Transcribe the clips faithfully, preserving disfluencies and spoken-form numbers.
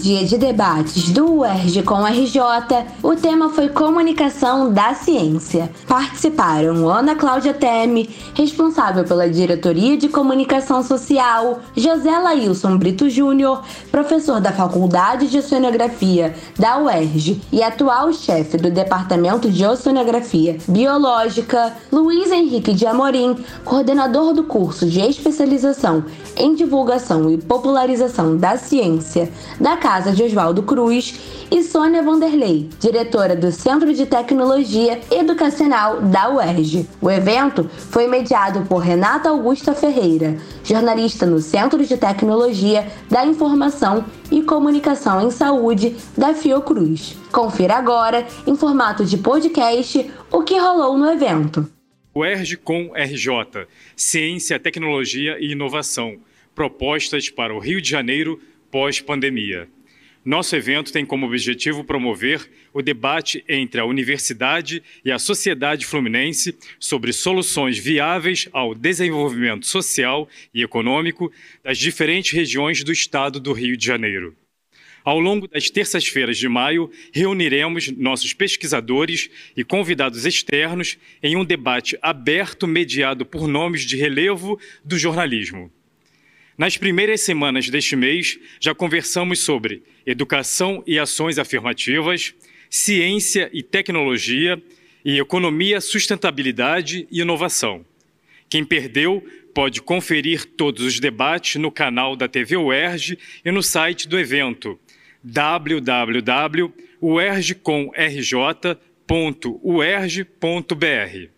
dia de debates do U E R J com R J, o tema foi Comunicação da Ciência. Participaram Ana Cláudia Teme, responsável pela Diretoria de Comunicação Social, José Lailson Brito Júnior, professor da Faculdade de Oceanografia da U E R J e atual chefe do Departamento de Oceanografia Biológica, Luiz Henrique de Amorim, coordenador do curso de especialização em Divulgação e Popularização da Ciência da Casa de Oswaldo Cruz, e Sônia Vanderlei, diretora do Centro de Tecnologia Educacional da U E R J. O evento foi mediado por Renata Augusta Ferreira, jornalista no Centro de Tecnologia da Informação e Comunicação em Saúde da Fiocruz. Confira agora, em formato de podcast, o que rolou no evento. U E R J com R J, Ciência, Tecnologia e Inovação, propostas para o Rio de Janeiro pós-pandemia. Nosso evento tem como objetivo promover o debate entre a universidade e a sociedade fluminense sobre soluções viáveis ao desenvolvimento social e econômico das diferentes regiões do estado do Rio de Janeiro. Ao longo das terças-feiras de maio, reuniremos nossos pesquisadores e convidados externos em um debate aberto mediado por nomes de relevo do jornalismo. Nas primeiras semanas deste mês, já conversamos sobre educação e ações afirmativas, ciência e tecnologia e economia, sustentabilidade e inovação. Quem perdeu pode conferir todos os debates no canal da T V U E R J e no site do evento w w w ponto u e r j com r j ponto u e r j ponto b r.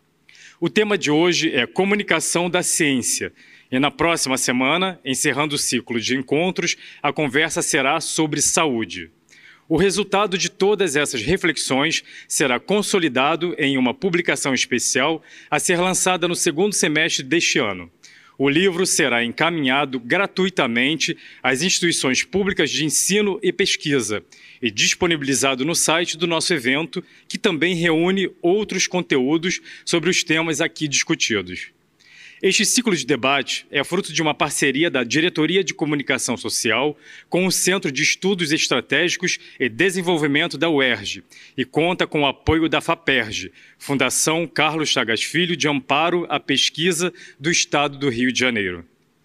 O tema de hoje é Comunicação da Ciência. E na próxima semana, encerrando o ciclo de encontros, a conversa será sobre saúde. O resultado de todas essas reflexões será consolidado em uma publicação especial a ser lançada no segundo semestre deste ano. O livro será encaminhado gratuitamente às instituições públicas de ensino e pesquisa e disponibilizado no site do nosso evento, que também reúne outros conteúdos sobre os temas aqui discutidos. Este ciclo de debate é fruto de uma parceria da Diretoria de Comunicação Social com o Centro de Estudos Estratégicos e Desenvolvimento da U E R J e conta com o apoio da FAPERJ, Fundação Carlos Chagas Filho de Amparo à Pesquisa do Estado do Rio de Janeiro.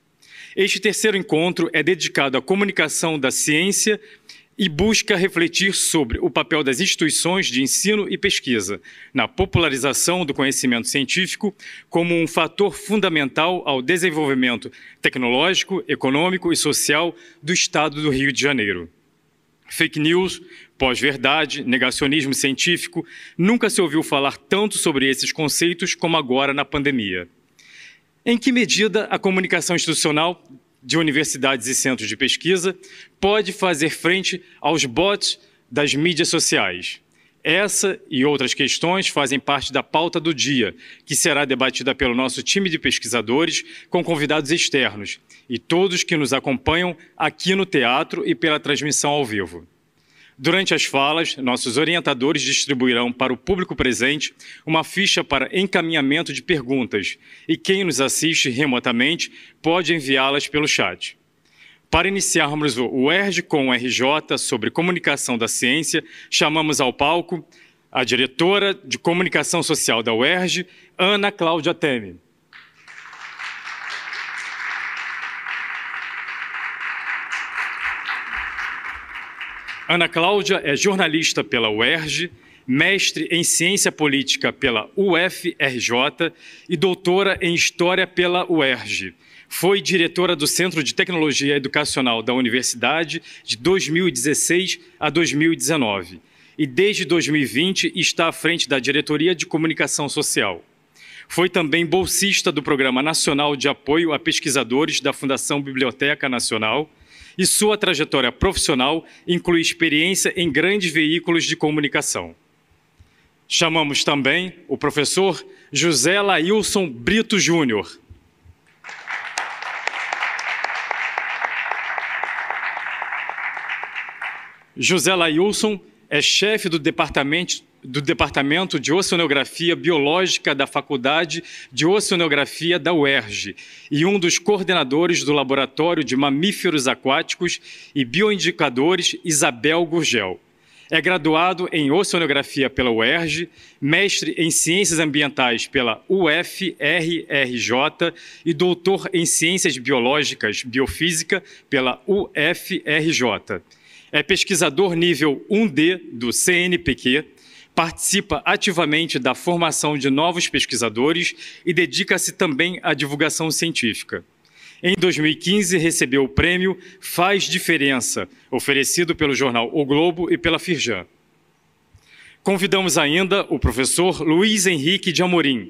Este terceiro encontro é dedicado à comunicação da ciência e busca refletir sobre o papel das instituições de ensino e pesquisa na popularização do conhecimento científico como um fator fundamental ao desenvolvimento tecnológico, econômico e social do Estado do Rio de Janeiro. Fake news, pós-verdade, negacionismo científico, nunca se ouviu falar tanto sobre esses conceitos como agora na pandemia. Em que medida a comunicação institucional de universidades e centros de pesquisa pode fazer frente aos bots das mídias sociais? Essa e outras questões fazem parte da pauta do dia, que será debatida pelo nosso time de pesquisadores com convidados externos e todos que nos acompanham aqui no teatro e pela transmissão ao vivo. Durante as falas, nossos orientadores distribuirão para o público presente uma ficha para encaminhamento de perguntas e quem nos assiste remotamente pode enviá-las pelo chat. Para iniciarmos o U E R J com o R J sobre comunicação da ciência, chamamos ao palco a diretora de Comunicação Social da U E R J, Ana Cláudia Teme. Ana Cláudia é jornalista pela U E R J, mestre em Ciência Política pela U F R J e doutora em História pela U E R J. Foi diretora do Centro de Tecnologia Educacional da Universidade de dois mil e dezesseis a dois mil e dezenove e desde dois mil e vinte está à frente da Diretoria de Comunicação Social. Foi também bolsista do Programa Nacional de Apoio a Pesquisadores da Fundação Biblioteca Nacional, e sua trajetória profissional inclui experiência em grandes veículos de comunicação. Chamamos também o professor José Lailson Brito Júnior. José Lailson é chefe do Departamento do Departamento de Oceanografia Biológica da Faculdade de Oceanografia da U E R J e um dos coordenadores do Laboratório de Mamíferos Aquáticos e Bioindicadores, Isabel Gurgel. É graduado em Oceanografia pela U E R J, mestre em Ciências Ambientais pela U F R R J e doutor em Ciências Biológicas, Biofísica pela U F R J. É pesquisador nível um D do C N P Q, participa ativamente da formação de novos pesquisadores e dedica-se também à divulgação científica. Em dois mil e quinze, recebeu o prêmio Faz Diferença, oferecido pelo jornal O Globo e pela Firjan. Convidamos ainda o professor Luiz Henrique de Amorim.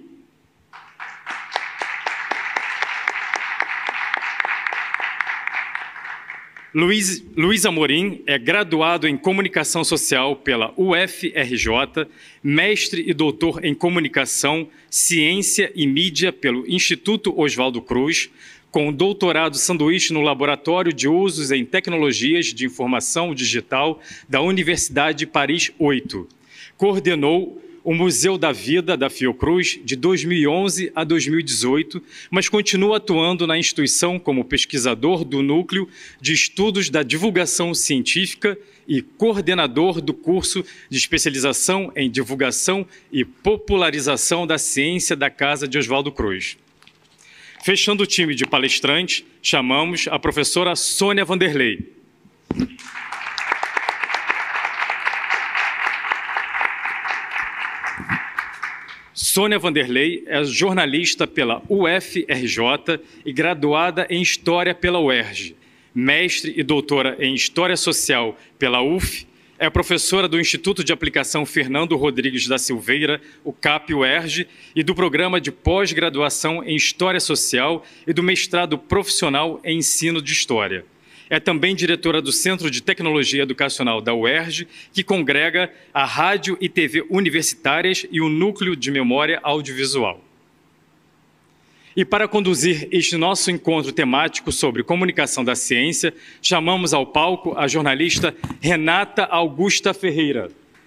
Luiz, Luiz Amorim é graduado em Comunicação Social pela U F R J, mestre e doutor em Comunicação, Ciência e Mídia pelo Instituto Oswaldo Cruz, com doutorado sanduíche no Laboratório de Usos em Tecnologias de Informação Digital da Universidade Paris oito. Coordenou o Museu da Vida da Fiocruz de dois mil e onze a dois mil e dezoito, mas continua atuando na instituição como pesquisador do Núcleo de Estudos da Divulgação Científica e coordenador do curso de especialização em Divulgação e Popularização da Ciência da Casa de Oswaldo Cruz. Fechando o time de palestrantes, chamamos a professora Sônia Vanderlei. Sônia Vanderlei é jornalista pela U F R J e graduada em História pela U E R J, mestre e doutora em História Social pela U F, é professora do Instituto de Aplicação Fernando Rodrigues da Silveira, o C A P U E R J, e do Programa de Pós-Graduação em História Social e do Mestrado Profissional em Ensino de História. É também diretora do Centro de Tecnologia Educacional da U E R J, que congrega a Rádio e T V Universitárias e o Núcleo de Memória Audiovisual. E para conduzir este nosso encontro temático sobre comunicação da ciência, chamamos ao palco a jornalista Renata Augusta Ferreira.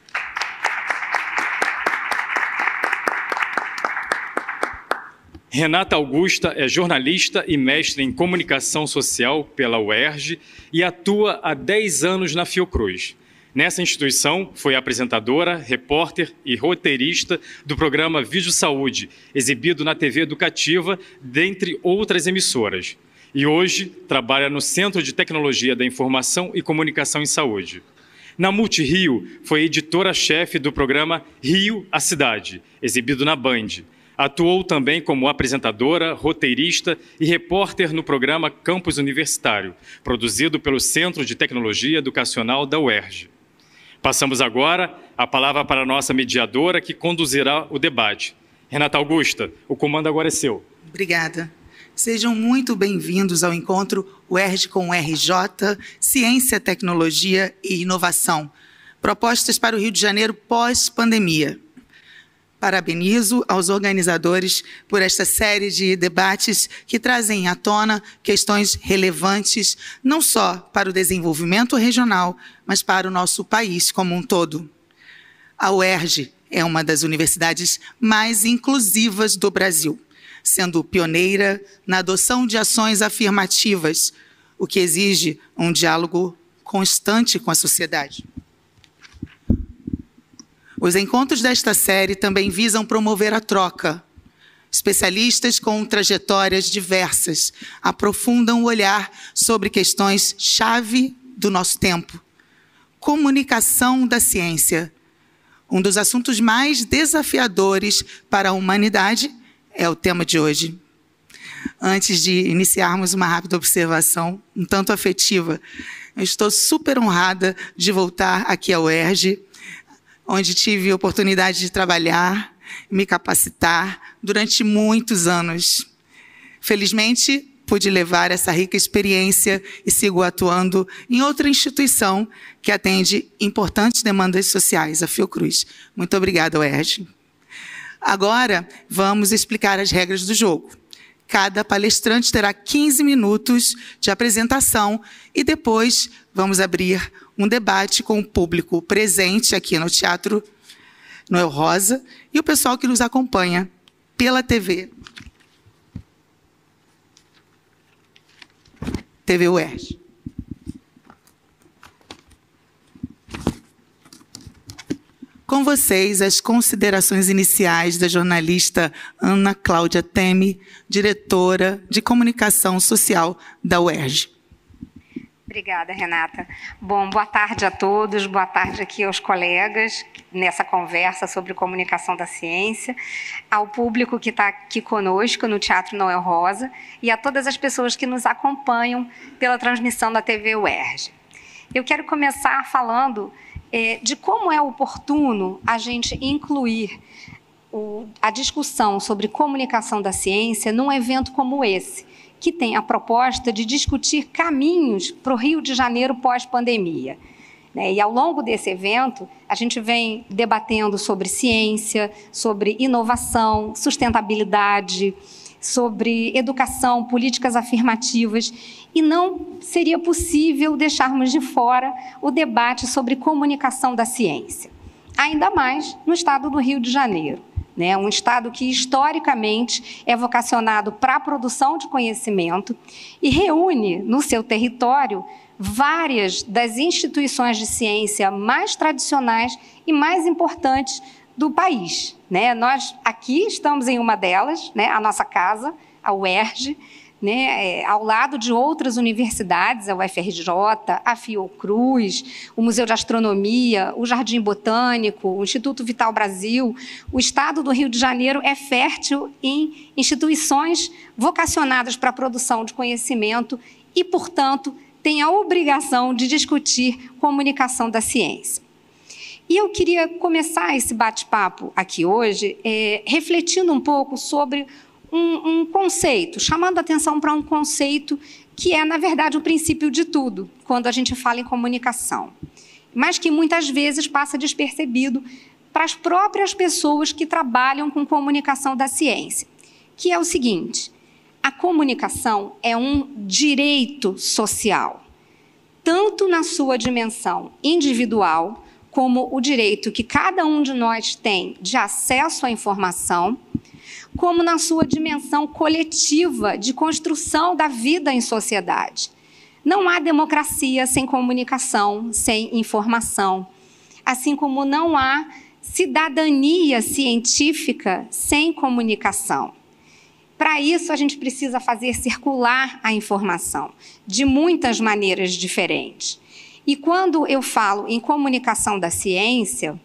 Renata Augusta é jornalista e mestre em comunicação social pela U E R J e atua há dez anos na Fiocruz. Nessa instituição, foi apresentadora, repórter e roteirista do programa Vídeo Saúde, exibido na T V Educativa, dentre outras emissoras. E hoje trabalha no Centro de Tecnologia da Informação e Comunicação em Saúde. Na Multirio, foi editora-chefe do programa Rio, a Cidade, exibido na Band. Atuou também como apresentadora, roteirista e repórter no programa Campus Universitário, produzido pelo Centro de Tecnologia Educacional da U E R J. Passamos agora a palavra para a nossa mediadora, que conduzirá o debate. Renata Augusta, o comando agora é seu. Obrigada. Sejam muito bem-vindos ao encontro U E R J com U R J, Ciência, Tecnologia e Inovação. Propostas para o Rio de Janeiro pós-pandemia. Parabenizo aos organizadores por esta série de debates que trazem à tona questões relevantes não só para o desenvolvimento regional, mas para o nosso país como um todo. A U E R J é uma das universidades mais inclusivas do Brasil, sendo pioneira na adoção de ações afirmativas, o que exige um diálogo constante com a sociedade. Os encontros desta série também visam promover a troca. Especialistas com trajetórias diversas aprofundam o olhar sobre questões-chave do nosso tempo. Comunicação da ciência. Um dos assuntos mais desafiadores para a humanidade é o tema de hoje. Antes de iniciarmos uma rápida observação, um tanto afetiva, eu estou super honrada de voltar aqui à U E R J, onde tive a oportunidade de trabalhar e me capacitar durante muitos anos. Felizmente, pude levar essa rica experiência e sigo atuando em outra instituição que atende importantes demandas sociais, a Fiocruz. Muito obrigada, U E R J. Agora, vamos explicar as regras do jogo. Cada palestrante terá quinze minutos de apresentação e depois vamos abrir um debate com o público presente aqui no Teatro Noel Rosa e o pessoal que nos acompanha pela T V. T V U E R J. Com vocês, as considerações iniciais da jornalista Ana Cláudia Teme, diretora de Comunicação Social da U E R J. Obrigada, Renata. Bom, boa tarde a todos, boa tarde aqui aos colegas nessa conversa sobre comunicação da ciência, ao público que está aqui conosco no Teatro Noel Rosa e a todas as pessoas que nos acompanham pela transmissão da T V U E R J. Eu quero começar falando é, de como é oportuno a gente incluir o, a discussão sobre comunicação da ciência num evento como esse, que tem a proposta de discutir caminhos para o Rio de Janeiro pós-pandemia. E, ao longo desse evento, a gente vem debatendo sobre ciência, sobre inovação, sustentabilidade, sobre educação, políticas afirmativas, e não seria possível deixarmos de fora o debate sobre comunicação da ciência, ainda mais no estado do Rio de Janeiro. Né, um estado que, historicamente, é vocacionado para a produção de conhecimento e reúne no seu território várias das instituições de ciência mais tradicionais e mais importantes do país. Né? Nós aqui estamos em uma delas, né, a nossa casa, a U E R J, né, ao lado de outras universidades, a U F R J, a Fiocruz, o Museu de Astronomia, o Jardim Botânico, o Instituto Vital Brasil. O estado do Rio de Janeiro é fértil em instituições vocacionadas para a produção de conhecimento e, portanto, tem a obrigação de discutir comunicação da ciência. E eu queria começar esse bate-papo aqui hoje é, refletindo um pouco sobre Um, um conceito, chamando a atenção para um conceito que é, na verdade, o princípio de tudo, quando a gente fala em comunicação, mas que muitas vezes passa despercebido para as próprias pessoas que trabalham com comunicação da ciência, que é o seguinte: a comunicação é um direito social, tanto na sua dimensão individual, como o direito que cada um de nós tem de acesso à informação, como na sua dimensão coletiva de construção da vida em sociedade. Não há democracia sem comunicação, sem informação, assim como não há cidadania científica sem comunicação. Para isso, a gente precisa fazer circular a informação de muitas maneiras diferentes. E quando eu falo em comunicação da ciência,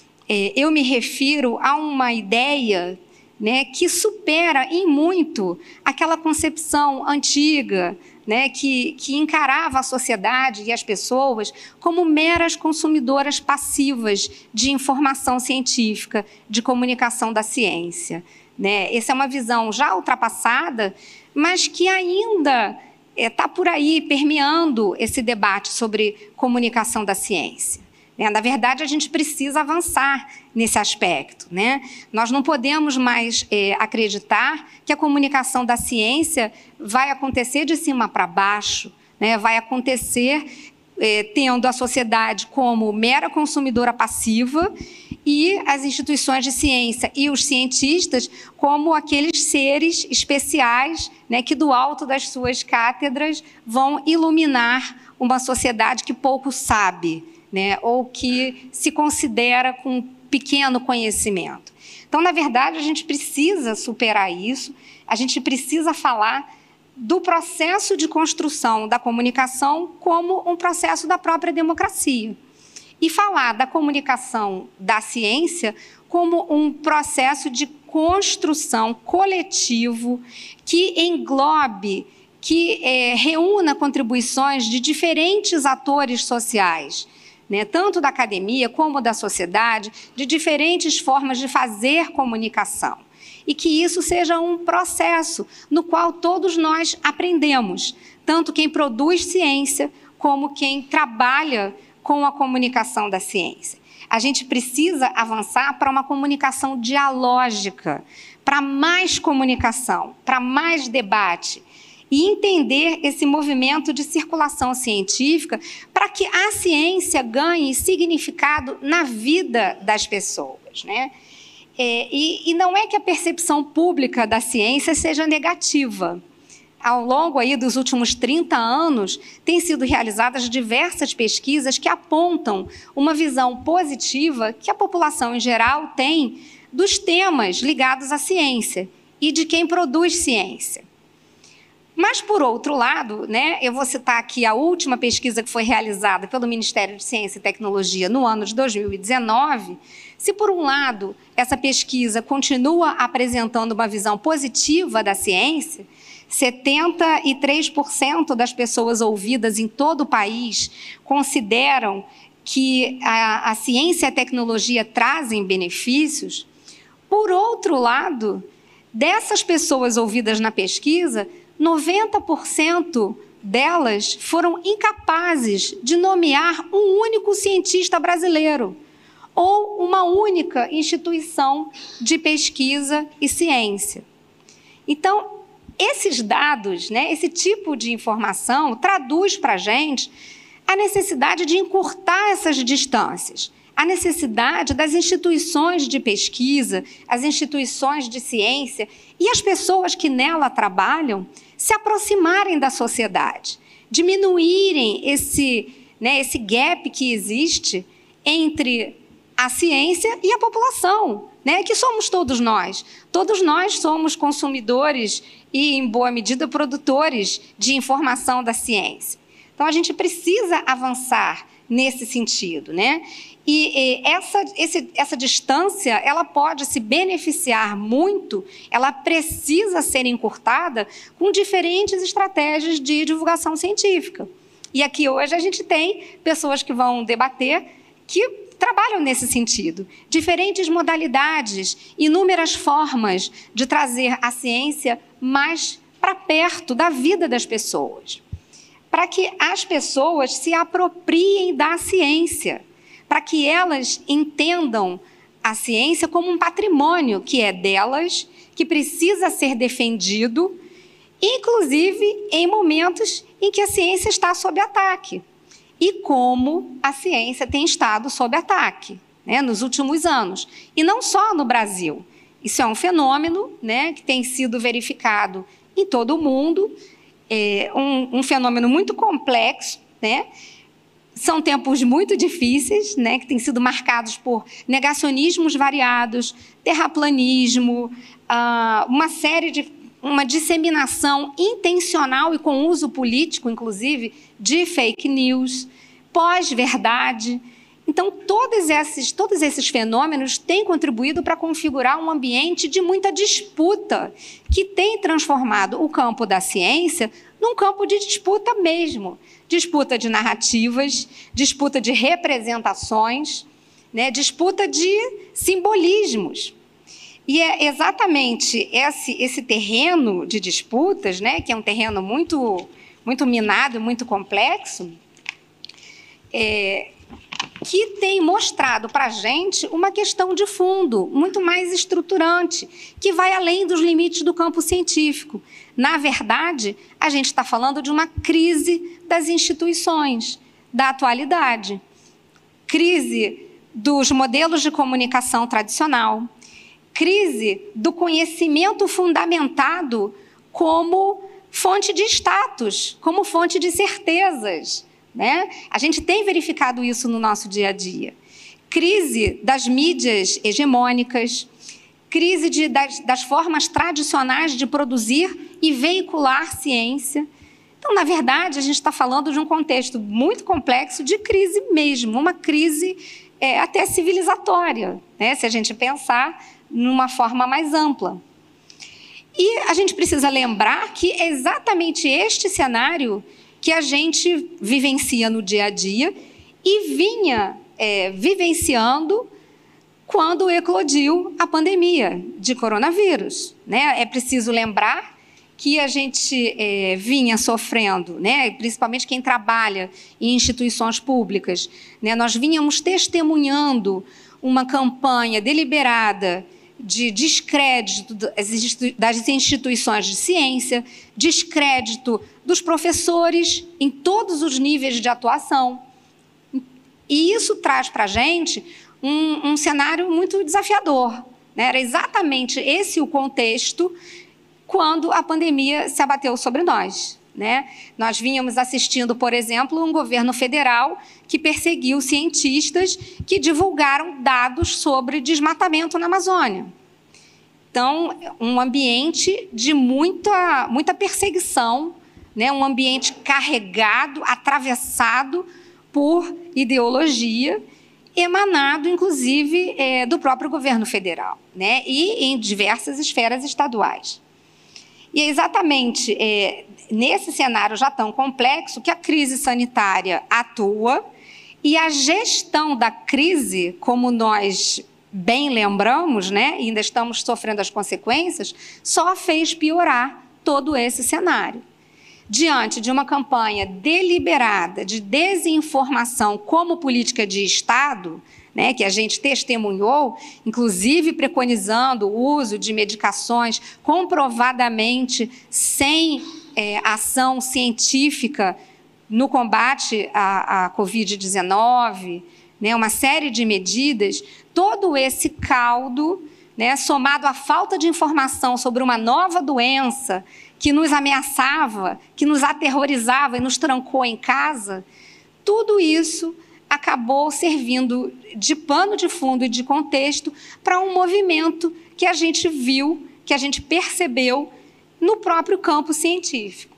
eu me refiro a uma ideia, né, que supera em muito aquela concepção antiga, né, que, que encarava a sociedade e as pessoas como meras consumidoras passivas de informação científica, de comunicação da ciência. Né? Essa é uma visão já ultrapassada, mas que ainda está é, por aí permeando esse debate sobre comunicação da ciência. Na verdade, a gente precisa avançar nesse aspecto. Né? Nós não podemos mais é, acreditar que a comunicação da ciência vai acontecer de cima para baixo, né? Vai acontecer é, tendo a sociedade como mera consumidora passiva e as instituições de ciência e os cientistas como aqueles seres especiais, né, que do alto das suas cátedras vão iluminar uma sociedade que pouco sabe, né, ou que se considera com pequeno conhecimento. Então, na verdade, a gente precisa superar isso, a gente precisa falar do processo de construção da comunicação como um processo da própria democracia. E falar da comunicação da ciência como um processo de construção coletivo que englobe, que é, reúna contribuições de diferentes atores sociais, né, tanto da academia como da sociedade, de diferentes formas de fazer comunicação. E que isso seja um processo no qual todos nós aprendemos, tanto quem produz ciência como quem trabalha com a comunicação da ciência. A gente precisa avançar para uma comunicação dialógica, para mais comunicação, para mais debate. e entender esse movimento de circulação científica para que a ciência ganhe significado na vida das pessoas, né? É, e, e não é que a percepção pública da ciência seja negativa. Ao longo aí dos últimos trinta anos, têm sido realizadas diversas pesquisas que apontam uma visão positiva que a população em geral tem dos temas ligados à ciência e de quem produz ciência. Mas, por outro lado, né, eu vou citar aqui a última pesquisa que foi realizada pelo Ministério de Ciência e Tecnologia no ano de dois mil e dezenove. Se, por um lado, essa pesquisa continua apresentando uma visão positiva da ciência, setenta e três por cento das pessoas ouvidas em todo o país consideram que a, a ciência e a tecnologia trazem benefícios. Por outro lado, dessas pessoas ouvidas na pesquisa, noventa por cento delas foram incapazes de nomear um único cientista brasileiro ou uma única instituição de pesquisa e ciência. Então, esses dados, né, esse tipo de informação traduz para a gente a necessidade de encurtar essas distâncias, a necessidade das instituições de pesquisa, as instituições de ciência e as pessoas que nela trabalham se aproximarem da sociedade, diminuírem esse, né, esse gap que existe entre a ciência e a população, né, que somos todos nós. Todos nós somos consumidores e, em boa medida, produtores de informação da ciência. Então, a gente precisa avançar nesse sentido, né? E, e essa, esse, essa distância, ela pode se beneficiar muito, ela precisa ser encurtada com diferentes estratégias de divulgação científica. E aqui hoje a gente tem pessoas que vão debater que trabalham nesse sentido. Diferentes modalidades, inúmeras formas de trazer a ciência mais para perto da vida das pessoas, para que as pessoas se apropriem da ciência, para que elas entendam a ciência como um patrimônio que é delas, que precisa ser defendido, inclusive em momentos em que a ciência está sob ataque. E como a ciência tem estado sob ataque, né, nos últimos anos. E não só no Brasil. Isso é um fenômeno, né, que tem sido verificado em todo o mundo, é um, um fenômeno muito complexo, né? São tempos muito difíceis, né, que têm sido marcados por negacionismos variados, terraplanismo, ah, uma série de... uma disseminação intencional e com uso político, inclusive, de fake news, pós-verdade. Então, todos esses, todos esses fenômenos têm contribuído para configurar um ambiente de muita disputa, que tem transformado o campo da ciência num campo de disputa mesmo. Disputa de narrativas, disputa de representações, né, disputa de simbolismos. E é exatamente esse, esse terreno de disputas, né, que é um terreno muito, muito minado, muito complexo, é, que tem mostrado para a gente uma questão de fundo, muito mais estruturante, que vai além dos limites do campo científico. Na verdade, a gente está falando de uma crise das instituições, da atualidade. Crise dos modelos de comunicação tradicional, crise do conhecimento fundamentado como fonte de status, como fonte de certezas, né? A gente tem verificado isso no nosso dia a dia. Crise das mídias hegemônicas, crise de, das, das formas tradicionais de produzir e veicular ciência. Então, na verdade, a gente está falando de um contexto muito complexo de crise mesmo, uma crise é, até civilizatória, né? Se a gente pensar numa forma mais ampla. E a gente precisa lembrar que é exatamente este cenário que a gente vivencia no dia a dia e vinha é, vivenciando quando eclodiu a pandemia de coronavírus, né? É preciso lembrar que a gente é, vinha sofrendo, né? Principalmente quem trabalha em instituições públicas, né? Nós vínhamos testemunhando uma campanha deliberada de descrédito das instituições de ciência, descrédito dos professores em todos os níveis de atuação. E isso traz para a gente um, um cenário muito desafiador, né? Era exatamente esse o contexto quando a pandemia se abateu sobre nós, né? Nós vínhamos assistindo, por exemplo, um governo federal que perseguiu cientistas que divulgaram dados sobre desmatamento na Amazônia. Então, um ambiente de muita, muita perseguição, né? Um ambiente carregado, atravessado por ideologia, emanado, inclusive, é, do próprio governo federal, né? E em diversas esferas estaduais. E é exatamente é, nesse cenário já tão complexo que a crise sanitária atua e a gestão da crise, como nós bem lembramos, né, e ainda estamos sofrendo as consequências, só fez piorar todo esse cenário. Diante de uma campanha deliberada de desinformação como política de Estado, né, que a gente testemunhou, inclusive preconizando o uso de medicações comprovadamente sem é, ação científica no combate à, à covid dezenove, né, uma série de medidas, todo esse caldo, né, somado à falta de informação sobre uma nova doença que nos ameaçava, que nos aterrorizava e nos trancou em casa, tudo isso acabou servindo de pano de fundo e de contexto para um movimento que a gente viu, que a gente percebeu no próprio campo científico.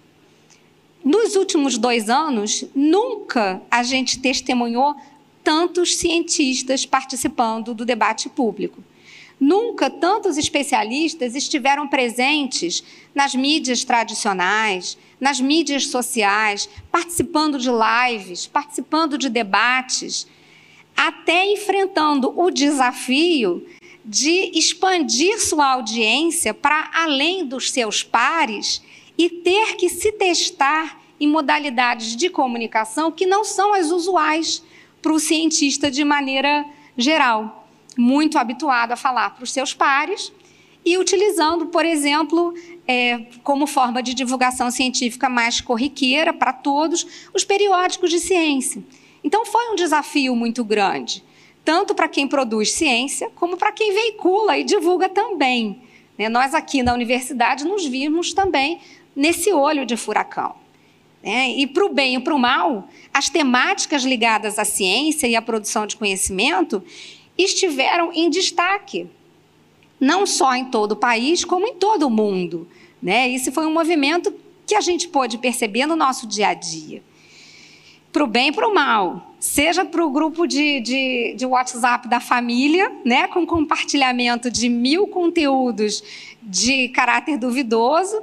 Nos últimos dois anos, nunca a gente testemunhou tantos cientistas participando do debate público. Nunca tantos especialistas estiveram presentes nas mídias tradicionais, nas mídias sociais, participando de lives, participando de debates, até enfrentando o desafio de expandir sua audiência para além dos seus pares e ter que se testar em modalidades de comunicação que não são as usuais para o cientista de maneira geral, muito habituado a falar para os seus pares e utilizando, por exemplo, é, como forma de divulgação científica mais corriqueira para todos, os periódicos de ciência. Então, foi um desafio muito grande, tanto para quem produz ciência, como para quem veicula e divulga também. Né? Nós aqui na universidade nos vimos também nesse olho de furacão. Né? E para o bem e para o mal, as temáticas ligadas à ciência e à produção de conhecimento estiveram em destaque, não só em todo o país, como em todo o mundo. Né? Esse foi um movimento que a gente pôde perceber no nosso dia a dia. Para o bem e para o mal, seja para o grupo de, de, de WhatsApp da família, né, com compartilhamento de mil conteúdos de caráter duvidoso,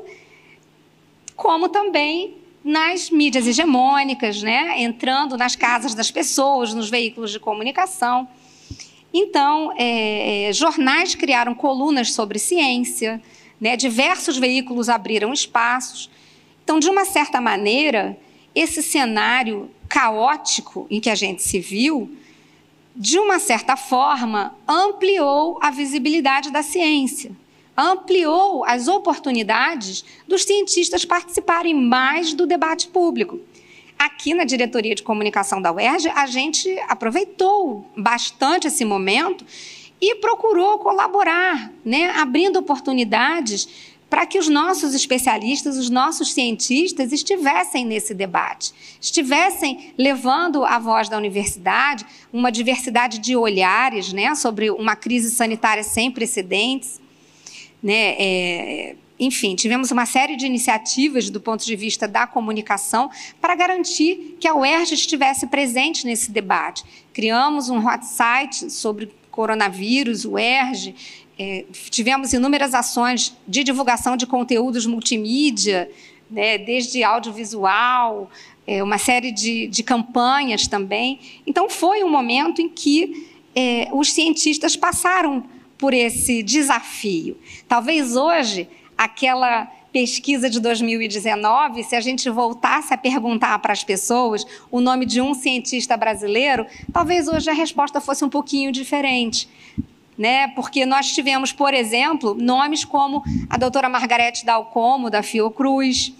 como também nas mídias hegemônicas, né, entrando nas casas das pessoas, nos veículos de comunicação. Então, é, jornais criaram colunas sobre ciência, né, diversos veículos abriram espaços. Então, de uma certa maneira, esse cenário caótico em que a gente se viu, de uma certa forma, ampliou a visibilidade da ciência, ampliou as oportunidades dos cientistas participarem mais do debate público. Aqui na Diretoria de Comunicação da U E R J, a gente aproveitou bastante esse momento e procurou colaborar, né, abrindo oportunidades para que os nossos especialistas, os nossos cientistas estivessem nesse debate, estivessem levando a voz da universidade, uma diversidade de olhares, né, sobre uma crise sanitária sem precedentes. Né, é, enfim, tivemos uma série de iniciativas do ponto de vista da comunicação para garantir que a U E R J estivesse presente nesse debate. Criamos um hot site sobre coronavírus, U E R J, é, tivemos inúmeras ações de divulgação de conteúdos multimídia, né, desde audiovisual, é, uma série de, de campanhas também. Então, foi um momento em que é, os cientistas passaram por esse desafio. Talvez hoje, aquela pesquisa de dois mil e dezenove, se a gente voltasse a perguntar para as pessoas o nome de um cientista brasileiro, talvez hoje a resposta fosse um pouquinho diferente. né? Porque nós tivemos, por exemplo, nomes como a doutora Margarete Dalcomo, da Fiocruz,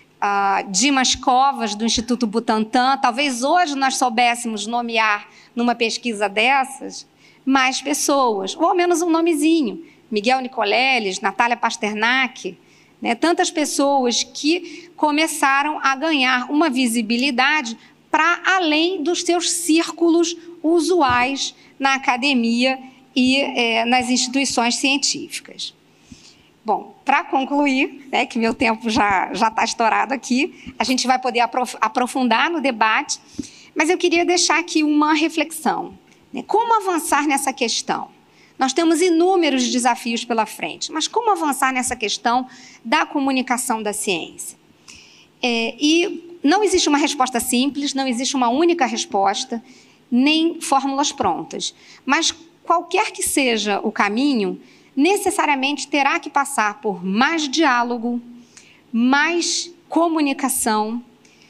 a Dimas Covas, do Instituto Butantan. Talvez hoje nós soubéssemos nomear, numa pesquisa dessas, mais pessoas, ou ao menos um nomezinho. Miguel Nicoleles, Natália Pasternak, né? Tantas pessoas que começaram a ganhar uma visibilidade para além dos seus círculos usuais na academia e é, nas instituições científicas. Bom, para concluir, né, que meu tempo já já está estourado aqui, a gente vai poder aprof- aprofundar no debate, mas eu queria deixar aqui uma reflexão, né? Como avançar nessa questão? Nós temos inúmeros desafios pela frente, mas como avançar nessa questão da comunicação da ciência? É, e não existe uma resposta simples, não existe uma única resposta, nem fórmulas prontas. Mas qualquer que seja o caminho, necessariamente terá que passar por mais diálogo, mais comunicação,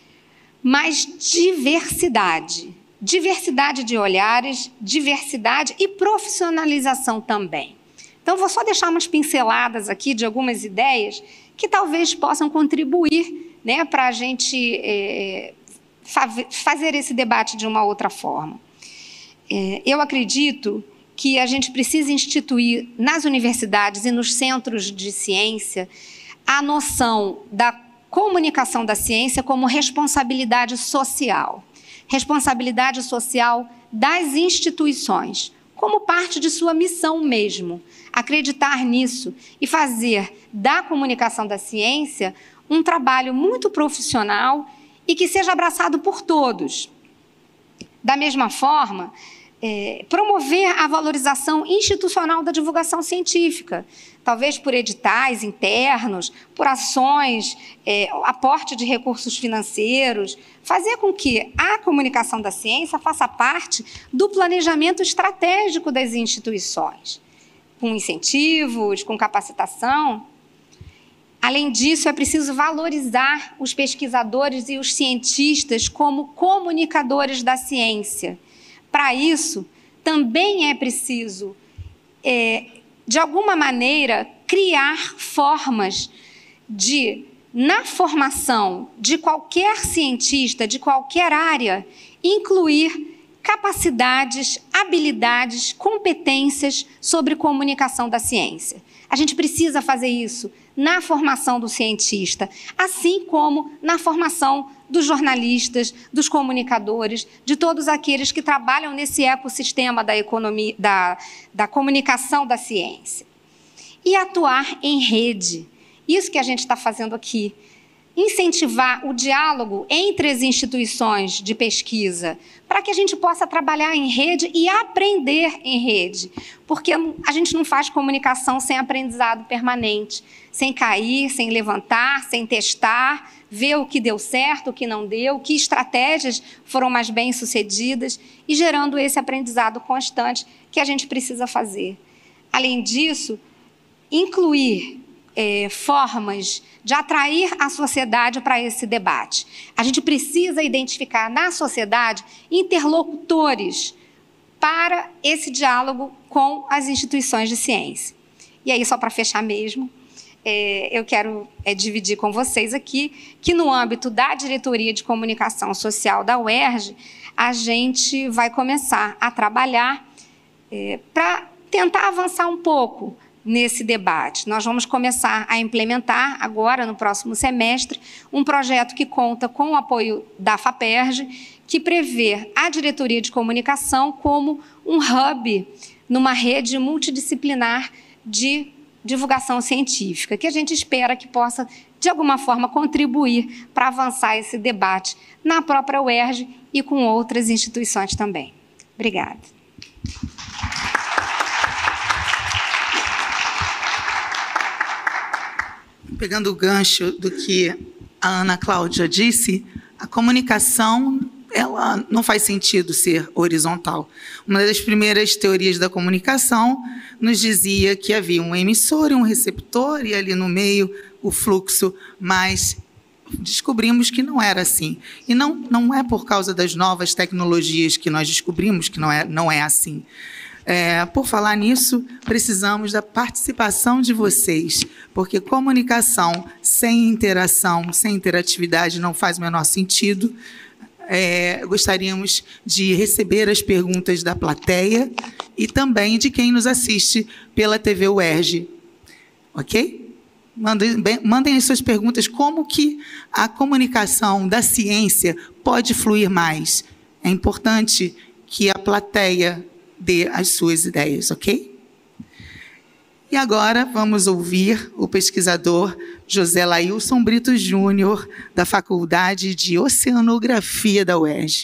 mais diversidade. Diversidade de olhares, diversidade e profissionalização também. Então, vou só deixar umas pinceladas aqui de algumas ideias que talvez possam contribuir, né, para a gente é, fazer esse debate de uma outra forma. É, eu acredito que a gente precisa instituir nas universidades e nos centros de ciência a noção da comunicação da ciência como responsabilidade social. Responsabilidade social das instituições, como parte de sua missão mesmo. Acreditar nisso e fazer da comunicação da ciência um trabalho muito profissional e que seja abraçado por todos. Da mesma forma, é, promover a valorização institucional da divulgação científica, talvez por editais internos, por ações, é, aporte de recursos financeiros, fazer com que a comunicação da ciência faça parte do planejamento estratégico das instituições, com incentivos, com capacitação. Além disso, é preciso valorizar os pesquisadores e os cientistas como comunicadores da ciência. Para isso, também é preciso, é, de alguma maneira, criar formas de, na formação de qualquer cientista, de qualquer área, incluir capacidades, habilidades, competências sobre comunicação da ciência. A gente precisa fazer isso na formação do cientista, assim como na formação dos jornalistas, dos comunicadores, de todos aqueles que trabalham nesse ecossistema da economia, da, da comunicação da ciência. E atuar em rede. Isso que a gente está fazendo aqui. Incentivar o diálogo entre as instituições de pesquisa, para que a gente possa trabalhar em rede e aprender em rede, porque a gente não faz comunicação sem aprendizado permanente, sem cair, sem levantar, sem testar, ver o que deu certo, o que não deu, que estratégias foram mais bem-sucedidas e gerando esse aprendizado constante que a gente precisa fazer. Além disso, incluir É, formas de atrair a sociedade para esse debate. A gente precisa identificar na sociedade interlocutores para esse diálogo com as instituições de ciência. E aí, só para fechar mesmo, é, eu quero é, dividir com vocês aqui que, no âmbito da Diretoria de Comunicação Social da U E R J, a gente vai começar a trabalhar é, para tentar avançar um pouco nesse debate. Nós vamos começar a implementar agora, no próximo semestre, um projeto que conta com o apoio da FAPERJ, que prevê a diretoria de comunicação como um hub numa rede multidisciplinar de divulgação científica, que a gente espera que possa, de alguma forma, contribuir para avançar esse debate na própria U E R J e com outras instituições também. Obrigada. Pegando o gancho do que a Ana Cláudia disse, a comunicação ela não faz sentido ser horizontal. Uma das primeiras teorias da comunicação nos dizia que havia um emissor e um receptor, e ali no meio o fluxo, mas descobrimos que não era assim. E não, não é por causa das novas tecnologias que nós descobrimos que não é, não é assim. É, por falar nisso, precisamos da participação de vocês, porque comunicação sem interação, sem interatividade não faz o menor sentido. É, gostaríamos de receber as perguntas da plateia e também de quem nos assiste pela T V U E R J. Ok? Mandem, bem, mandem as suas perguntas. Como que a comunicação da ciência pode fluir mais? É importante que a plateia dê as suas ideias, ok? E agora vamos ouvir o pesquisador José Lailson Brito Júnior, da Faculdade de Oceanografia da U E R J.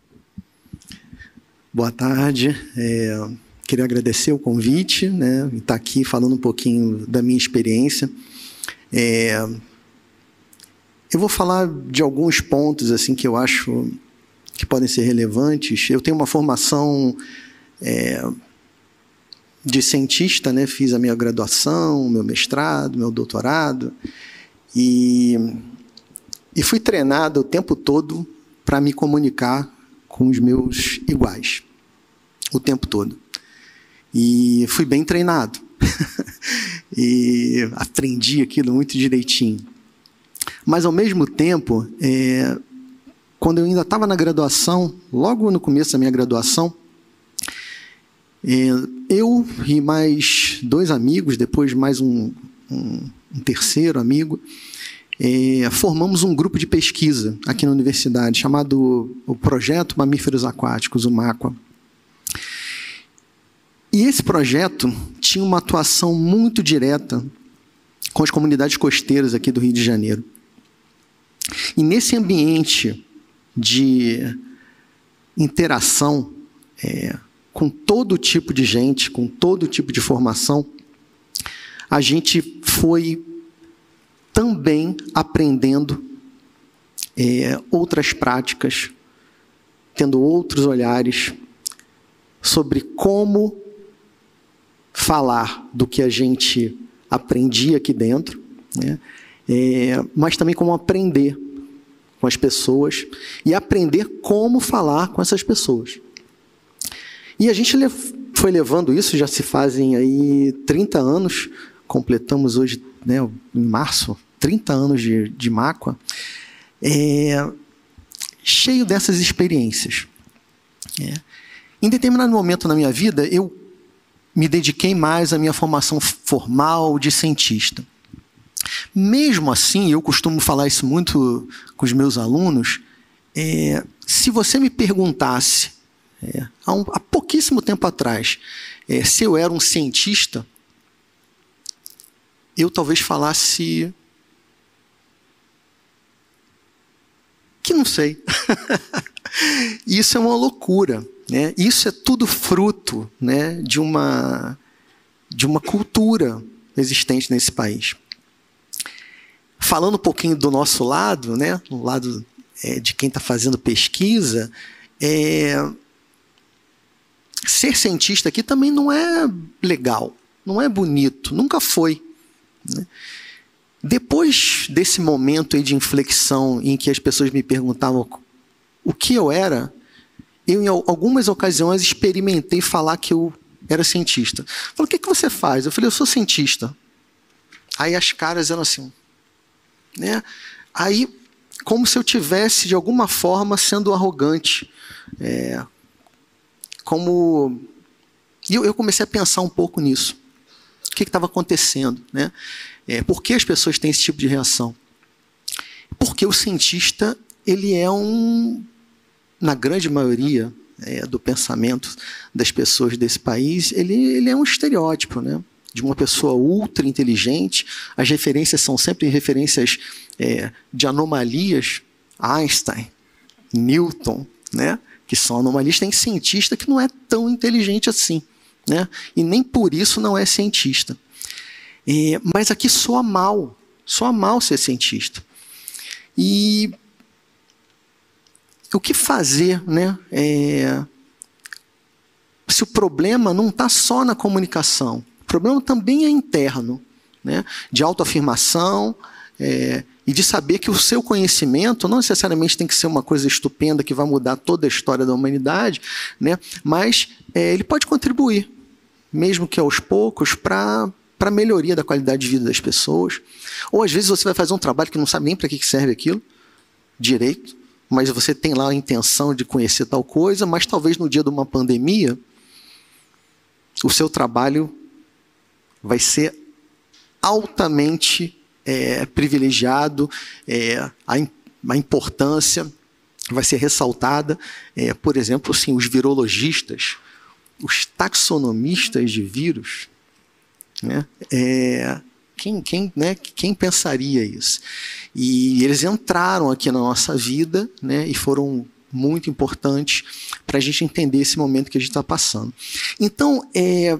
Boa tarde. É, queria agradecer o convite, né, e estar aqui falando um pouquinho da minha experiência. É, eu vou falar de alguns pontos assim, que eu acho que podem ser relevantes. Eu tenho uma formação é, de cientista, né? Fiz a minha graduação, meu mestrado, meu doutorado, e, e fui treinado o tempo todo para me comunicar com os meus iguais, o tempo todo. E fui bem treinado, e aprendi aquilo muito direitinho. Mas, ao mesmo tempo, é, quando eu ainda estava na graduação, logo no começo da minha graduação, eu e mais dois amigos, depois mais um, um, um terceiro amigo, é, formamos um grupo de pesquisa aqui na universidade, chamado o Projeto Mamíferos Aquáticos, o MAQUA. E esse projeto tinha uma atuação muito direta com as comunidades costeiras aqui do Rio de Janeiro. E nesse ambiente de interação, é, com todo tipo de gente, com todo tipo de formação, a gente foi também aprendendo é, outras práticas, tendo outros olhares sobre como falar do que a gente aprendia aqui dentro, né? É, mas também como aprender com as pessoas e aprender como falar com essas pessoas. E a gente foi levando isso, já se fazem aí trinta anos, completamos hoje, né, em março, trinta anos de, de MAQUA, é, cheio dessas experiências. É. Em determinado momento na minha vida, eu me dediquei mais à minha formação formal de cientista. Mesmo assim, eu costumo falar isso muito com os meus alunos, é, se você me perguntasse, é, há, um, há pouquíssimo tempo atrás, é, se eu era um cientista, eu talvez falasse que não sei. Isso é uma loucura, né? Isso é tudo fruto, né, de uma, de uma cultura existente nesse país. Falando um pouquinho do nosso lado, né, do lado é, de quem está fazendo pesquisa, é, ser cientista aqui também não é legal, não é bonito, nunca foi, né? Depois desse momento aí de inflexão em que as pessoas me perguntavam o que eu era, eu em algumas ocasiões experimentei falar que eu era cientista. Falei, o que, que você faz? Eu falei, eu sou cientista. Aí as caras eram assim, né? Aí, como se eu tivesse, de alguma forma, sendo arrogante. É, como... E eu, eu comecei a pensar um pouco nisso. O que estava acontecendo, né? É, por que as pessoas têm esse tipo de reação? Porque o cientista, ele é um... Na grande maioria é, do pensamento das pessoas desse país, ele, ele é um estereótipo, né? De uma pessoa ultra inteligente. As referências são sempre referências é, de anomalias. Einstein, Newton, né? Que são anomalias. Tem cientista que não é tão inteligente assim, né? E nem por isso não é cientista. É, mas aqui soa mal, soa mal ser cientista. E o que fazer, né? É, se o problema não está só na comunicação, o problema também é interno, né? De autoafirmação, é, e de saber que o seu conhecimento não necessariamente tem que ser uma coisa estupenda que vai mudar toda a história da humanidade, né? Mas é, ele pode contribuir, mesmo que aos poucos, para para a melhoria da qualidade de vida das pessoas. Ou às vezes você vai fazer um trabalho que não sabe nem para que serve aquilo direito, mas você tem lá a intenção de conhecer tal coisa, mas talvez no dia de uma pandemia o seu trabalho vai ser altamente é, privilegiado, é, a, a importância vai ser ressaltada. É, por exemplo, assim, os virologistas, os taxonomistas de vírus, né? É, quem, quem, né, quem pensaria isso? E eles entraram aqui na nossa vida, né, e foram muito importantes para a gente entender esse momento que a gente está passando. Então, é,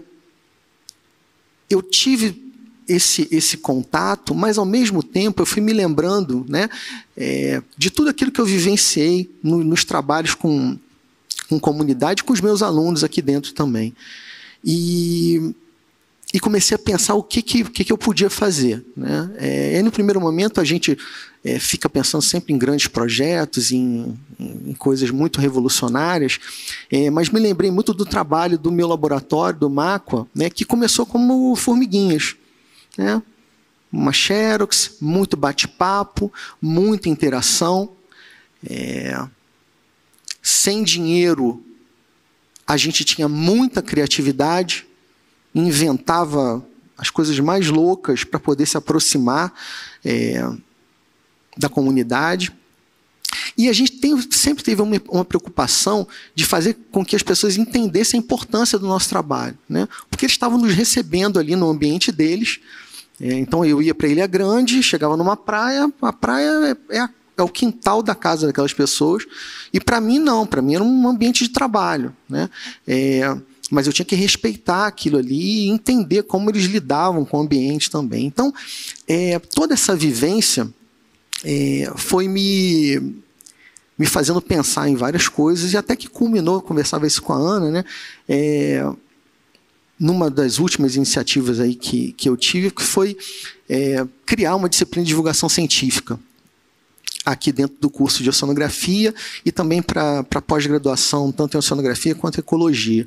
eu tive esse, esse contato, mas ao mesmo tempo eu fui me lembrando, né, é, de tudo aquilo que eu vivenciei no, nos trabalhos com, com comunidade, com os meus alunos aqui dentro também. E... E comecei a pensar o que, que, que, que eu podia fazer, né? É, e no primeiro momento a gente é, fica pensando sempre em grandes projetos, em, em coisas muito revolucionárias, é, mas me lembrei muito do trabalho do meu laboratório, do Máqua, né, que começou como formiguinhas, né? Uma xerox, muito bate-papo, muita interação. É, sem dinheiro, a gente tinha muita criatividade, inventava as coisas mais loucas para poder se aproximar é, da comunidade. E a gente tem, sempre teve uma, uma preocupação de fazer com que as pessoas entendessem a importância do nosso trabalho, né? Porque eles estavam nos recebendo ali no ambiente deles. É, então eu ia para Ilha Grande, chegava numa praia, a praia é, é, a, é o quintal da casa daquelas pessoas, e para mim não, para mim era um ambiente de trabalho, né? É, mas eu tinha que respeitar aquilo ali e entender como eles lidavam com o ambiente também. Então, é, toda essa vivência é, foi me, me fazendo pensar em várias coisas, e até que culminou, eu conversava isso com a Ana, né, é, numa das últimas iniciativas aí que, que eu tive, que foi é, criar uma disciplina de divulgação científica aqui dentro do curso de oceanografia e também para pós-graduação, tanto em oceanografia quanto em ecologia.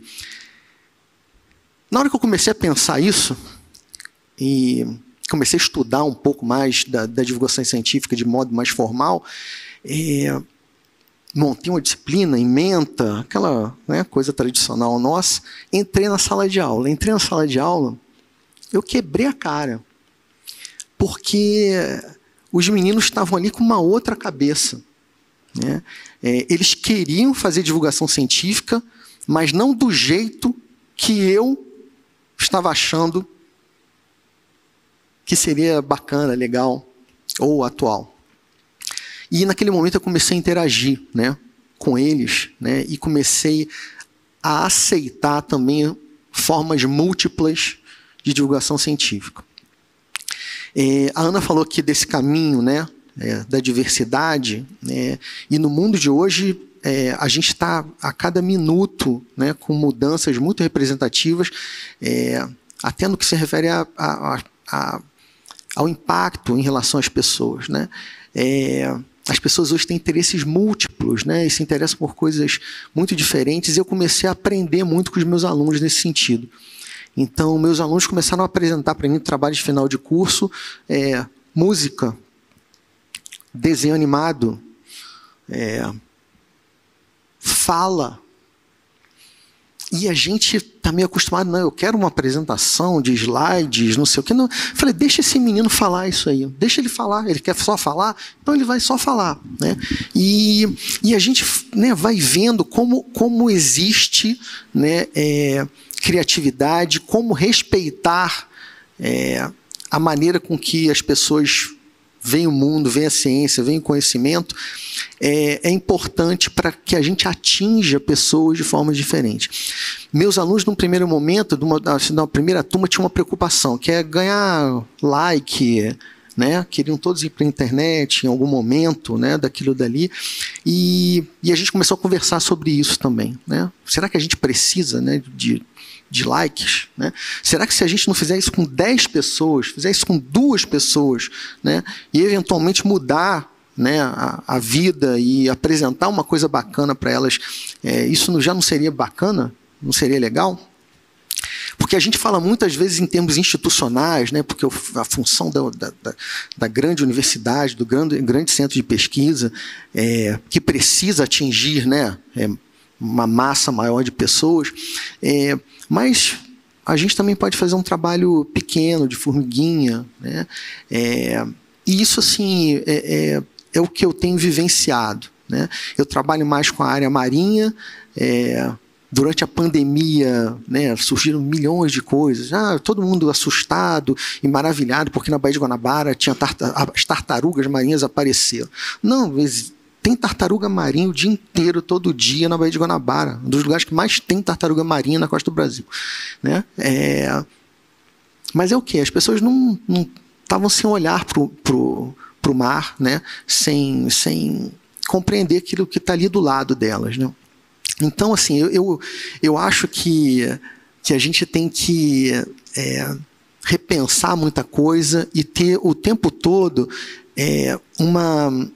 Na hora que eu comecei a pensar isso, e comecei a estudar um pouco mais da, da divulgação científica de modo mais formal, é, montei uma disciplina, ementa, aquela, né, coisa tradicional nossa, entrei na sala de aula. Entrei na sala de aula, eu quebrei a cara, porque os meninos estavam ali com uma outra cabeça, né? É, eles queriam fazer divulgação científica, mas não do jeito que eu estava achando que seria bacana, legal ou atual. E naquele momento eu comecei a interagir, né, com eles, né, e comecei a aceitar também formas múltiplas de divulgação científica. É, a Ana falou aqui desse caminho, né, é, da diversidade, né, e no mundo de hoje é, a gente está a cada minuto, né, com mudanças muito representativas, é, até no que se refere a, a, a, ao impacto em relação às pessoas, né? É, as pessoas hoje têm interesses múltiplos, né, e se interessam por coisas muito diferentes, e eu comecei a aprender muito com os meus alunos nesse sentido. Então, meus alunos começaram a apresentar para mim, trabalho de final de curso, é, música, desenho animado, é, fala. E a gente está meio acostumado, não, eu quero uma apresentação de slides, não sei o quê. Não. Falei, deixa esse menino falar isso aí, deixa ele falar, ele quer só falar, então ele vai só falar, né? E, e a gente, né, vai vendo como, como existe, né, é, criatividade, como respeitar é, a maneira com que as pessoas veem o mundo, veem a ciência, veem o conhecimento, é, é importante para que a gente atinja pessoas de formas diferentes. Meus alunos, num primeiro momento, de uma, assim, na primeira turma, tinham uma preocupação, que é ganhar like, né? Queriam todos ir para a internet em algum momento, né, daquilo dali, e, e a gente começou a conversar sobre isso também, né? Será que a gente precisa, né, de de likes, né? Será que se a gente não fizer isso com dez pessoas, fizer isso com duas pessoas, né? E eventualmente mudar, né, a, a vida e apresentar uma coisa bacana para elas, é, isso já não seria bacana? Não seria legal? Porque a gente fala muitas vezes em termos institucionais, né, porque a função da, da, da grande universidade, do grande, grande centro de pesquisa, é, que precisa atingir, né, é, uma massa maior de pessoas, é, mas a gente também pode fazer um trabalho pequeno, de formiguinha, né, é, e isso assim, é, é, é o que eu tenho vivenciado, né? Eu trabalho mais com a área marinha. É, durante a pandemia, né, surgiram milhões de coisas. Ah, todo mundo assustado e maravilhado porque na Baía de Guanabara tinha tarta, as tartarugas marinhas apareceram. Não, tem tartaruga marinha o dia inteiro, todo dia na Baía de Guanabara, um dos lugares que mais tem tartaruga marinha na costa do Brasil, né? É, mas é o quê? As pessoas não estavam sem olhar para o pro, pro mar, né? sem, sem compreender aquilo que está ali do lado delas, né? Então, assim, eu, eu, eu acho que, que a gente tem que é, repensar muita coisa e ter o tempo todo é, uma,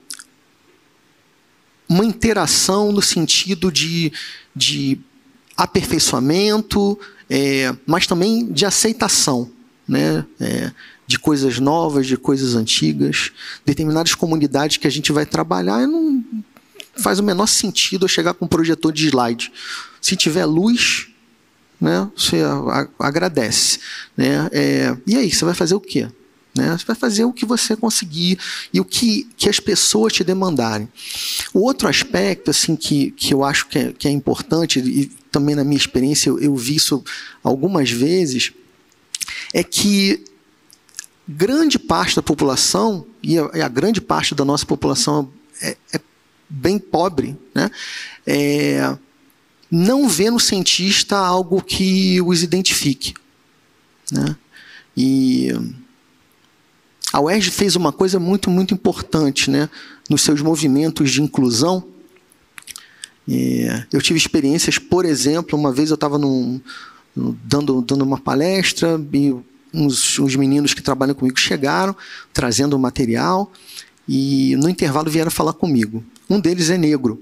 uma interação no sentido de, de aperfeiçoamento, é, mas também de aceitação, né? É, de coisas novas, de coisas antigas. Determinadas comunidades que a gente vai trabalhar, não faz o menor sentido eu chegar com um projetor de slide. Se tiver luz, né, você agradece, né? É, e aí, você vai fazer o quê? Né? Você vai fazer o que você conseguir e o que, que as pessoas te demandarem. O outro aspecto assim, que, que eu acho que é, que é importante, e também na minha experiência eu, eu vi isso algumas vezes, é que grande parte da população, e a, a grande parte da nossa população é, é bem pobre, né? É, não vê no cientista algo que os identifique, né? E a U E R J fez uma coisa muito, muito importante, né, nos seus movimentos de inclusão. É, eu tive experiências, por exemplo, uma vez eu estava dando, dando uma palestra e uns, uns meninos que trabalham comigo chegaram, trazendo o material, e no intervalo vieram falar comigo. Um deles é negro.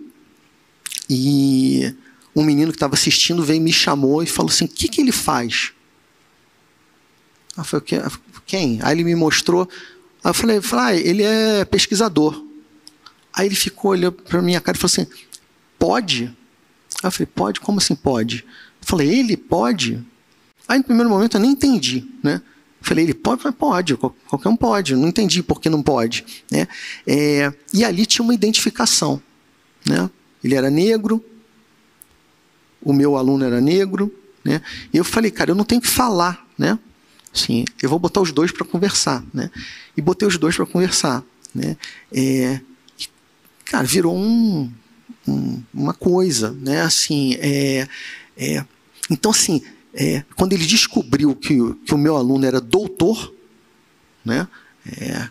E um menino que estava assistindo veio e me chamou e falou assim, o que, que ele faz? Eu falei, quem? Aí ele me mostrou. Aí eu falei, eu falei ah, ele é pesquisador. Aí ele ficou olhando para a minha cara e falou assim, pode? Aí eu falei, pode? Como assim pode? Eu falei, ele pode? Aí no primeiro momento eu nem entendi, né? Eu falei, ele pode? Eu falei, pode, qualquer um pode. Eu não entendi por que não pode, né? É, e ali tinha uma identificação, né? Ele era negro, o meu aluno era negro, né? E eu falei, cara, eu não tenho que falar, né? Assim, eu vou botar os dois para conversar, né? E botei os dois para conversar, né? É, cara, virou um, um, uma coisa, né? Assim, é, é, então, assim, é, quando ele descobriu que, que o meu aluno era doutor, né? É,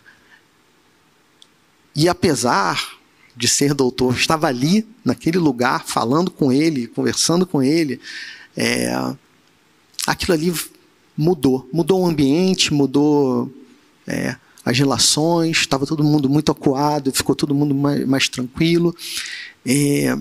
e apesar de ser doutor, estava ali, naquele lugar, falando com ele, conversando com ele, é, aquilo ali mudou. Mudou o ambiente, mudou é, as relações, estava todo mundo muito acuado, ficou todo mundo mais, mais tranquilo. É,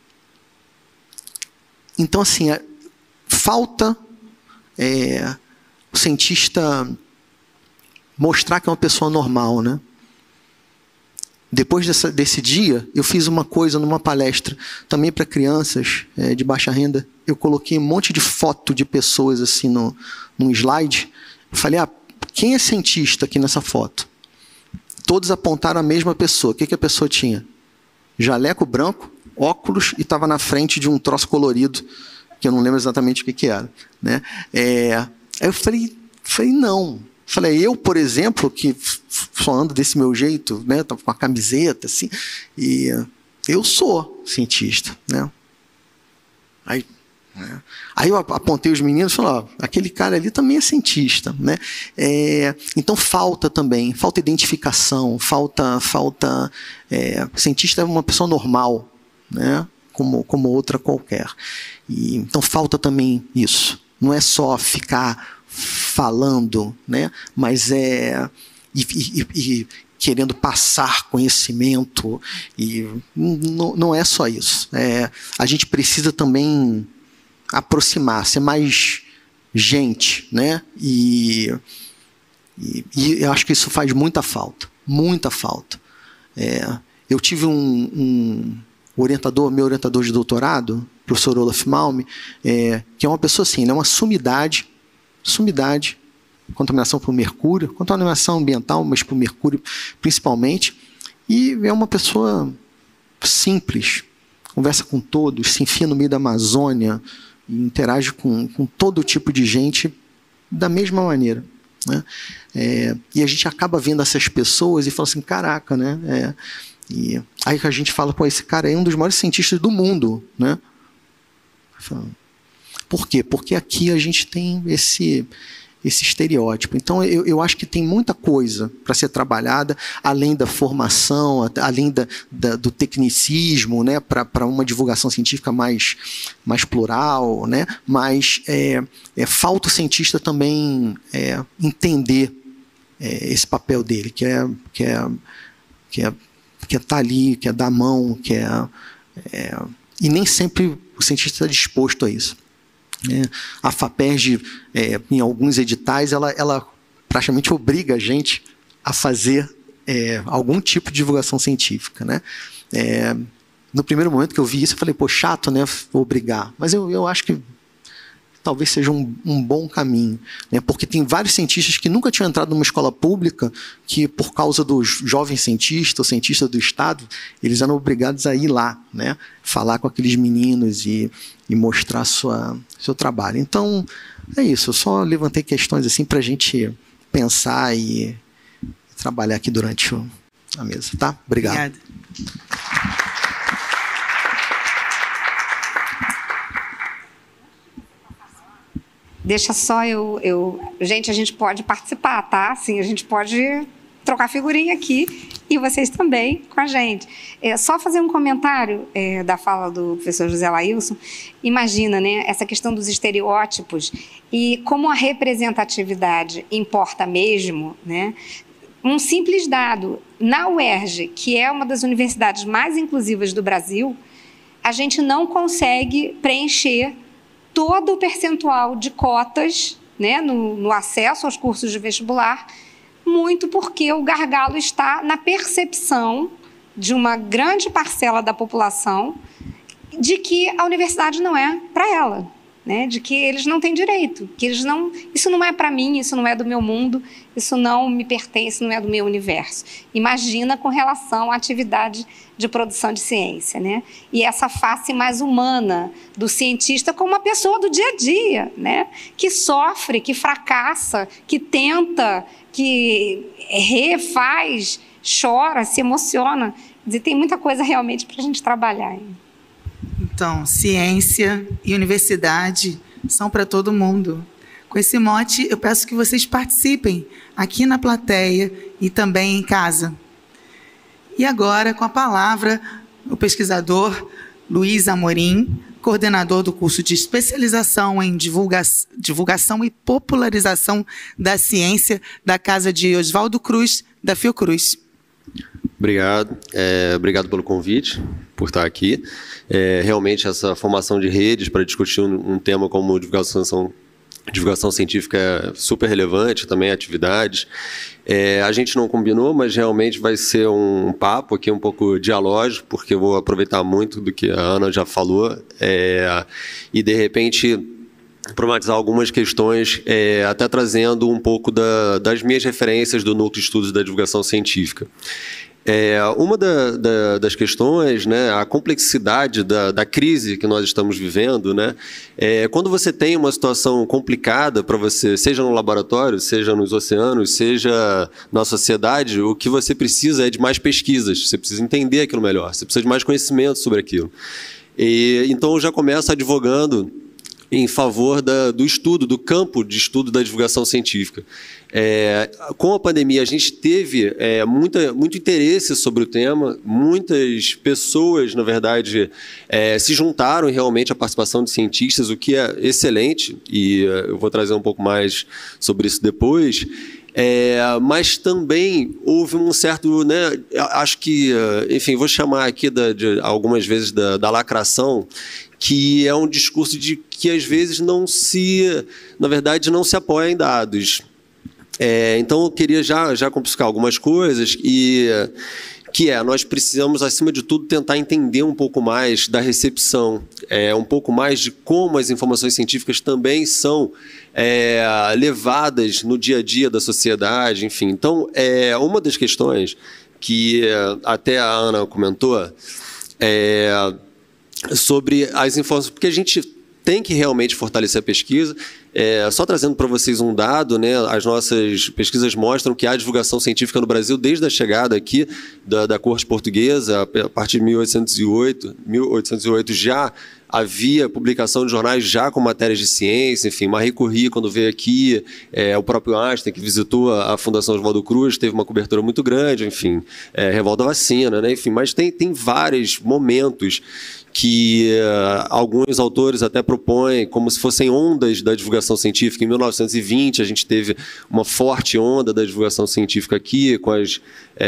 então, assim, é, falta é, o cientista mostrar que é uma pessoa normal, né? Depois dessa, desse dia, eu fiz uma coisa numa palestra, também para crianças é, de baixa renda. Eu coloquei um monte de foto de pessoas assim no, num slide. Eu falei, ah, quem é cientista aqui nessa foto? Todos apontaram a mesma pessoa. O que, que a pessoa tinha? Jaleco branco, óculos e estava na frente de um troço colorido, que eu não lembro exatamente o que, que era, né? É, aí eu falei, falei, não. Falei, eu, por exemplo, que só ando desse meu jeito, né, com uma camiseta, assim, e eu sou cientista, né? Aí, né? Aí eu apontei os meninos e falei, ó, aquele cara ali também é cientista, né? É, então falta também, falta identificação, falta, falta, é, cientista é uma pessoa normal, né? Como, como outra qualquer. E, então falta também isso, não é só ficar falando, né? Mas é e, e, e querendo passar conhecimento, e não, não é só isso. É, a gente precisa também aproximar, ser mais gente, né? E, e, e eu acho que isso faz muita falta, muita falta. É, eu tive um, um orientador, meu orientador de doutorado, professor Olaf Malme, é, que é uma pessoa assim, né, uma sumidade, sumidade, contaminação por mercúrio, contaminação ambiental, mas por mercúrio principalmente, e é uma pessoa simples, conversa com todos, se enfia no meio da Amazônia, e interage com, com todo tipo de gente da mesma maneira, né? É, e a gente acaba vendo essas pessoas e fala assim, caraca, né? É, e aí que a gente fala, pô, esse cara é um dos maiores cientistas do mundo, né? Por quê? Porque aqui a gente tem esse, esse estereótipo. Então, eu, eu acho que tem muita coisa para ser trabalhada, além da formação, além da, da, do tecnicismo, né, para uma divulgação científica mais, mais plural, né, mas é, é, falta o cientista também é, entender é, esse papel dele, que é que é, que é, que é estar ali, que é dar a mão, que é, é e nem sempre o cientista está disposto a isso. É, a FAPERJ, é, em alguns editais, ela, ela praticamente obriga a gente a fazer é, algum tipo de divulgação científica, né? É, no primeiro momento que eu vi isso, eu falei, pô, chato, né? Vou obrigar. Mas eu, eu acho que talvez seja um, um bom caminho, né? Porque tem vários cientistas que nunca tinham entrado numa escola pública, que por causa dos jovens cientistas, ou cientistas do Estado, eles eram obrigados a ir lá, né? Falar com aqueles meninos e, e mostrar sua, seu trabalho. Então, é isso. Eu só levantei questões assim para a gente pensar e, e trabalhar aqui durante o, a mesa, tá? Obrigado. Obrigada. Deixa só eu, eu... Gente, a gente pode participar, tá? Assim, a gente pode trocar figurinha aqui e vocês também com a gente. É, só fazer um comentário é, da fala do professor José Lailson. Imagina, né, essa questão dos estereótipos e como a representatividade importa mesmo, né? Um simples dado. Na U E R J, que é uma das universidades mais inclusivas do Brasil, a gente não consegue preencher todo o percentual de cotas, né, no, no acesso aos cursos de vestibular, muito porque o gargalo está na percepção de uma grande parcela da população de que a universidade não é para ela, né, de que eles não têm direito, que eles não, isso não é para mim, isso não é do meu mundo, isso não me pertence, não é do meu universo. Imagina com relação à atividade de produção de ciência, né? E essa face mais humana do cientista como uma pessoa do dia a dia, né? Que sofre, que fracassa, que tenta, que refaz, chora, se emociona. Quer dizer, tem muita coisa realmente para a gente trabalhar ainda. Então, ciência e universidade são para todo mundo. Com esse mote, eu peço que vocês participem aqui na plateia e também em casa. E agora, com a palavra, o pesquisador Luiz Amorim, coordenador do curso de especialização em divulga- divulgação e popularização da ciência da Casa de Oswaldo Cruz, da Fiocruz. Obrigado. É, obrigado pelo convite, por estar aqui. É, realmente, essa formação de redes para discutir um, um tema como divulgação, divulgação científica é super relevante, também atividades. É, a gente não combinou, mas realmente vai ser um papo aqui um pouco dialógico, porque eu vou aproveitar muito do que a Ana já falou é, e, de repente, problematizar algumas questões, é, até trazendo um pouco da, das minhas referências do Núcleo de Estudos da Divulgação Científica. É, uma da, da, das questões, né, a complexidade da, da crise que nós estamos vivendo, né, é, quando você tem uma situação complicada para você, seja no laboratório, seja nos oceanos, seja na sociedade, o que você precisa é de mais pesquisas, você precisa entender aquilo melhor, você precisa de mais conhecimento sobre aquilo. E, então, eu já começo advogando em favor da, do estudo, do campo de estudo da divulgação científica. É, com a pandemia, a gente teve é, muita, muito interesse sobre o tema, muitas pessoas, na verdade, é, se juntaram realmente à participação de cientistas, o que é excelente, e eu vou trazer um pouco mais sobre isso depois. É, mas também houve um certo, né, acho que, enfim, vou chamar aqui da, de, algumas vezes da, da lacração, que é um discurso de que às vezes não se, na verdade, não se apoia em dados. É, então, eu queria já, já complicar algumas coisas, e, que é, nós precisamos, acima de tudo, tentar entender um pouco mais da recepção, é, um pouco mais de como as informações científicas também são é, levadas no dia a dia da sociedade, enfim. Então, é, uma das questões que até a Ana comentou é sobre as informações, porque a gente tem que realmente fortalecer a pesquisa. É, só trazendo para vocês um dado, né, as nossas pesquisas mostram que há divulgação científica no Brasil desde a chegada aqui da, da corte portuguesa, a partir de mil oitocentos e oito já havia publicação de jornais já com matérias de ciência, enfim, Marie Curie, quando veio aqui, é, o próprio Einstein, que visitou a Fundação Oswaldo Cruz, teve uma cobertura muito grande, enfim, é, revolta da vacina, né, enfim, mas tem, tem vários momentos que uh, alguns autores até propõem como se fossem ondas da divulgação científica. Em mil novecentos e vinte, a gente teve uma forte onda da divulgação científica aqui, com as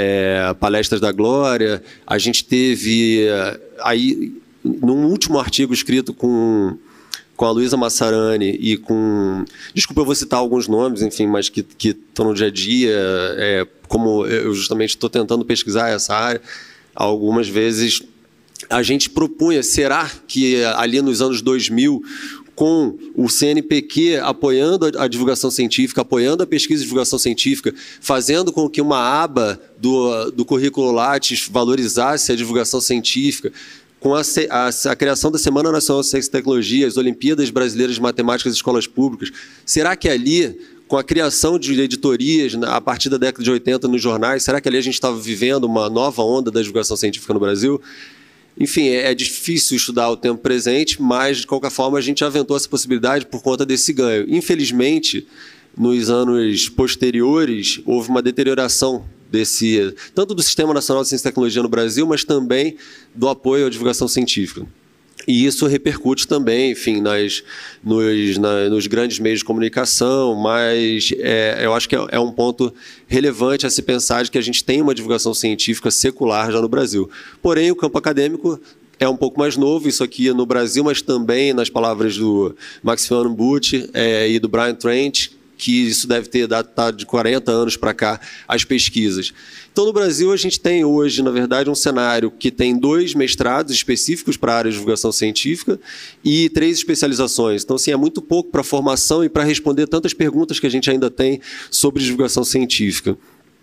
é, palestras da Glória. A gente teve, uh, aí, num último artigo escrito com, com a Luísa Massarani e com... Desculpa, eu vou citar alguns nomes, enfim, mas que que estão no dia a dia, é, como eu justamente estou tentando pesquisar essa área, algumas vezes a gente propunha, será que ali nos anos dois mil, com o C N P Q apoiando a divulgação científica, apoiando a pesquisa e divulgação científica, fazendo com que uma aba do, do currículo Lattes valorizasse a divulgação científica, com a, a, a criação da Semana Nacional de Ciência e Tecnologia, as Olimpíadas Brasileiras de Matemática das Escolas Públicas, será que ali, com a criação de editorias a partir da década de oitenta nos jornais, será que ali a gente estava vivendo uma nova onda da divulgação científica no Brasil? Enfim, é difícil estudar o tempo presente, mas, de qualquer forma, a gente aventou essa possibilidade por conta desse ganho. Infelizmente, nos anos posteriores, houve uma deterioração desse, tanto do Sistema Nacional de Ciência e Tecnologia no Brasil, mas também do apoio à divulgação científica. E isso repercute também, enfim, nas, nos, na, nos grandes meios de comunicação, mas é, eu acho que é, é um ponto relevante a se pensar de que a gente tem uma divulgação científica secular já no Brasil. Porém, o campo acadêmico é um pouco mais novo, isso aqui no Brasil, mas também nas palavras do Maximilian Butti é, e do Brian Trent, que isso deve ter datado de quarenta anos para cá, as pesquisas. Então, no Brasil, a gente tem hoje, na verdade, um cenário que tem dois mestrados específicos para a área de divulgação científica e três especializações. Então, assim, é muito pouco para a formação e para responder tantas perguntas que a gente ainda tem sobre divulgação científica.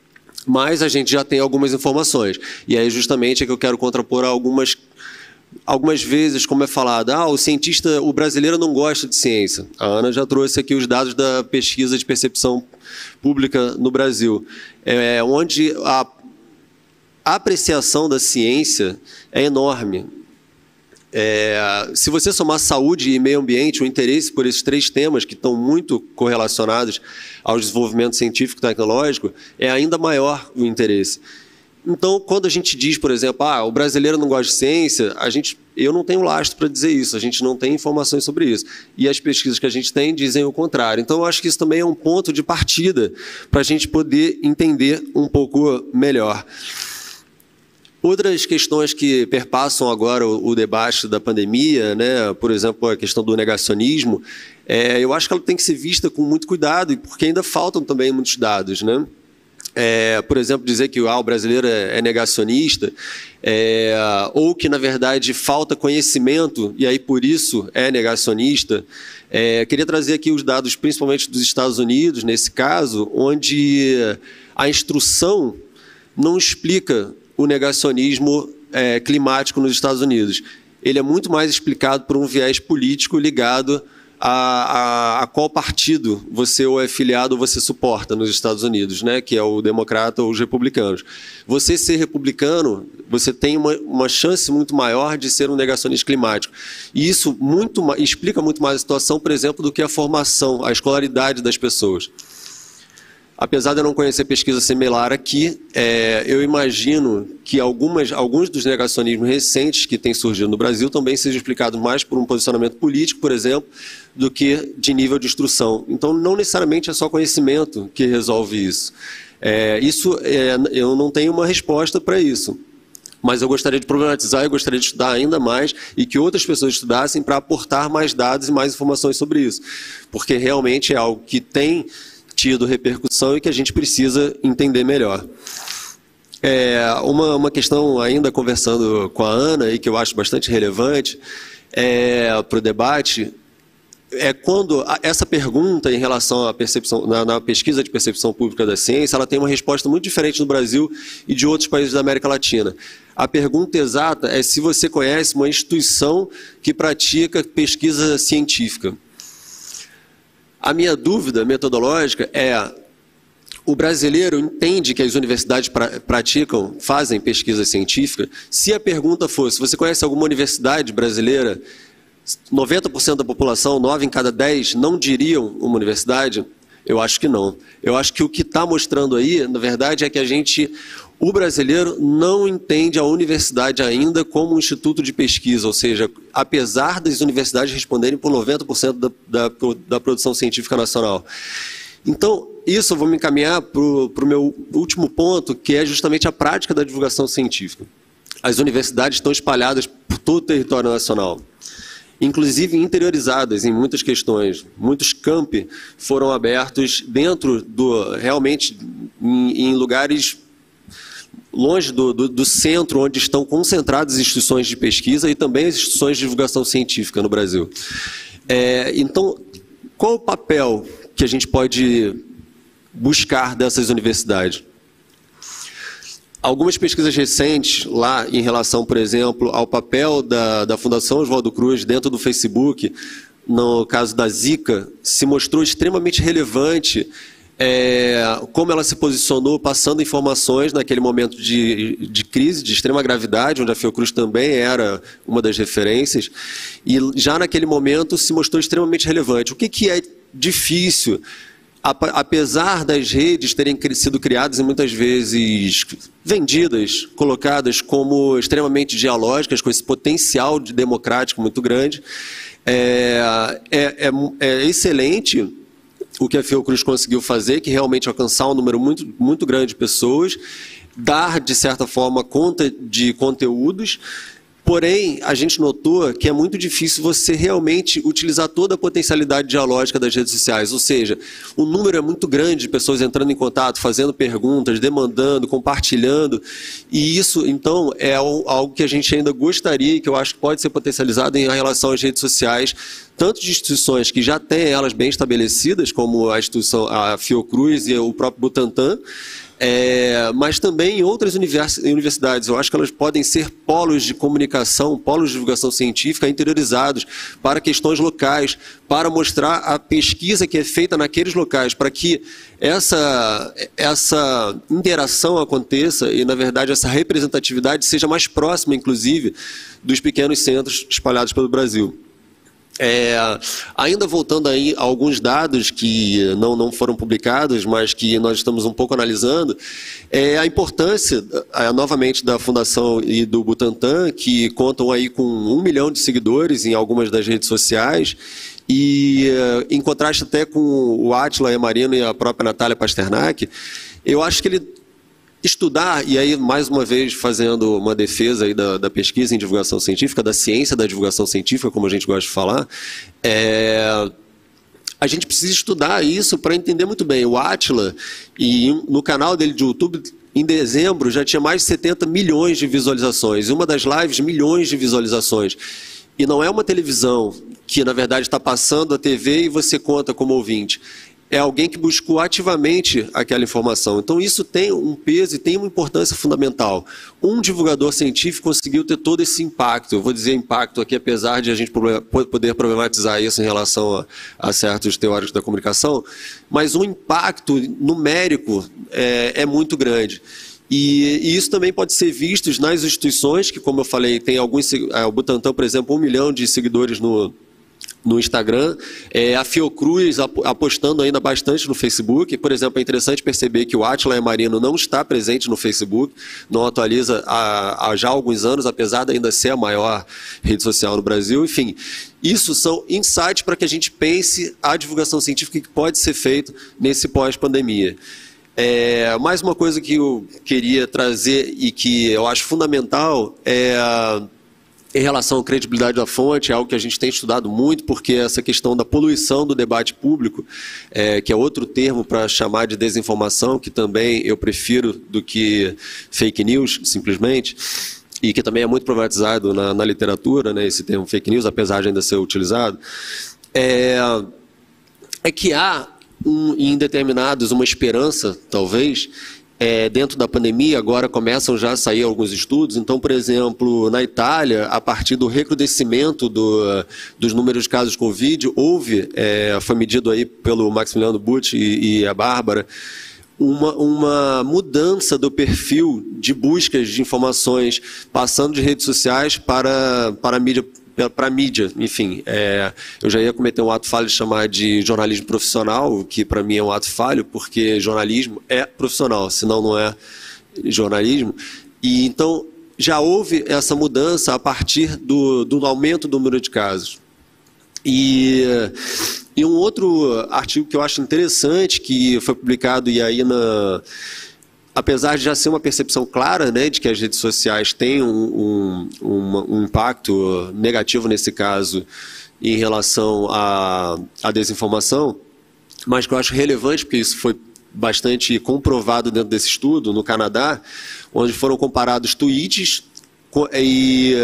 Mas a gente já tem algumas informações. E aí, justamente, é que eu quero contrapor algumas Algumas vezes, como é falado, ah, o cientista, o brasileiro não gosta de ciência. A Ana já trouxe aqui os dados da pesquisa de percepção pública no Brasil, é, onde a apreciação da ciência é enorme. É, se você somar saúde e meio ambiente, o interesse por esses três temas, que estão muito correlacionados ao desenvolvimento científico e tecnológico, é ainda maior o interesse. Então, quando a gente diz, por exemplo, ah, o brasileiro não gosta de ciência, a gente, eu não tenho lastro para dizer isso, a gente não tem informações sobre isso. E as pesquisas que a gente tem dizem o contrário. Então, eu acho que isso também é um ponto de partida para a gente poder entender um pouco melhor. Outras questões que perpassam agora o, o debate da pandemia, né, por exemplo, a questão do negacionismo, é, eu acho que ela tem que ser vista com muito cuidado, porque ainda faltam também muitos dados, né? É, por exemplo, dizer que ah, o brasileiro é, é negacionista, é, ou que, na verdade, falta conhecimento e aí, por isso, é negacionista. É, queria trazer aqui os dados, principalmente dos Estados Unidos, nesse caso, onde a instrução não explica o negacionismo é, climático nos Estados Unidos. Ele é muito mais explicado por um viés político ligado a, a, a qual partido você ou é filiado ou você suporta nos Estados Unidos, né? Que é o democrata ou os republicanos. Você ser republicano, você tem uma, uma chance muito maior de ser um negacionista climático. E isso muito, explica muito mais a situação, por exemplo, do que a formação, a escolaridade das pessoas. Apesar de eu não conhecer pesquisa similar aqui, é, eu imagino que algumas, alguns dos negacionismos recentes que têm surgido no Brasil também sejam explicados mais por um posicionamento político, por exemplo, do que de nível de instrução. Então, não necessariamente é só conhecimento que resolve isso. É, isso é, eu não tenho uma resposta para isso. Mas eu gostaria de problematizar, eu gostaria de estudar ainda mais e que outras pessoas estudassem para aportar mais dados e mais informações sobre isso. Porque realmente é algo que tem tido repercussão e que a gente precisa entender melhor. É, uma, uma questão ainda conversando com a Ana e que eu acho bastante relevante é, para o debate é quando a, essa pergunta em relação à percepção, na, na pesquisa de percepção pública da ciência, ela tem uma resposta muito diferente no Brasil e de outros países da América Latina. A pergunta exata é se você conhece uma instituição que pratica pesquisa científica. A minha dúvida metodológica é: o brasileiro entende que as universidades pra, praticam, fazem pesquisa científica? Se a pergunta fosse, você conhece alguma universidade brasileira? noventa por cento da população, nove em cada dez, não diriam uma universidade? Eu acho que não. Eu acho que o que está mostrando aí, na verdade, é que a gente, o brasileiro não entende a universidade ainda como um instituto de pesquisa, ou seja, apesar das universidades responderem por noventa por cento da, da, da produção científica nacional. Então, isso eu vou me encaminhar para o meu último ponto, que é justamente a prática da divulgação científica. As universidades estão espalhadas por todo o território nacional, inclusive interiorizadas em muitas questões. Muitos campi foram abertos dentro do, realmente, em, em lugares longe do, do, do centro, onde estão concentradas as instituições de pesquisa e também as instituições de divulgação científica no Brasil. É, então, qual o papel que a gente pode buscar dessas universidades? Algumas pesquisas recentes lá em relação, por exemplo, ao papel da, da Fundação Oswaldo Cruz dentro do Facebook, no caso da Zika, se mostrou extremamente relevante é, como ela se posicionou passando informações naquele momento de, de crise, de extrema gravidade, onde a Fiocruz também era uma das referências, e já naquele momento se mostrou extremamente relevante. O que, que é difícil? Apesar das redes terem sido criadas e muitas vezes vendidas, colocadas como extremamente dialógicas, com esse potencial de democrático muito grande, é, é, é, é excelente o que a Fiocruz conseguiu fazer, que realmente alcançar um número muito, muito grande de pessoas, dar, de certa forma, conta de conteúdos. Porém, a gente notou que é muito difícil você realmente utilizar toda a potencialidade dialógica das redes sociais, ou seja, o número é muito grande de pessoas entrando em contato, fazendo perguntas, demandando, compartilhando, e isso, então, é algo que a gente ainda gostaria e que eu acho que pode ser potencializado em relação às redes sociais, tanto de instituições que já têm elas bem estabelecidas, como a instituição, a Fiocruz e o próprio Butantan, É, mas também em outras universidades. Eu acho que elas podem ser polos de comunicação, polos de divulgação científica interiorizados para questões locais, para mostrar a pesquisa que é feita naqueles locais, para que essa, essa interação aconteça e, na verdade, essa representatividade seja mais próxima, inclusive, dos pequenos centros espalhados pelo Brasil. É, ainda voltando aí a alguns dados que não, não foram publicados, mas que nós estamos um pouco analisando, é a importância, é, novamente, da Fundação e do Butantan, que contam aí com um milhão de seguidores em algumas das redes sociais, e é, em contraste até com o Átila Yamarino e a própria Natália Pasternak, eu acho que ele estudar, e aí mais uma vez fazendo uma defesa aí da, da pesquisa em divulgação científica, da ciência da divulgação científica, como a gente gosta de falar, é, a gente precisa estudar isso para entender muito bem. O Átila, e no canal dele de YouTube, em dezembro, já tinha mais de setenta milhões de visualizações, e uma das lives, milhões de visualizações. E não é uma televisão que, na verdade, está passando a T V e você conta como ouvinte. é alguém que buscou ativamente aquela informação. Então, isso tem um peso e tem uma importância fundamental. Um divulgador científico conseguiu ter todo esse impacto. Eu vou dizer impacto aqui, apesar de a gente poder problematizar isso em relação a, a certos teóricos da comunicação, mas o impacto numérico é, é muito grande. E, e isso também pode ser visto nas instituições, que, como eu falei, tem alguns... O Butantan, por exemplo, um milhão de seguidores no... no Instagram, é, a Fiocruz apostando ainda bastante no Facebook. Por exemplo, é interessante perceber que o Átila Yamarino não está presente no Facebook, não atualiza há, há já alguns anos, apesar de ainda ser a maior rede social no Brasil. Enfim, isso são insights para que a gente pense a divulgação científica que pode ser feito nesse pós-pandemia. É, mais uma coisa que eu queria trazer e que eu acho fundamental é... Em relação à credibilidade da fonte, é algo que a gente tem estudado muito, porque essa questão da poluição do debate público, é, que é outro termo para chamar de desinformação, que também eu prefiro do que fake news, simplesmente, e que também é muito problematizado na, na literatura, né, esse termo fake news, apesar de ainda ser utilizado, é, é que há, um, em determinados, uma esperança, talvez, É, dentro da pandemia, agora começam já a sair alguns estudos. Então, por exemplo, na Itália, a partir do recrudescimento do, dos números de casos de Covid, houve, é, foi medido aí pelo Maximiliano Butti e, e a Bárbara, uma, uma mudança do perfil de buscas de informações, passando de redes sociais para, para a mídia para a mídia, enfim, é, eu já ia cometer um ato falho de chamar de jornalismo profissional, que para mim é um ato falho, porque jornalismo é profissional, senão não é jornalismo. E então já houve essa mudança a partir do, do aumento do número de casos. E, e um outro artigo que eu acho interessante, que foi publicado e aí na... Apesar de já ser uma percepção clara, né, de que as redes sociais têm um, um, um, um impacto negativo nesse caso em relação à, à desinformação, mas que eu acho relevante, porque isso foi bastante comprovado dentro desse estudo, no Canadá, onde foram comparados tweets e,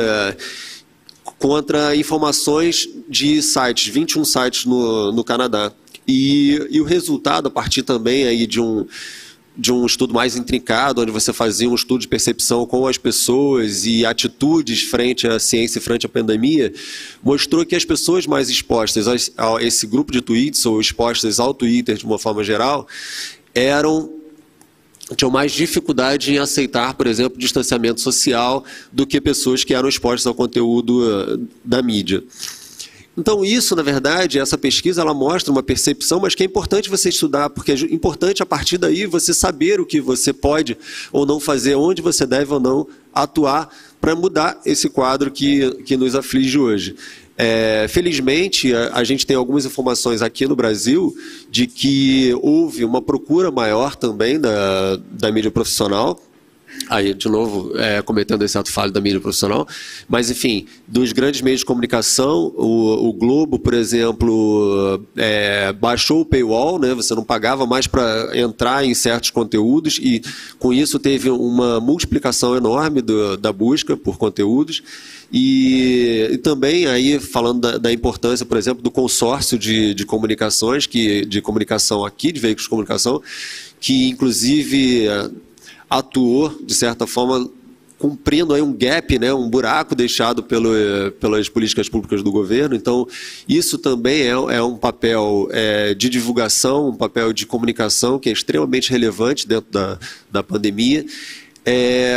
contra informações de sites, vinte e um sites no, no Canadá. E, e o resultado, a partir também aí de um... de um estudo mais intrincado, onde você fazia um estudo de percepção com as pessoas e atitudes frente à ciência e frente à pandemia, mostrou que as pessoas mais expostas a esse grupo de tweets ou expostas ao Twitter de uma forma geral, eram, tinham mais dificuldade em aceitar, por exemplo, distanciamento social do que pessoas que eram expostas ao conteúdo da mídia. Então isso, na verdade, essa pesquisa ela mostra uma percepção, mas que é importante você estudar, porque é importante a partir daí você saber o que você pode ou não fazer, onde você deve ou não atuar para mudar esse quadro que, que nos aflige hoje. É, felizmente, a, a gente tem algumas informações aqui no Brasil de que houve uma procura maior também da, da mídia profissional. Aí, de novo, é, cometendo esse ato falho da mídia profissional, mas, enfim, dos grandes meios de comunicação, o, o Globo, por exemplo, é, baixou o paywall, né? Você não pagava mais para entrar em certos conteúdos e, com isso, teve uma multiplicação enorme do, da busca por conteúdos. E, e também, aí, falando da, da importância, por exemplo, do consórcio de, de comunicações, que, de comunicação aqui, de veículos de comunicação, que, inclusive... atuou, de certa forma, cumprindo aí um gap, né, um buraco deixado pelo, pelas políticas públicas do governo. Então, isso também é, é um papel é, de divulgação, um papel de comunicação que é extremamente relevante dentro da, da pandemia. É,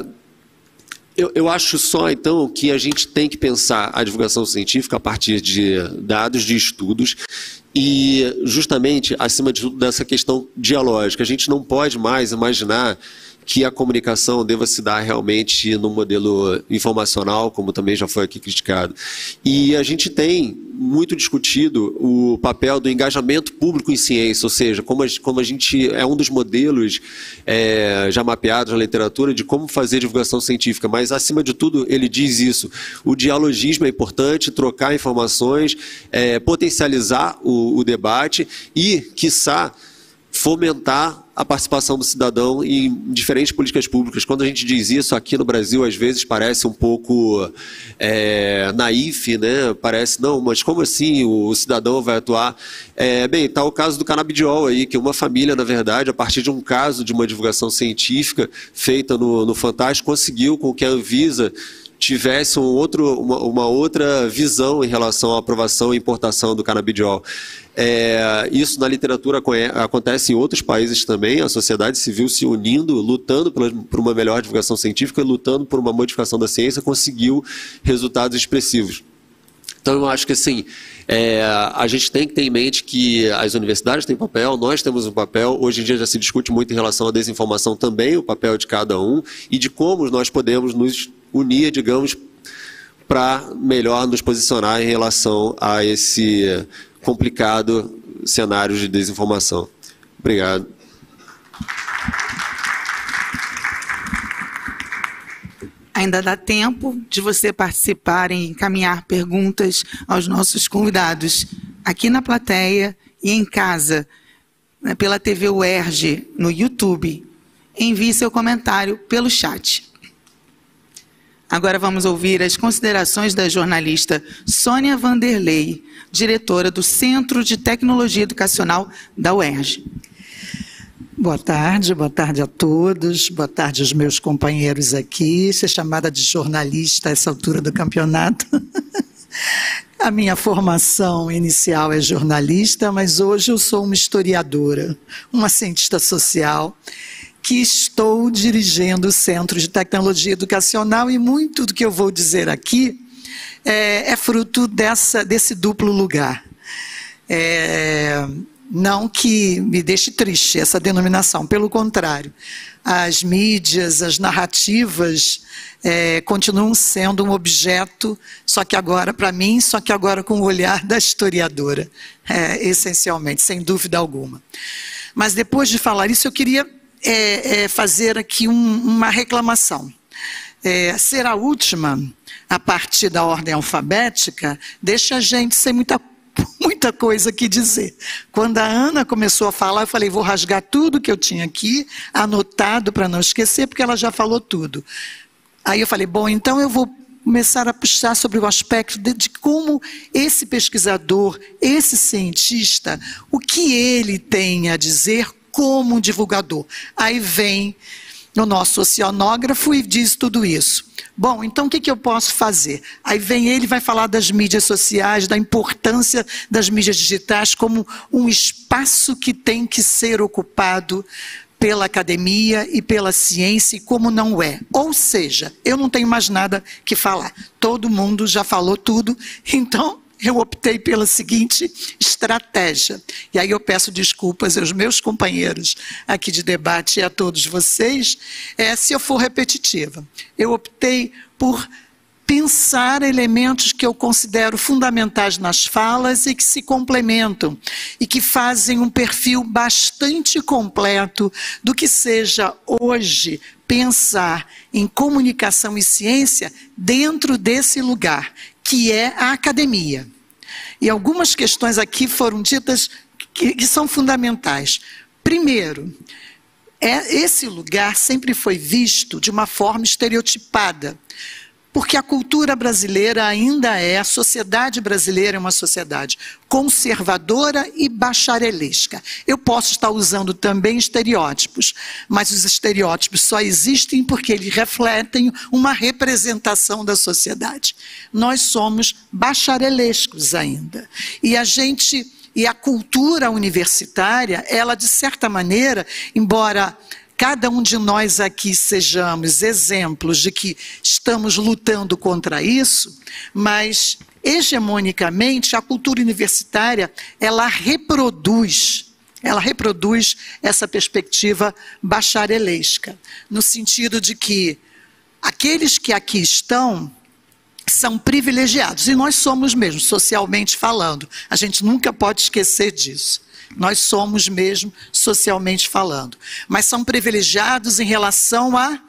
eu, eu acho só, então, que a gente tem que pensar a divulgação científica a partir de dados, de estudos, e justamente, acima de tudo, dessa questão dialógica. A gente não pode mais imaginar que a comunicação deva se dar realmente no modelo informacional, como também já foi aqui criticado. E a gente tem muito discutido o papel do engajamento público em ciência, ou seja, como a, como a gente é um dos modelos é, já mapeados na literatura de como fazer divulgação científica, mas acima de tudo ele diz isso, o dialogismo é importante, trocar informações, é, potencializar o, o debate e, quiçá, fomentar a participação do cidadão em diferentes políticas públicas. Quando a gente diz isso aqui no Brasil, às vezes parece um pouco é, naif, né? Parece, não, mas como assim o cidadão vai atuar? É, bem, está o caso do canabidiol aí, que uma família, na verdade, a partir de um caso de uma divulgação científica feita no, no Fantástico, conseguiu com que a Anvisa tivesse um outro, uma, uma outra visão em relação à aprovação e importação do canabidiol. É, isso na literatura acontece em outros países também, a sociedade civil se unindo, lutando por, por uma melhor divulgação científica, lutando por uma modificação da ciência, conseguiu resultados expressivos. Então, eu acho que assim, é, a gente tem que ter em mente que as universidades têm papel, nós temos um papel, hoje em dia já se discute muito em relação à desinformação também, o papel de cada um, e de como nós podemos nos unir, digamos, para melhor nos posicionar em relação a esse complicado cenário de desinformação. Obrigado. Ainda dá tempo de você participar e encaminhar perguntas aos nossos convidados, aqui na plateia e em casa, né, pela T V U E R J, no YouTube. Envie seu comentário pelo chat. Agora vamos ouvir as considerações da jornalista Sônia Vanderlei, diretora do Centro de Tecnologia Educacional da U E R J. Boa tarde, boa tarde a todos, boa tarde aos meus companheiros aqui. Ser chamada de jornalista a essa altura do campeonato. A minha formação inicial é jornalista, mas hoje eu sou uma historiadora, uma cientista social, que estou dirigindo o Centro de Tecnologia Educacional, e muito do que eu vou dizer aqui é, é fruto dessa, desse duplo lugar. É, não que me deixe triste essa denominação, pelo contrário, as mídias, as narrativas é, continuam sendo um objeto, só que agora para mim, só que agora com o olhar da historiadora, é, essencialmente, sem dúvida alguma. Mas depois de falar isso, eu queria É, é fazer aqui um, uma reclamação. É, ser a última, a partir da ordem alfabética, deixa a gente sem muita, muita coisa que dizer. Quando a Ana começou a falar, eu falei, vou rasgar tudo que eu tinha aqui, anotado para não esquecer, porque ela já falou tudo. Aí eu falei, bom, então eu vou começar a puxar sobre o aspecto de, de como esse pesquisador, esse cientista, o que ele tem a dizer como um divulgador. Aí vem o nosso oceanógrafo e diz tudo isso. Bom, então o que, que eu posso fazer? Aí vem ele e vai falar das mídias sociais, da importância das mídias digitais como um espaço que tem que ser ocupado pela academia e pela ciência, e como não é. Ou seja, eu não tenho mais nada que falar. Todo mundo já falou tudo, então eu optei pela seguinte estratégia. E aí eu peço desculpas aos meus companheiros aqui de debate e a todos vocês, é, se eu for repetitiva. Eu optei por pensar elementos que eu considero fundamentais nas falas e que se complementam, e que fazem um perfil bastante completo do que seja hoje pensar em comunicação e ciência dentro desse lugar, que é a academia. E algumas questões aqui foram ditas que, que são fundamentais. Primeiro, é, esse lugar sempre foi visto de uma forma estereotipada, porque a cultura brasileira ainda é, a sociedade brasileira é uma sociedade conservadora e bacharelesca. Eu posso estar usando também estereótipos, mas os estereótipos só existem porque eles refletem uma representação da sociedade. Nós somos bacharelescos ainda. E a gente, e a cultura universitária, ela de certa maneira, embora cada um de nós aqui sejamos exemplos de que estamos lutando contra isso, mas hegemonicamente a cultura universitária, ela reproduz, ela reproduz essa perspectiva bacharelesca, no sentido de que aqueles que aqui estão são privilegiados, e nós somos mesmo, socialmente falando, a gente nunca pode esquecer disso. Nós somos mesmo, socialmente falando. Mas são privilegiados em relação à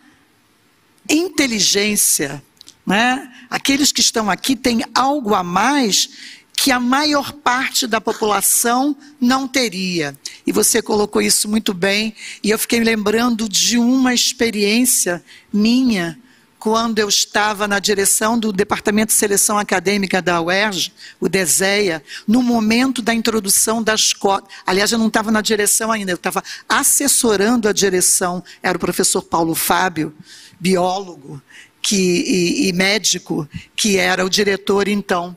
inteligência, né? Aqueles que estão aqui têm algo a mais que a maior parte da população não teria. E você colocou isso muito bem, e eu fiquei lembrando de uma experiência minha, quando eu estava na direção do Departamento de Seleção Acadêmica da U E R J, o DESEA, no momento da introdução das cotas. Aliás, eu não estava na direção ainda, eu estava assessorando a direção, era o professor Paulo Fábio, biólogo que, e, e médico, que era o diretor então.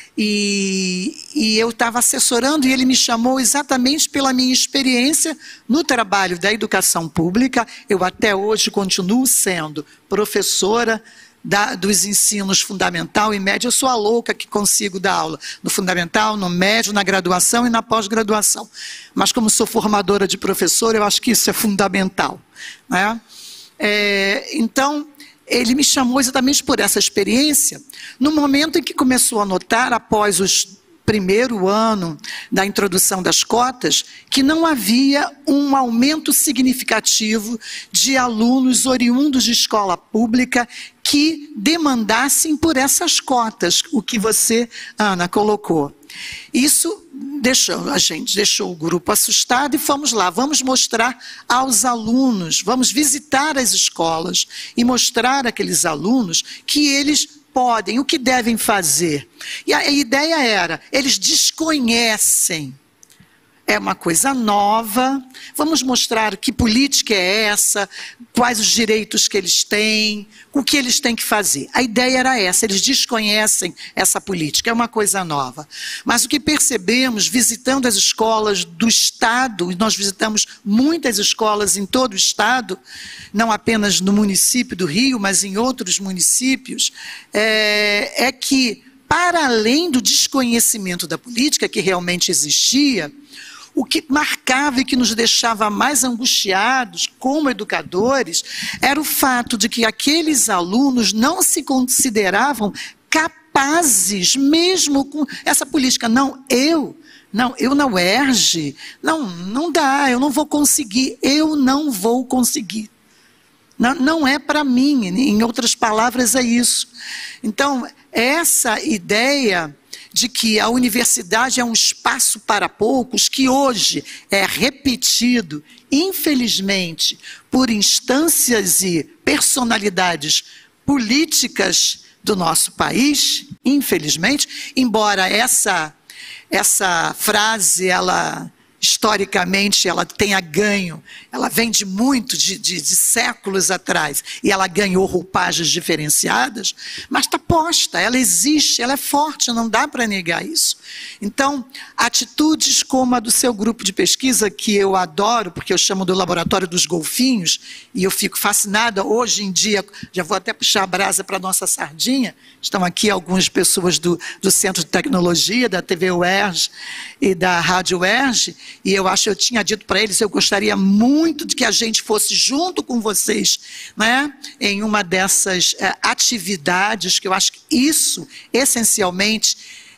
E, e eu estava assessorando e ele me chamou exatamente pela minha experiência no trabalho da educação pública. Eu até hoje continuo sendo professora da, dos ensinos fundamental e médio. Eu sou a louca que consigo dar aula no fundamental, no médio, na graduação e na pós-graduação. Mas como sou formadora de professor, eu acho que isso é fundamental, né? É, então... Ele me chamou exatamente por essa experiência, no momento em que começou a notar, após o primeiro ano da introdução das cotas, que não havia um aumento significativo de alunos oriundos de escola pública que demandassem por essas cotas, o que você, Ana, colocou. Isso deixou, a gente deixou o grupo assustado e fomos lá, vamos mostrar aos alunos, vamos visitar as escolas e mostrar àqueles alunos que eles podem, o que devem fazer. E a ideia era, eles desconhecem. É uma coisa nova, vamos mostrar que política é essa, quais os direitos que eles têm, o que eles têm que fazer. A ideia era essa, eles desconhecem essa política, é uma coisa nova. Mas o que percebemos, visitando as escolas do Estado, e nós visitamos muitas escolas em todo o Estado, não apenas no município do Rio, mas em outros municípios, é, é que, para além do desconhecimento da política que realmente existia, o que marcava e que nos deixava mais angustiados como educadores era o fato de que aqueles alunos não se consideravam capazes, mesmo com essa política. Não, eu, não, eu na U E R J, não, não dá, eu não vou conseguir, eu não vou conseguir. Não, não é para mim, em outras palavras é isso. Então, essa ideia de que a universidade é um espaço para poucos, que hoje é repetido, infelizmente, por instâncias e personalidades políticas do nosso país, infelizmente, embora essa, essa frase, ela... historicamente, ela tenha ganho, ela vem de muito, de, de, de séculos atrás, e ela ganhou roupagens diferenciadas, mas está posta, ela existe, ela é forte, não dá para negar isso. Então, atitudes como a do seu grupo de pesquisa, que eu adoro, porque eu chamo do Laboratório dos Golfinhos, e eu fico fascinada, hoje em dia, já vou até puxar a brasa para a nossa sardinha, estão aqui algumas pessoas do, do Centro de Tecnologia, da T V U E R J e da Rádio U E R J, e eu acho, eu tinha dito para eles, eu gostaria muito de que a gente fosse junto com vocês, né, em uma dessas é, atividades, que eu acho que isso, essencialmente,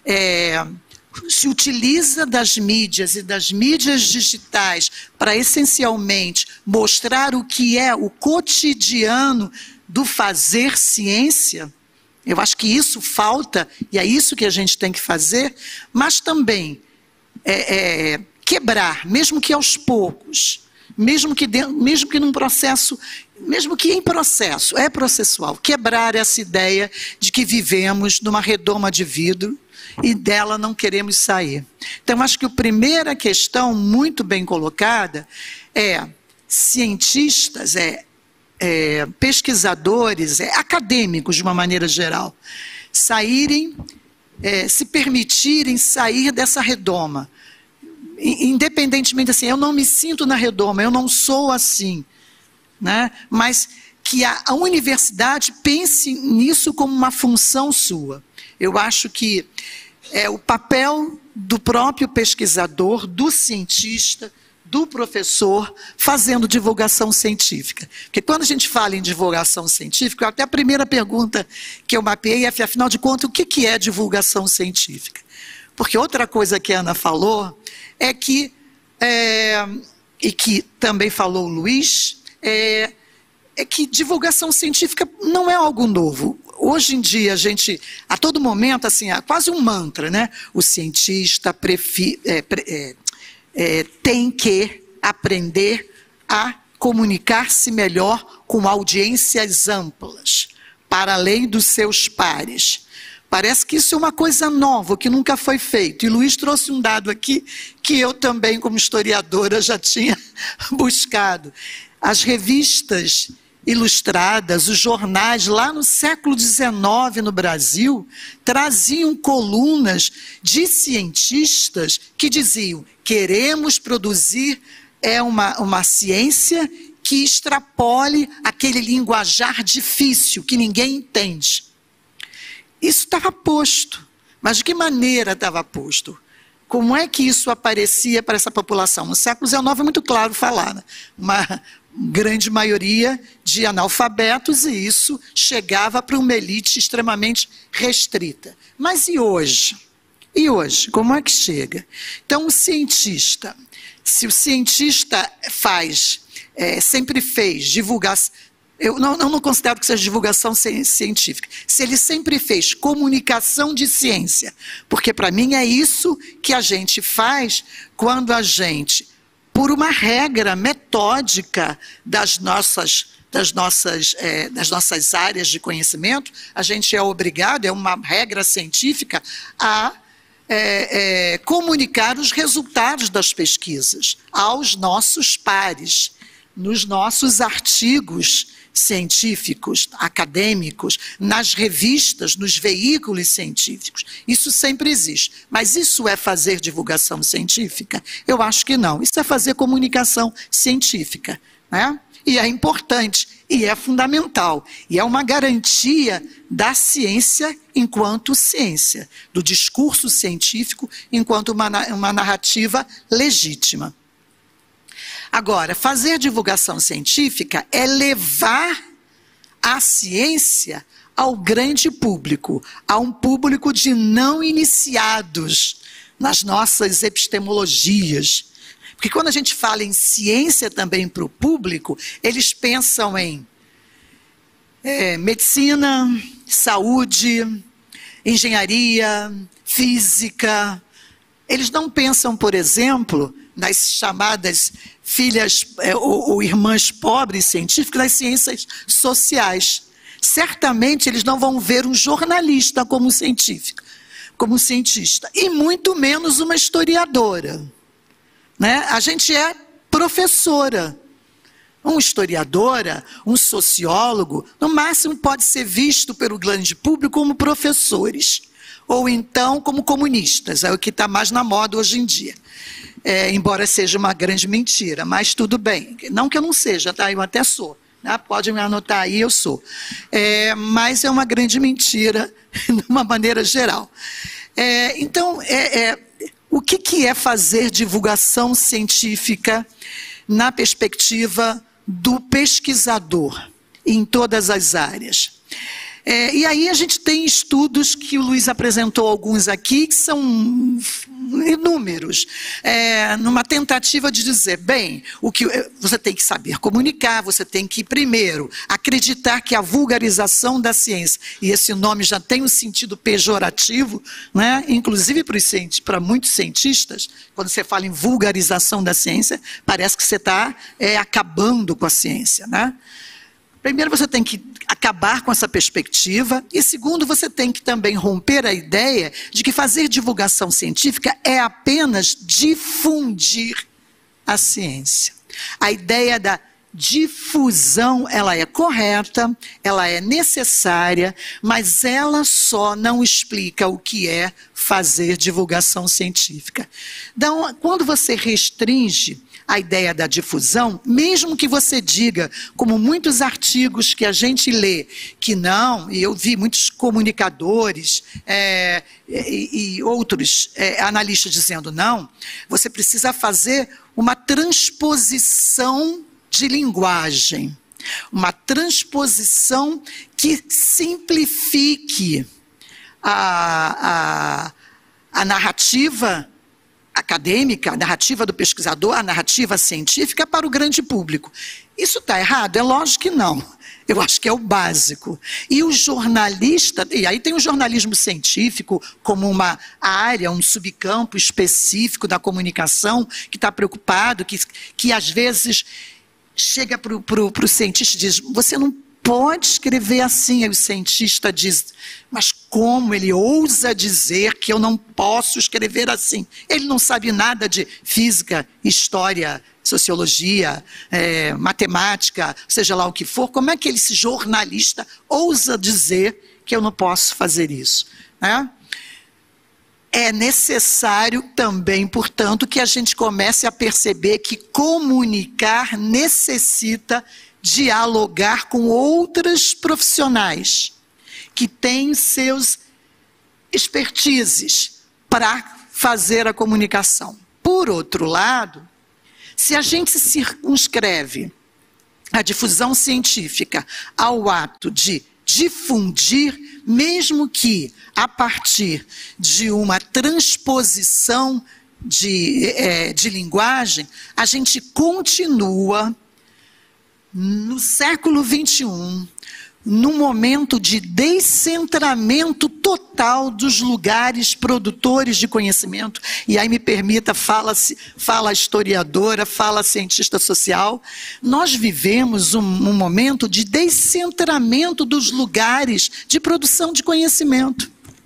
é, se utiliza das mídias e das mídias digitais para, essencialmente, mostrar o que é o cotidiano do fazer ciência. Eu acho que isso falta, e é isso que a gente tem que fazer, mas também é, é, quebrar, mesmo que aos poucos, mesmo que, de, mesmo que num processo, mesmo que em processo, é processual, quebrar essa ideia de que vivemos numa redoma de vidro e dela não queremos sair. Então, acho que a primeira questão, muito bem colocada, é cientistas, é É, pesquisadores, é, acadêmicos de uma maneira geral, saírem, é, se permitirem sair dessa redoma. Independentemente assim, eu não me sinto na redoma, eu não sou assim, né? Mas que a, a universidade pense nisso como uma função sua. Eu acho que é o papel do próprio pesquisador, do cientista, do professor, fazendo divulgação científica. Porque quando a gente fala em divulgação científica, até a primeira pergunta que eu mapeei é, afinal de contas, o que é divulgação científica? Porque outra coisa que a Ana falou é que, é, e que também falou o Luiz, é, é que divulgação científica não é algo novo. hoje em dia, a gente, a todo momento, assim, é quase um mantra, né? O cientista prefi, é, pre, é, é, tem que aprender a comunicar-se melhor com audiências amplas, para além dos seus pares. Parece que isso é uma coisa nova, que nunca foi feito. E Luiz trouxe um dado aqui, que eu também, como historiadora, já tinha buscado. As revistas ilustradas, os jornais, lá no século dezenove, no Brasil, traziam colunas de cientistas que diziam: queremos produzir é uma, uma ciência que extrapole aquele linguajar difícil, que ninguém entende. Isso estava posto. Mas de que maneira estava posto? Como é que isso aparecia para essa população? No século dezenove é muito claro falar, né? Uma grande maioria de analfabetos, e isso chegava para uma elite extremamente restrita. Mas e hoje? E hoje? Como é que chega? Então, o cientista, se o cientista faz, é, sempre fez divulgação, eu não, eu não considero que seja divulgação científica, se ele sempre fez comunicação de ciência, porque para mim é isso que a gente faz quando a gente, por uma regra metódica das nossas, das nossas, é, das nossas áreas de conhecimento, a gente é obrigado, é uma regra científica, a é, é, comunicar os resultados das pesquisas aos nossos pares, nos nossos artigos científicos, acadêmicos, nas revistas, nos veículos científicos. Isso sempre existe. Mas isso é fazer divulgação científica? Eu acho que não. Isso é fazer comunicação científica, né? E é importante, e é fundamental, e é uma garantia da ciência enquanto ciência, do discurso científico enquanto uma, uma narrativa legítima. Agora, fazer divulgação científica é levar a ciência ao grande público, a um público de não iniciados nas nossas epistemologias. Porque quando a gente fala em ciência também para o público, eles pensam em é, medicina, saúde, engenharia, física. Eles não pensam, por exemplo, nas chamadas filhas é, ou, ou irmãs pobres científicas das ciências sociais. Certamente eles não vão ver um jornalista como científico, como cientista, e muito menos uma historiadora, né? A gente é professora. Um historiadora, um sociólogo, no máximo pode ser visto pelo grande público como professores, ou então como comunistas, é o que está mais na moda hoje em dia. É, embora seja uma grande mentira, mas tudo bem. Não que eu não seja, tá? Eu até sou. Né? Pode me anotar aí, eu sou. É, mas é uma grande mentira, de uma maneira geral. É, então, é, é, o que, que é fazer divulgação científica na perspectiva do pesquisador, em todas as áreas? É, e aí a gente tem estudos que o Luiz apresentou alguns aqui, que são inúmeros, é, numa tentativa de dizer, bem, o que você tem que saber comunicar, você tem que, primeiro, acreditar que a vulgarização da ciência, e esse nome já tem um sentido pejorativo, né? Inclusive para muitos cientistas, quando você fala em vulgarização da ciência, parece que você está é, acabando com a ciência, né? Primeiro, você tem que acabar com essa perspectiva, e segundo, você tem que também romper a ideia de que fazer divulgação científica é apenas difundir a ciência. A ideia da difusão, ela é correta, ela é necessária, mas ela só não explica o que é fazer divulgação científica. Então, quando você restringe a ideia da difusão, mesmo que você diga, como muitos artigos que a gente lê, que não, e eu vi muitos comunicadores é, e, e outros é, analistas dizendo não, você precisa fazer uma transposição de linguagem, uma transposição que simplifique a, a, a narrativa acadêmica, a narrativa do pesquisador, a narrativa científica para o grande público. Isso está errado? É lógico que não. Eu acho que é o básico. E o jornalista, e aí tem o jornalismo científico como uma área, um subcampo específico da comunicação, que está preocupado, que, que às vezes chega para o cientista e diz, você não pode escrever assim. Aí o cientista diz, mas como ele ousa dizer que eu não posso escrever assim? Ele não sabe nada de física, história, sociologia, é, matemática, seja lá o que for. Como é que esse jornalista ousa dizer que eu não posso fazer isso? Né? É necessário também, portanto, que a gente comece a perceber que comunicar necessita dialogar com outras profissionais que têm seus expertises para fazer a comunicação. Por outro lado, se a gente circunscreve a difusão científica ao ato de difundir, mesmo que a partir de uma transposição de, é, de linguagem, a gente continua no século vinte e um, num momento de descentramento total dos lugares produtores de conhecimento, e aí me permita, fala, fala historiadora, fala cientista social, nós vivemos um, um momento de descentramento dos lugares de produção de conhecimento.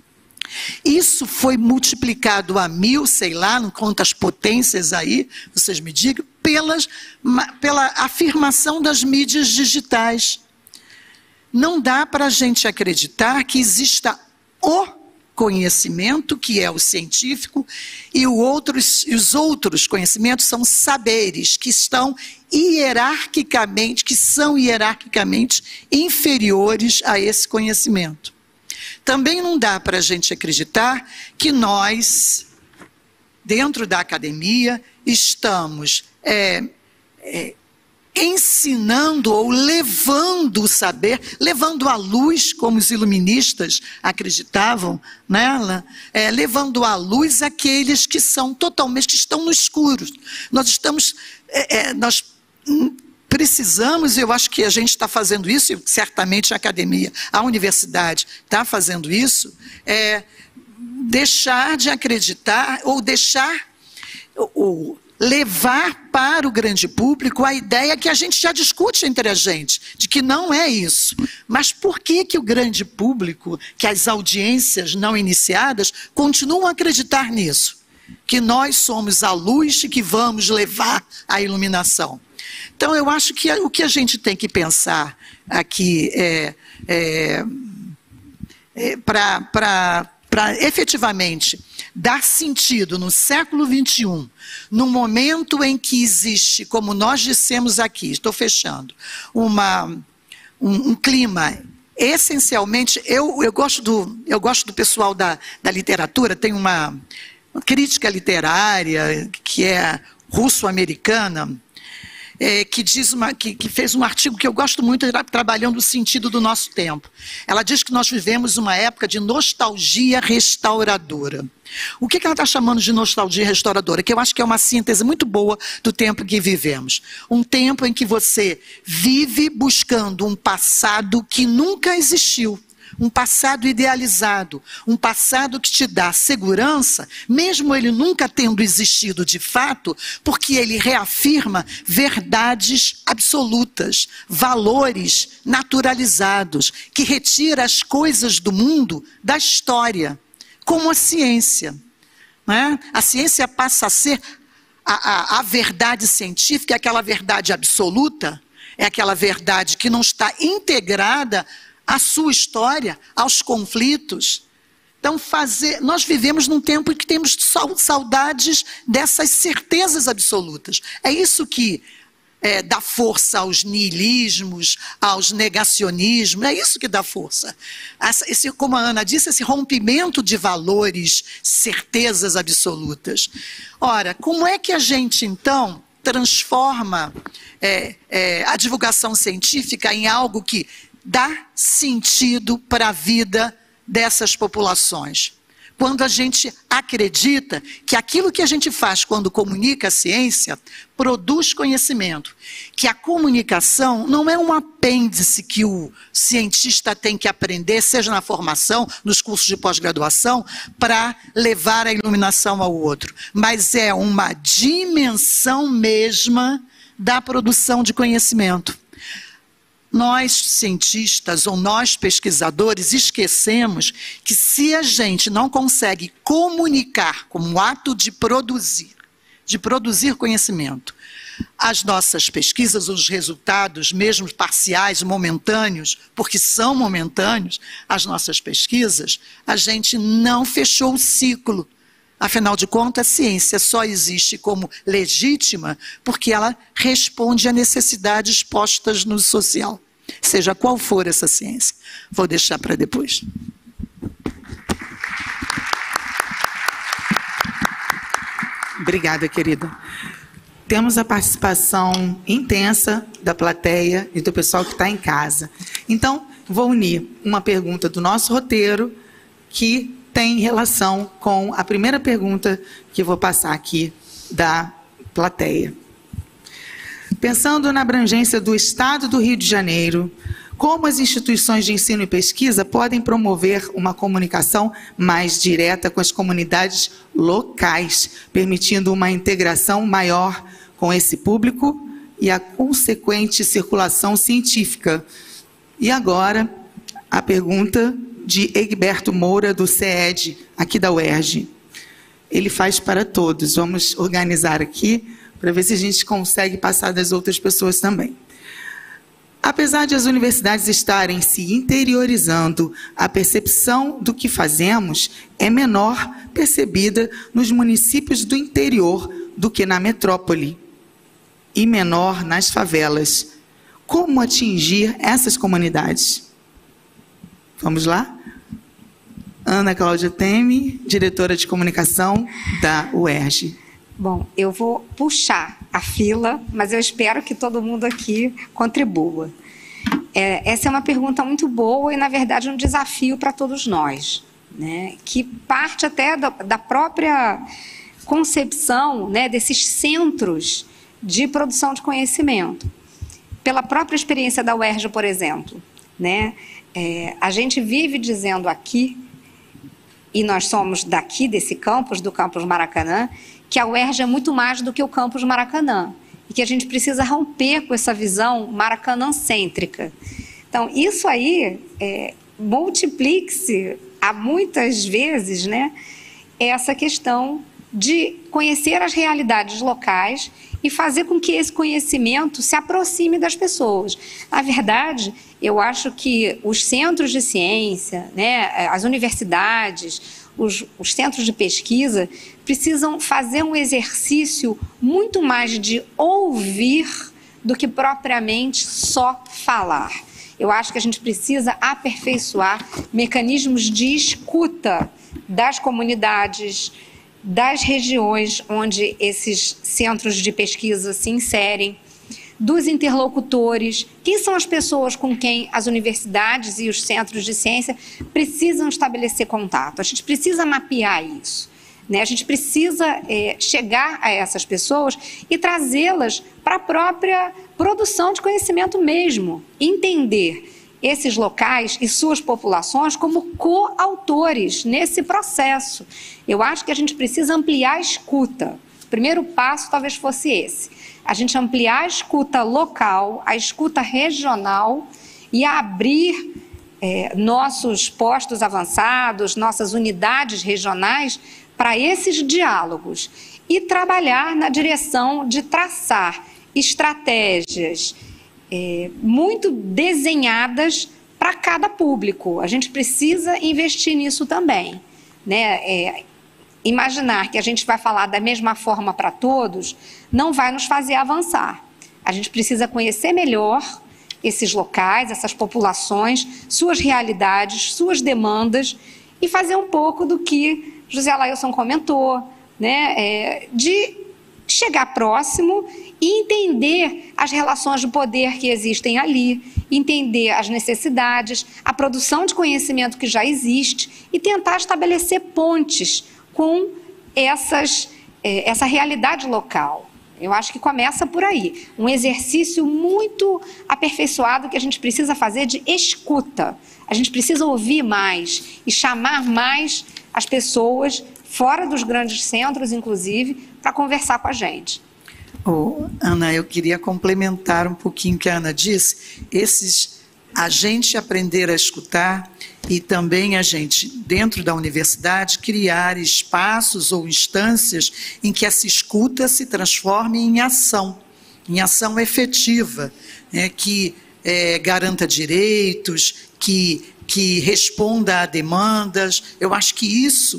Isso foi multiplicado a mil, sei lá, não conta as potências aí, vocês me digam, pelas, pela afirmação das mídias digitais. Não dá para a gente acreditar que exista o conhecimento, que é o científico, e, o outros, e os outros conhecimentos são saberes que estão hierarquicamente, que são hierarquicamente inferiores a esse conhecimento. Também não dá para a gente acreditar que nós, dentro da academia, estamos é, é, ensinando ou levando o saber, levando à luz, como os iluministas acreditavam nela, é, levando à luz aqueles que são totalmente, que estão no escuro. Nós estamos, é, é, nós precisamos, eu acho que a gente está fazendo isso, e certamente a academia, a universidade está fazendo isso, é deixar de acreditar, ou deixar, ou levar para o grande público a ideia que a gente já discute entre a gente, de que não é isso. Mas por que que o grande público, que as audiências não iniciadas, continuam a acreditar nisso? Que nós somos a luz e que vamos levar a iluminação. Então, eu acho que o que a gente tem que pensar aqui é, é, é para efetivamente dar sentido no século vinte e um, no momento em que existe, como nós dissemos aqui, estou fechando, uma, um, um clima essencialmente, eu, eu, gosto do, eu gosto do pessoal da, da literatura, tem uma, uma crítica literária que é russo-americana, É, que, diz uma, que, que fez um artigo que eu gosto muito, trabalhando o sentido do nosso tempo. Ela diz que nós vivemos uma época de nostalgia restauradora. O que, que ela está chamando de nostalgia restauradora? Que eu acho que é uma síntese muito boa do tempo que vivemos. Um tempo em que você vive buscando um passado que nunca existiu. Um passado idealizado, um passado que te dá segurança, mesmo ele nunca tendo existido de fato, porque ele reafirma verdades absolutas, valores naturalizados, que retira as coisas do mundo da história, como a ciência. Né? A ciência passa a ser a, a, a verdade científica, é aquela verdade absoluta, é aquela verdade que não está integrada a sua história, aos conflitos. Então, fazer, nós vivemos num tempo em que temos saudades dessas certezas absolutas. É isso que é, dá força aos niilismos, aos negacionismos, é isso que dá força. Esse, como a Ana disse, esse rompimento de valores, certezas absolutas. Ora, como é que a gente, então, transforma é, é, a divulgação científica em algo que dá sentido para a vida dessas populações? quando a gente acredita que aquilo que a gente faz quando comunica a ciência produz conhecimento, que a comunicação não é um apêndice que o cientista tem que aprender, seja na formação, nos cursos de pós-graduação, para levar a iluminação ao outro, mas é uma dimensão mesma da produção de conhecimento. Nós, cientistas, ou nós, pesquisadores, esquecemos que se a gente não consegue comunicar como ato de produzir, de produzir conhecimento, as nossas pesquisas, os resultados, mesmo parciais, momentâneos, porque são momentâneos, as nossas pesquisas, a gente não fechou o ciclo. Afinal de contas, a ciência só existe como legítima porque ela responde a necessidades postas no social, seja qual for essa ciência. Vou deixar para depois. Obrigada, querida. Temos a participação intensa da plateia e do pessoal que está em casa. Então, vou unir uma pergunta do nosso roteiro que tem relação com a primeira pergunta que eu vou passar aqui da plateia. Pensando na abrangência do Estado do Rio de Janeiro, como as instituições de ensino e pesquisa podem promover uma comunicação mais direta com as comunidades locais, permitindo uma integração maior com esse público e a consequente circulação científica? E agora, a pergunta de Egberto Moura, do C E D, aqui da U E R J. Ele faz para todos. Vamos organizar aqui para ver se a gente consegue passar das outras pessoas também. Apesar de as universidades estarem se interiorizando, a percepção do que fazemos é menor percebida nos municípios do interior do que na metrópole, e menor nas favelas. Como atingir essas comunidades? Vamos lá? Ana Cláudia Teme, diretora de comunicação da U E R J. Bom, eu vou puxar a fila, mas eu espero que todo mundo aqui contribua. É, essa é uma pergunta muito boa e, na verdade, um desafio para todos nós, né? Que parte até da, da própria concepção, né, desses centros de produção de conhecimento. Pela própria experiência da U E R J, por exemplo, né? É, a gente vive dizendo aqui, e nós somos daqui, desse campus, do campus Maracanã, que a U E R J é muito mais do que o campus Maracanã, e que a gente precisa romper com essa visão maracanã-cêntrica. Então, isso aí, é, multiplique-se a muitas vezes, né, essa questão de conhecer as realidades locais e fazer com que esse conhecimento se aproxime das pessoas. Na verdade, eu acho que os centros de ciência, né, as universidades, os, os centros de pesquisa precisam fazer um exercício muito mais de ouvir do que propriamente só falar. Eu acho que a gente precisa aperfeiçoar mecanismos de escuta das comunidades, das regiões onde esses centros de pesquisa se inserem, dos interlocutores, quem são as pessoas com quem as universidades e os centros de ciência precisam estabelecer contato. A gente precisa mapear isso, né? A gente precisa é, chegar a essas pessoas e trazê-las para a própria produção de conhecimento mesmo, entender esses locais e suas populações como coautores nesse processo. Eu acho que a gente precisa ampliar a escuta. O primeiro passo talvez fosse esse. A gente ampliar a escuta local, a escuta regional e abrir é, nossos postos avançados, nossas unidades regionais para esses diálogos e trabalhar na direção de traçar estratégias É, muito desenhadas para cada público. A gente precisa investir nisso também, né? É, imaginar que a gente vai falar da mesma forma para todos não vai nos fazer avançar. A gente precisa conhecer melhor esses locais, essas populações, suas realidades, suas demandas e fazer um pouco do que José Lailson comentou, né? É, de chegar próximo e entender as relações de poder que existem ali, entender as necessidades, a produção de conhecimento que já existe e tentar estabelecer pontes com essas, eh, essa realidade local. Eu acho que começa por aí. Um exercício muito aperfeiçoado que a gente precisa fazer de escuta. A gente precisa ouvir mais e chamar mais as pessoas, fora dos grandes centros, inclusive, para conversar com a gente. Oh, Ana, eu queria complementar um pouquinho o que a Ana disse. Esses, a gente aprender a escutar e também a gente, dentro da universidade, criar espaços ou instâncias em que essa escuta se transforme em ação, em ação efetiva, né, que é, garanta direitos, que, que responda a demandas. Eu acho que isso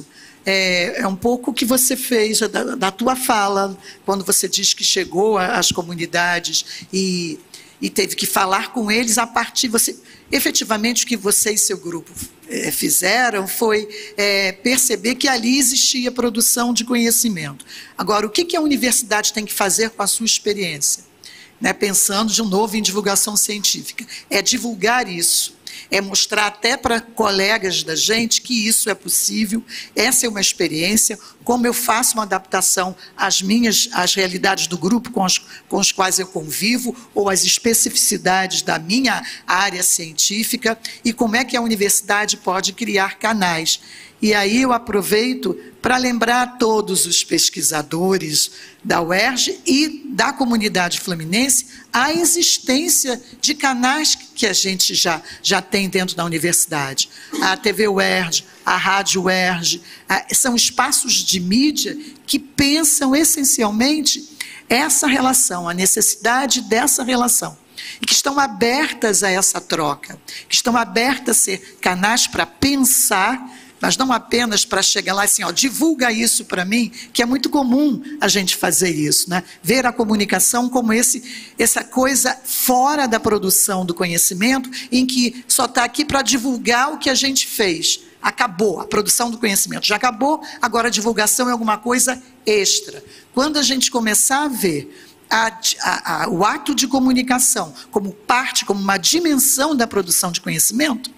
é, é um pouco o que você fez da, da tua fala, quando você diz que chegou às comunidades e, e teve que falar com eles a partir... Você, efetivamente, o que você e seu grupo é, fizeram foi é, perceber que ali existia produção de conhecimento. Agora, o que, que a universidade tem que fazer com a sua experiência? Né, pensando de novo em divulgação científica. É divulgar isso. É mostrar até para colegas da gente que isso é possível, essa é uma experiência, como eu faço uma adaptação às minhas, às realidades do grupo com os, com os quais eu convivo, ou às especificidades da minha área científica, e como é que a universidade pode criar canais. E aí eu aproveito para lembrar a todos os pesquisadores da U E R J e da comunidade fluminense a existência de canais que a gente já, já tem dentro da universidade. A T V U E R J, a Rádio U E R J, a, são espaços de mídia que pensam essencialmente essa relação, a necessidade dessa relação, e que estão abertas a essa troca, que estão abertas a ser canais para pensar, mas não apenas para chegar lá assim, ó, divulga isso para mim, que é muito comum a gente fazer isso, né? Ver a comunicação como esse, essa coisa fora da produção do conhecimento, em que só está aqui para divulgar o que a gente fez. Acabou, a produção do conhecimento já acabou, agora a divulgação é alguma coisa extra. Quando a gente começar a ver A, a, a, o ato de comunicação como parte, como uma dimensão da produção de conhecimento,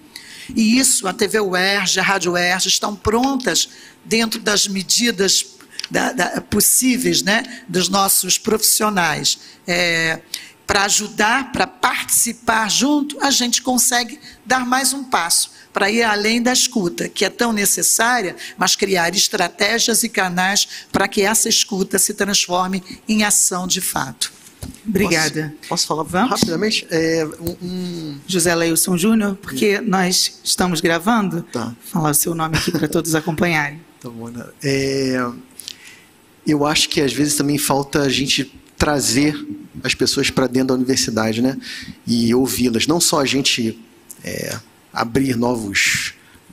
e isso, a T V U E R J, a Rádio U E R J estão prontas dentro das medidas da, da, possíveis, né, dos nossos profissionais, é, para ajudar, para participar junto, a gente consegue dar mais um passo para ir além da escuta, que é tão necessária, mas criar estratégias e canais para que essa escuta se transforme em ação de fato. Obrigada. Posso, posso falar Vamos? rapidamente? É, um, um... José Leilson Júnior, porque nós estamos gravando. Tá. Falar o seu nome aqui para todos acompanharem. Tá bom, né? É, eu acho que às vezes também falta a gente trazer as pessoas para dentro da universidade, né? E ouvi-las. Não só a gente é, abrir novos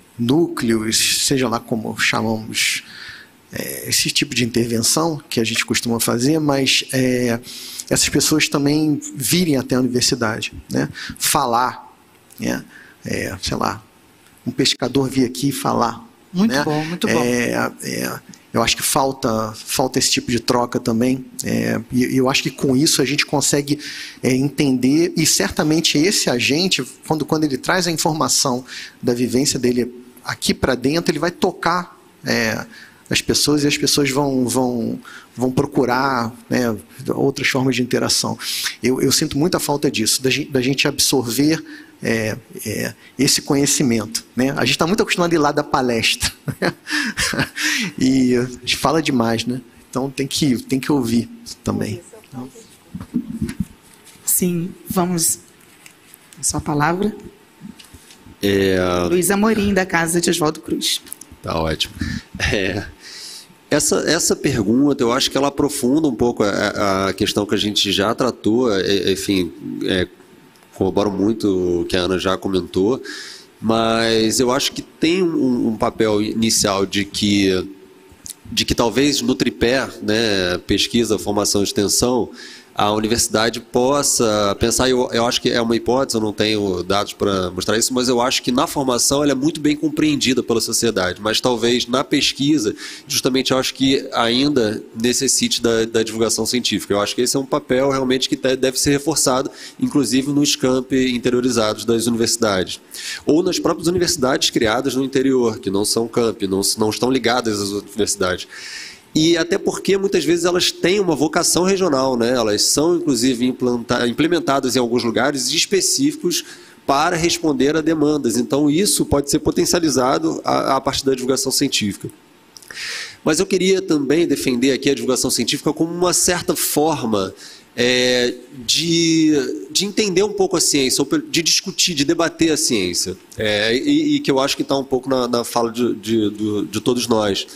núcleos, seja lá como chamamos é, esse tipo de intervenção que a gente costuma fazer, mas é, essas pessoas também virem até a universidade, né? Falar, né? É, sei lá, um pescador vir aqui falar. Muito né? bom, muito bom. É, é, eu acho que falta, falta esse tipo de troca também, é, e eu acho que com isso a gente consegue é, entender, e certamente esse agente, quando, quando ele traz a informação da vivência dele aqui para dentro, ele vai tocar é, as pessoas, e as pessoas vão, vão, vão procurar, né, outras formas de interação. Eu, eu sinto muita falta disso, da gente, da gente absorver É, é, esse conhecimento, né? A gente está muito acostumado a ir lá da palestra, né? E a gente fala demais, né? Então tem que, tem que ouvir também. Sim, vamos. A sua palavra. É... Luiz Amorim, da Casa de Oswaldo Cruz. Tá ótimo. É... Essa, essa pergunta, eu acho que ela aprofunda um pouco a, a questão que a gente já tratou, enfim, é, corroboro muito o que a Ana já comentou, mas eu acho que tem um, um papel inicial de que, de que talvez no tripé, né, pesquisa, formação e extensão, a universidade possa pensar, eu, eu acho que é uma hipótese, eu não tenho dados para mostrar isso, mas eu acho que na formação ela é muito bem compreendida pela sociedade, mas talvez na pesquisa, justamente eu acho que ainda necessite da, da divulgação científica. Eu acho que esse é um papel realmente que deve ser reforçado, inclusive nos campi interiorizados das universidades, ou nas próprias universidades criadas no interior, que não são campi, não, não estão ligadas às universidades. E até porque, muitas vezes, elas têm uma vocação regional, né? Elas são, inclusive, implementadas em alguns lugares específicos para responder a demandas. Então, isso pode ser potencializado a, a partir da divulgação científica. Mas eu queria também defender aqui a divulgação científica como uma certa forma é, de, de entender um pouco a ciência, ou de discutir, de debater a ciência. É, e, e que eu acho que está um pouco na, na fala de, de, de, de todos nós.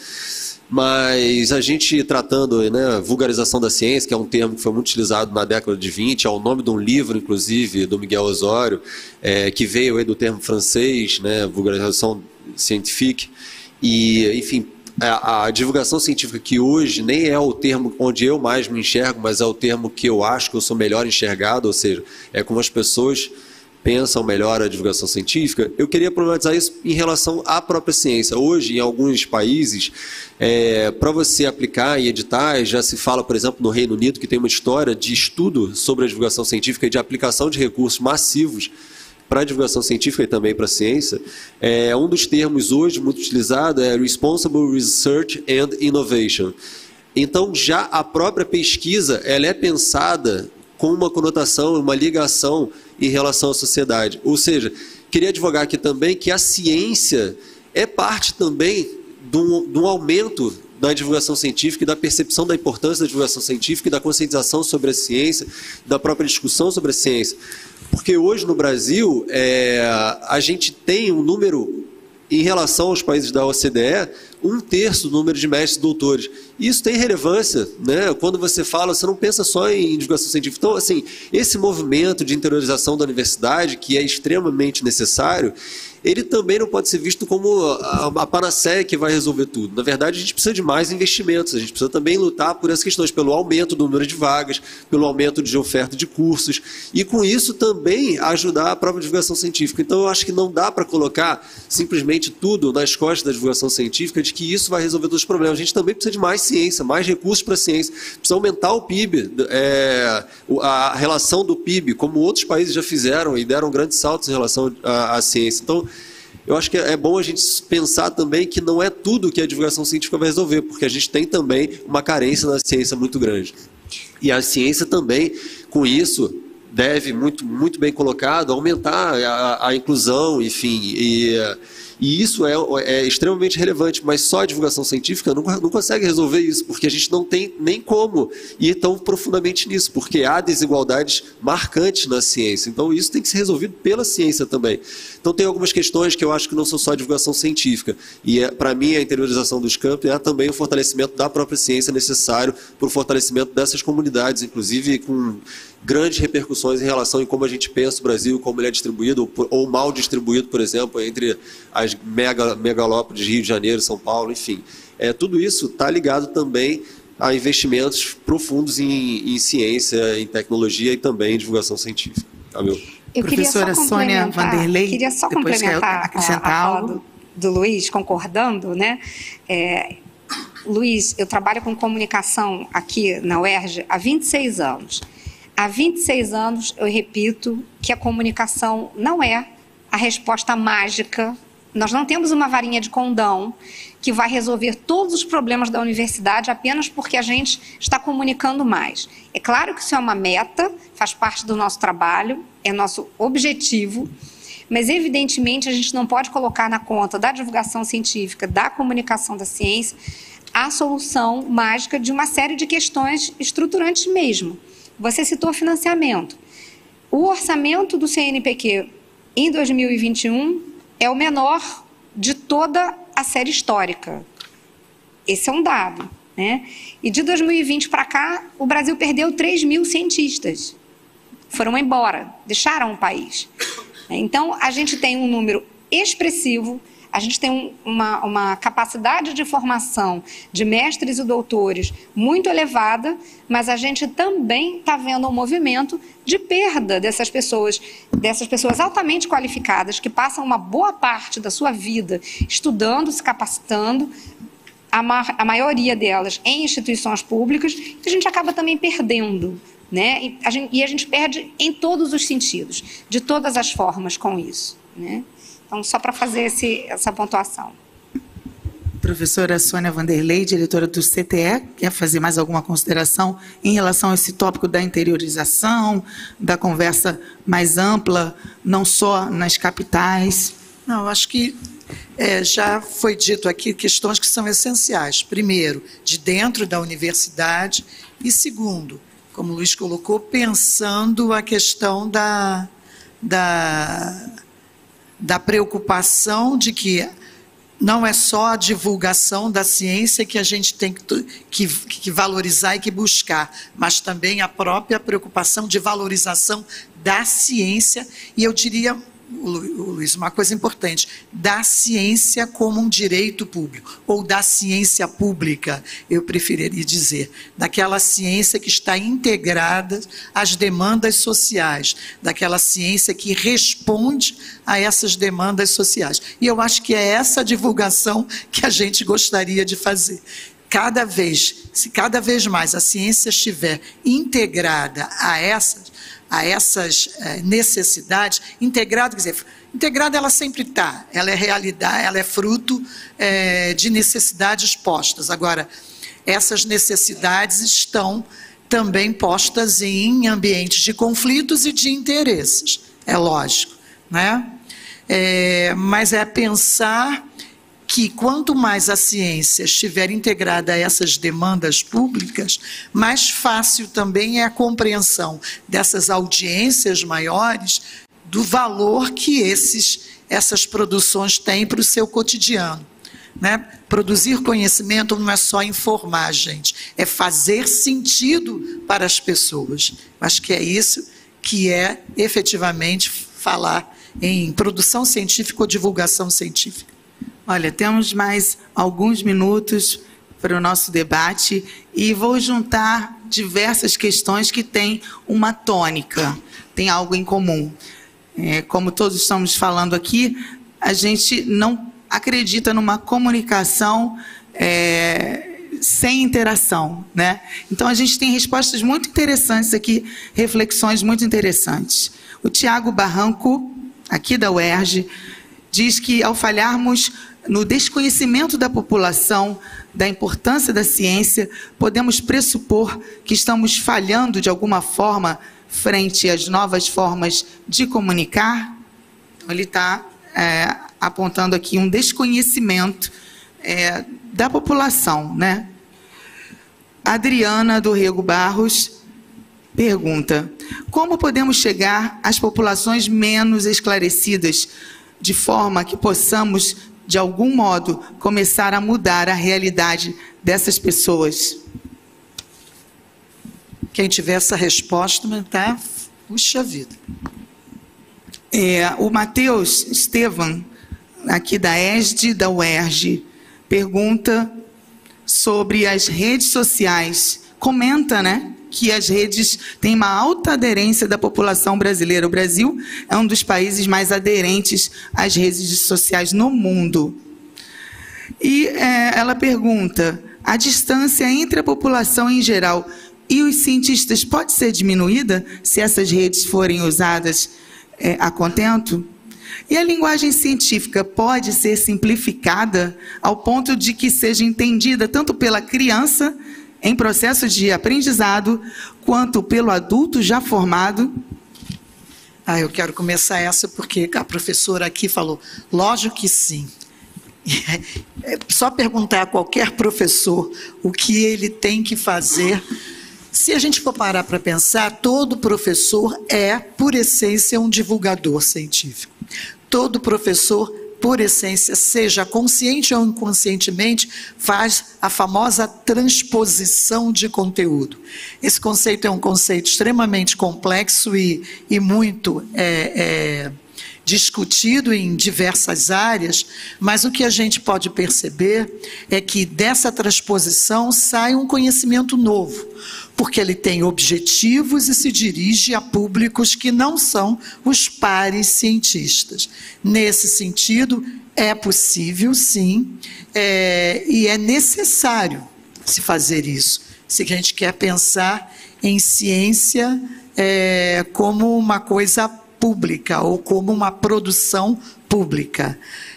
Mas a gente tratando, né, vulgarização da ciência, que é um termo que foi muito utilizado na década de vinte, é o nome de um livro, inclusive, do Miguel Osório, é, que veio aí do termo francês, né, vulgarização scientifique, e, enfim, a, a divulgação científica, que hoje nem é o termo onde eu mais me enxergo, mas é o termo que eu acho que eu sou melhor enxergado, ou seja, é como as pessoas pensam melhor a divulgação científica. Eu queria problematizar isso em relação à própria ciência. Hoje, em alguns países, é, para você aplicar em editais, já se fala, por exemplo, no Reino Unido, que tem uma história de estudo sobre a divulgação científica e de aplicação de recursos massivos para a divulgação científica e também para a ciência. É, um dos termos hoje muito utilizado é Responsible Research and Innovation. Então, já a própria pesquisa, ela é pensada com uma conotação, uma ligação em relação à sociedade. Ou seja, queria advogar aqui também que a ciência é parte também de um, de um aumento da divulgação científica e da percepção da importância da divulgação científica e da conscientização sobre a ciência, da própria discussão sobre a ciência. Porque hoje no Brasil, é, a gente tem um número, em relação aos países da O C D E, um terço do número de mestres e doutores. Isso tem relevância, né? Quando você fala, você não pensa só em divulgação científica. Então, assim, esse movimento de interiorização da universidade, que é extremamente necessário, ele também não pode ser visto como a, a panaceia que vai resolver tudo. Na verdade, a gente precisa de mais investimentos, a gente precisa também lutar por essas questões, pelo aumento do número de vagas, pelo aumento de oferta de cursos, e com isso também ajudar a própria divulgação científica. Então, eu acho que não dá para colocar simplesmente tudo nas costas da divulgação científica, de que isso vai resolver todos os problemas. A gente também precisa de mais ciência, mais recursos para a ciência, precisa aumentar o P I B, é, a relação do P I B, como outros países já fizeram e deram grandes saltos em relação à, à ciência. Então, eu acho que é bom a gente pensar também que não é tudo que a divulgação científica vai resolver, porque a gente tem também uma carência na ciência muito grande. E a ciência também, com isso, deve, muito, muito bem colocado, aumentar a, a inclusão, enfim, e... E isso é, é extremamente relevante, mas só a divulgação científica não, não consegue resolver isso, porque a gente não tem nem como ir tão profundamente nisso, porque há desigualdades marcantes na ciência. Então, isso tem que ser resolvido pela ciência também. Então, tem algumas questões que eu acho que não são só a divulgação científica. E, é, para mim, a interiorização dos campos é também o fortalecimento da própria ciência necessário para o fortalecimento dessas comunidades, inclusive com grandes repercussões em relação a como a gente pensa o Brasil, como ele é distribuído, ou, ou mal distribuído, por exemplo, entre as mega, megalópolis, Rio de Janeiro, São Paulo, enfim. É, tudo isso está ligado também a investimentos profundos em, em ciência, em tecnologia e também em divulgação científica. Tá, meu? Eu Professora Sônia Vanderlei, queria só complementar acrescentar a, a fala do, do Luiz, concordando, né? É, Luiz, eu trabalho com comunicação aqui na U E R J há vinte e seis anos. Há vinte e seis anos, eu repito que a comunicação não é a resposta mágica. Nós não temos uma varinha de condão que vai resolver todos os problemas da universidade apenas porque a gente está comunicando mais. É claro que isso é uma meta, faz parte do nosso trabalho, é nosso objetivo, mas, evidentemente, a gente não pode colocar na conta da divulgação científica, da comunicação da ciência, a solução mágica de uma série de questões estruturantes mesmo. Você citou financiamento. O orçamento do C N P Q em dois mil e vinte e um é o menor de toda a série histórica. Esse é um dado, né? E de dois mil e vinte para cá, o Brasil perdeu três mil cientistas. Foram embora, deixaram o país. Então, a gente tem um número expressivo, A gente tem um, uma, uma capacidade de formação de mestres e doutores muito elevada, mas a gente também está vendo um movimento de perda dessas pessoas, dessas pessoas altamente qualificadas, que passam uma boa parte da sua vida estudando, se capacitando, a, ma a maioria delas em instituições públicas, que a gente acaba também perdendo, né? E a gente, e a gente perde em todos os sentidos, de todas as formas com isso, né? Então, só para fazer esse, essa pontuação. Professora Sônia Vanderlei, diretora do C T E, quer fazer mais alguma consideração em relação a esse tópico da interiorização, da conversa mais ampla, não só nas capitais? Não, acho que é, já foi dito aqui questões que são essenciais. Primeiro, de dentro da universidade, e segundo, como o Luiz colocou, pensando a questão da... da da preocupação de que não é só a divulgação da ciência que a gente tem que, que, que valorizar e que buscar, mas também a própria preocupação de valorização da ciência, e eu diria, Luiz, uma coisa importante, da ciência como um direito público, ou da ciência pública, eu preferiria dizer, daquela ciência que está integrada às demandas sociais, daquela ciência que responde a essas demandas sociais. E eu acho que é essa divulgação que a gente gostaria de fazer. Cada vez, se cada vez mais a ciência estiver integrada a essas, a essas eh, necessidades, integrada, quer dizer, integrada ela sempre está, ela é realidade, ela é fruto eh, de necessidades postas. Agora, essas necessidades estão também postas em ambientes de conflitos e de interesses, é lógico, né? É, mas é pensar que quanto mais a ciência estiver integrada a essas demandas públicas, mais fácil também é a compreensão dessas audiências maiores do valor que esses, essas produções têm para o seu cotidiano. Né? Produzir conhecimento não é só informar, gente, é fazer sentido para as pessoas. Acho que é isso que é efetivamente falar em produção científica ou divulgação científica. Olha, temos mais alguns minutos para o nosso debate e vou juntar diversas questões que têm uma tônica, tem algo em comum. É, como todos estamos falando aqui, a gente não acredita numa comunicação é, sem interação, né? Então, a gente tem respostas muito interessantes aqui, reflexões muito interessantes. O Tiago Barranco, aqui da U E R J, diz que, ao falharmos no desconhecimento da população da importância da ciência, podemos pressupor que estamos falhando de alguma forma frente às novas formas de comunicar. Ele está é, apontando aqui um desconhecimento é, da população, né? Adriana do Rego Barros pergunta: como podemos chegar às populações menos esclarecidas, de forma que possamos, de algum modo, começar a mudar a realidade dessas pessoas? Quem tiver essa resposta, tá? Puxa vida. É, o Matheus Estevam, aqui da E S D, da U E R J, pergunta sobre as redes sociais. Comenta, né, que as redes têm uma alta aderência da população brasileira. O Brasil é um dos países mais aderentes às redes sociais no mundo. E é, ela pergunta: a distância entre a população em geral e os cientistas pode ser diminuída se essas redes forem usadas é, a contento? E a linguagem científica pode ser simplificada ao ponto de que seja entendida tanto pela criança em processo de aprendizado, quanto pelo adulto já formado? Ah, eu quero começar essa porque a professora aqui falou, lógico que sim. É só perguntar a qualquer professor o que ele tem que fazer. Se a gente for parar para pensar, todo professor é, por essência, um divulgador científico. Todo professor, por essência, seja consciente ou inconscientemente, faz a famosa transposição de conteúdo. Esse conceito é um conceito extremamente complexo e, e muito é, é, discutido em diversas áreas, mas o que a gente pode perceber é que dessa transposição sai um conhecimento novo, porque ele tem objetivos e se dirige a públicos que não são os pares cientistas. Nesse sentido, é possível, sim, é, e é necessário se fazer isso, se a gente quer pensar em ciência é, como uma coisa pública ou como uma produção pública.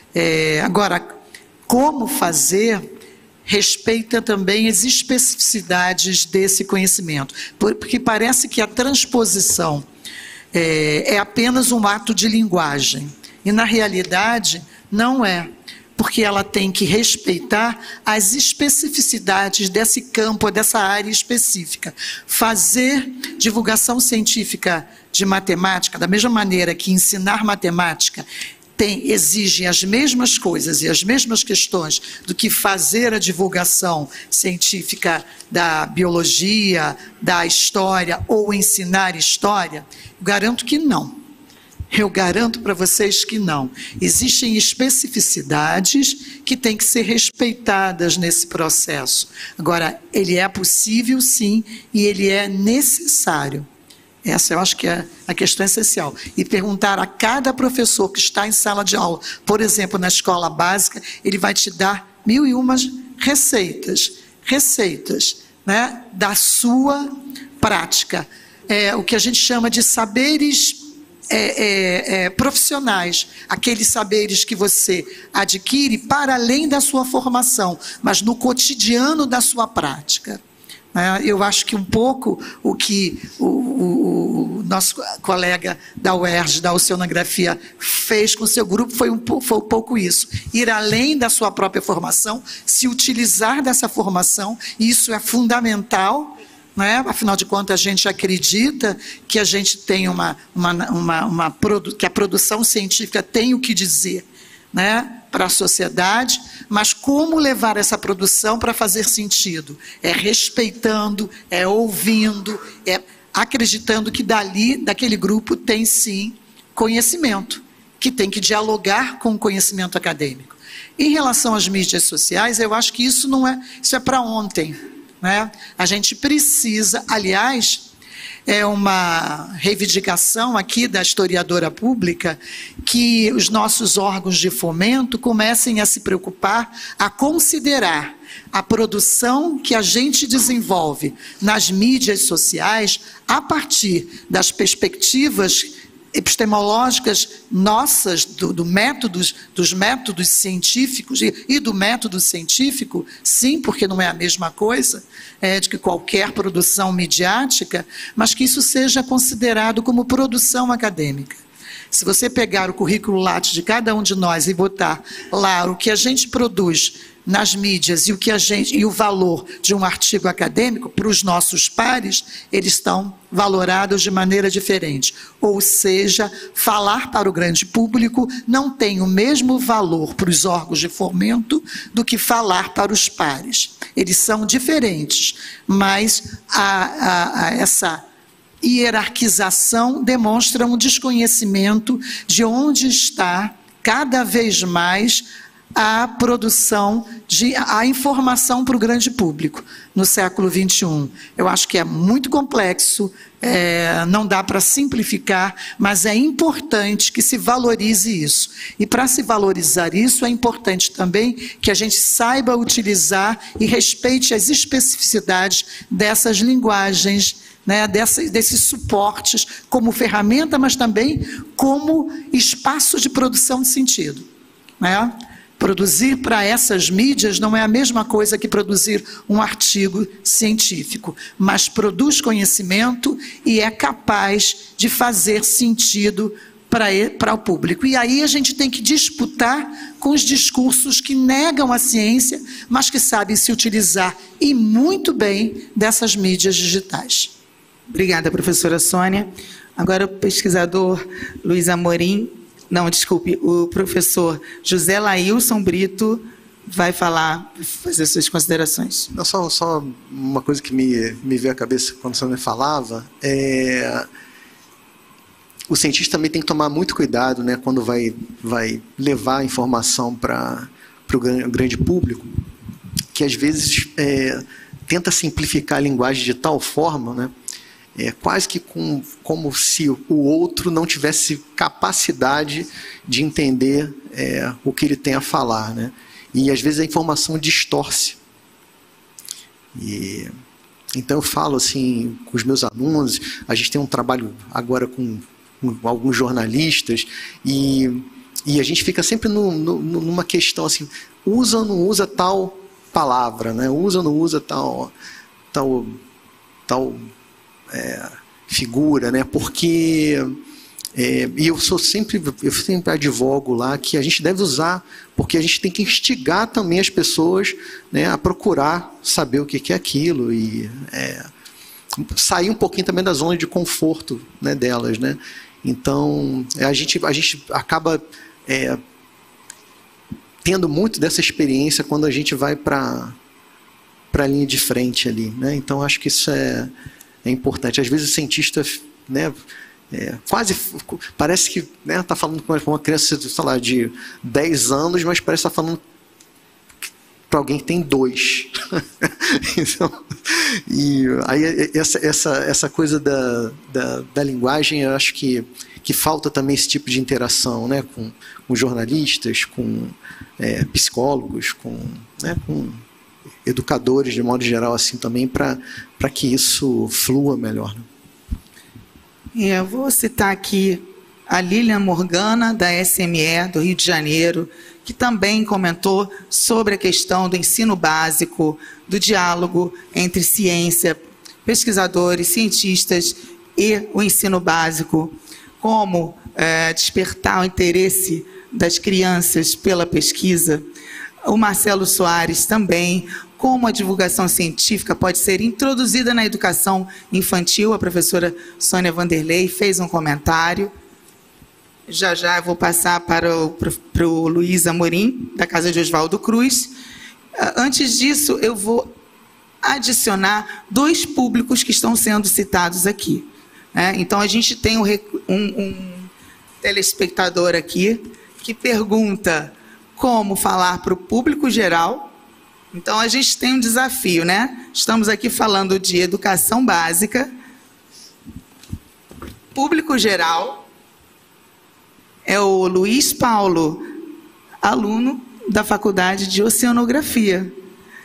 É, agora, como fazer respeita também as especificidades desse conhecimento, porque parece que a transposição é, é apenas um ato de linguagem, e na realidade não é, porque ela tem que respeitar as especificidades desse campo, dessa área específica. Fazer divulgação científica de matemática, da mesma maneira que ensinar matemática tem, exige as mesmas coisas e as mesmas questões do que fazer a divulgação científica da biologia, da história ou ensinar história, eu garanto que não. Eu garanto para vocês que não. Existem especificidades que têm que ser respeitadas nesse processo. Agora, ele é possível, sim, e ele é necessário. Essa eu acho que é a questão essencial. E perguntar a cada professor que está em sala de aula, por exemplo, na escola básica, ele vai te dar mil e umas receitas, receitas, né, da sua prática. É, o que a gente chama de saberes É, é, é, profissionais, aqueles saberes que você adquire para além da sua formação, mas no cotidiano da sua prática. É, eu acho que um pouco o que o, o, o nosso colega da U E R J, da Oceanografia, fez com o seu grupo foi um, foi um pouco isso, ir além da sua própria formação, se utilizar dessa formação, e isso é fundamental. Não é? Afinal de contas, a gente acredita que a gente tem uma, uma, uma, uma produ- que a produção científica tem o que dizer, né, para a sociedade, mas como levar essa produção para fazer sentido? É respeitando, é ouvindo, é acreditando que dali, daquele grupo, tem sim conhecimento, que tem que dialogar com o conhecimento acadêmico. Em relação às mídias sociais, eu acho que isso não é, isso é para ontem. Né? A gente precisa, aliás, é uma reivindicação aqui da historiadora pública, que os nossos órgãos de fomento comecem a se preocupar, a considerar a produção que a gente desenvolve nas mídias sociais a partir das perspectivas epistemológicas nossas, do, do métodos, dos métodos científicos e, e do método científico, sim, porque não é a mesma coisa é, de que qualquer produção midiática, mas que isso seja considerado como produção acadêmica. Se você pegar o currículo Lattes de cada um de nós e botar lá o que a gente produz nas mídias e o que a gente e o valor de um artigo acadêmico para os nossos pares, eles estão valorados de maneira diferente. Ou seja, falar para o grande público não tem o mesmo valor para os órgãos de fomento do que falar para os pares. Eles são diferentes, mas a, a, a essa hierarquização demonstra um desconhecimento de onde está cada vez mais a produção, de, a informação para o grande público no século vinte e um. Eu acho que é muito complexo, é, não dá para simplificar, mas é importante que se valorize isso. E para se valorizar isso, é importante também que a gente saiba utilizar e respeite as especificidades dessas linguagens, né, dessa, desses suportes como ferramenta, mas também como espaço de produção de sentido, né? Produzir para essas mídias não é a mesma coisa que produzir um artigo científico, mas produz conhecimento e é capaz de fazer sentido para, para o público. E aí a gente tem que disputar com os discursos que negam a ciência, mas que sabem se utilizar, e muito bem, dessas mídias digitais. Obrigada, professora Sônia. Agora o pesquisador Luiz Amorim, não, desculpe, o professor José Lailson Brito vai falar, fazer suas considerações. Não, só, só uma coisa que me, me veio à cabeça quando o senhor me falava, é... o cientista também tem que tomar muito cuidado, né, quando vai, vai levar a informação para o grande público, que às vezes é, tenta simplificar a linguagem de tal forma, né, é, quase que com, como se o outro não tivesse capacidade de entender é, o que ele tem a falar, né, e às vezes a informação distorce. E, então eu falo assim com os meus alunos, a gente tem um trabalho agora com, com alguns jornalistas, e, e a gente fica sempre no, no, numa questão assim, usa ou não usa tal palavra, né? Usa ou não usa tal, tal, tal é, figura, né? Porque é, e eu sou sempre, eu sempre advogo lá que a gente deve usar, porque a gente tem que instigar também as pessoas, né, a procurar saber o que é aquilo e é, sair um pouquinho também da zona de conforto, né, delas, né? Então a gente, a gente acaba é, tendo muito dessa experiência quando a gente vai para para a linha de frente ali, né? Então acho que isso é, é importante. Às vezes o cientista, né, é, quase parece que está, né, falando com uma criança, sei lá, de dez anos, mas parece que está falando para alguém que tem dois. Então, e aí essa, essa, essa coisa da, da, da linguagem, eu acho que, que falta também esse tipo de interação, né, com, com jornalistas, com é, psicólogos, com, né, com educadores de modo geral, assim, também, para para que isso flua melhor, né? Eu vou citar aqui a Lilian Morgana, da S M E do Rio de Janeiro, que também comentou sobre a questão do ensino básico, do diálogo entre ciência, pesquisadores, cientistas e o ensino básico, como é, despertar o interesse das crianças pela pesquisa. O Marcelo Soares também, como a divulgação científica pode ser introduzida na educação infantil. A professora Sônia Vanderlei fez um comentário. Já já eu vou passar para o, para o Luiz Amorim, da Casa de Oswaldo Cruz. Antes disso, eu vou adicionar dois públicos que estão sendo citados aqui. Então, a gente tem um, um, um telespectador aqui que pergunta como falar para o público geral. Então, a gente tem um desafio, né? Estamos aqui falando de educação básica, público geral. É o Luiz Paulo, aluno da Faculdade de Oceanografia.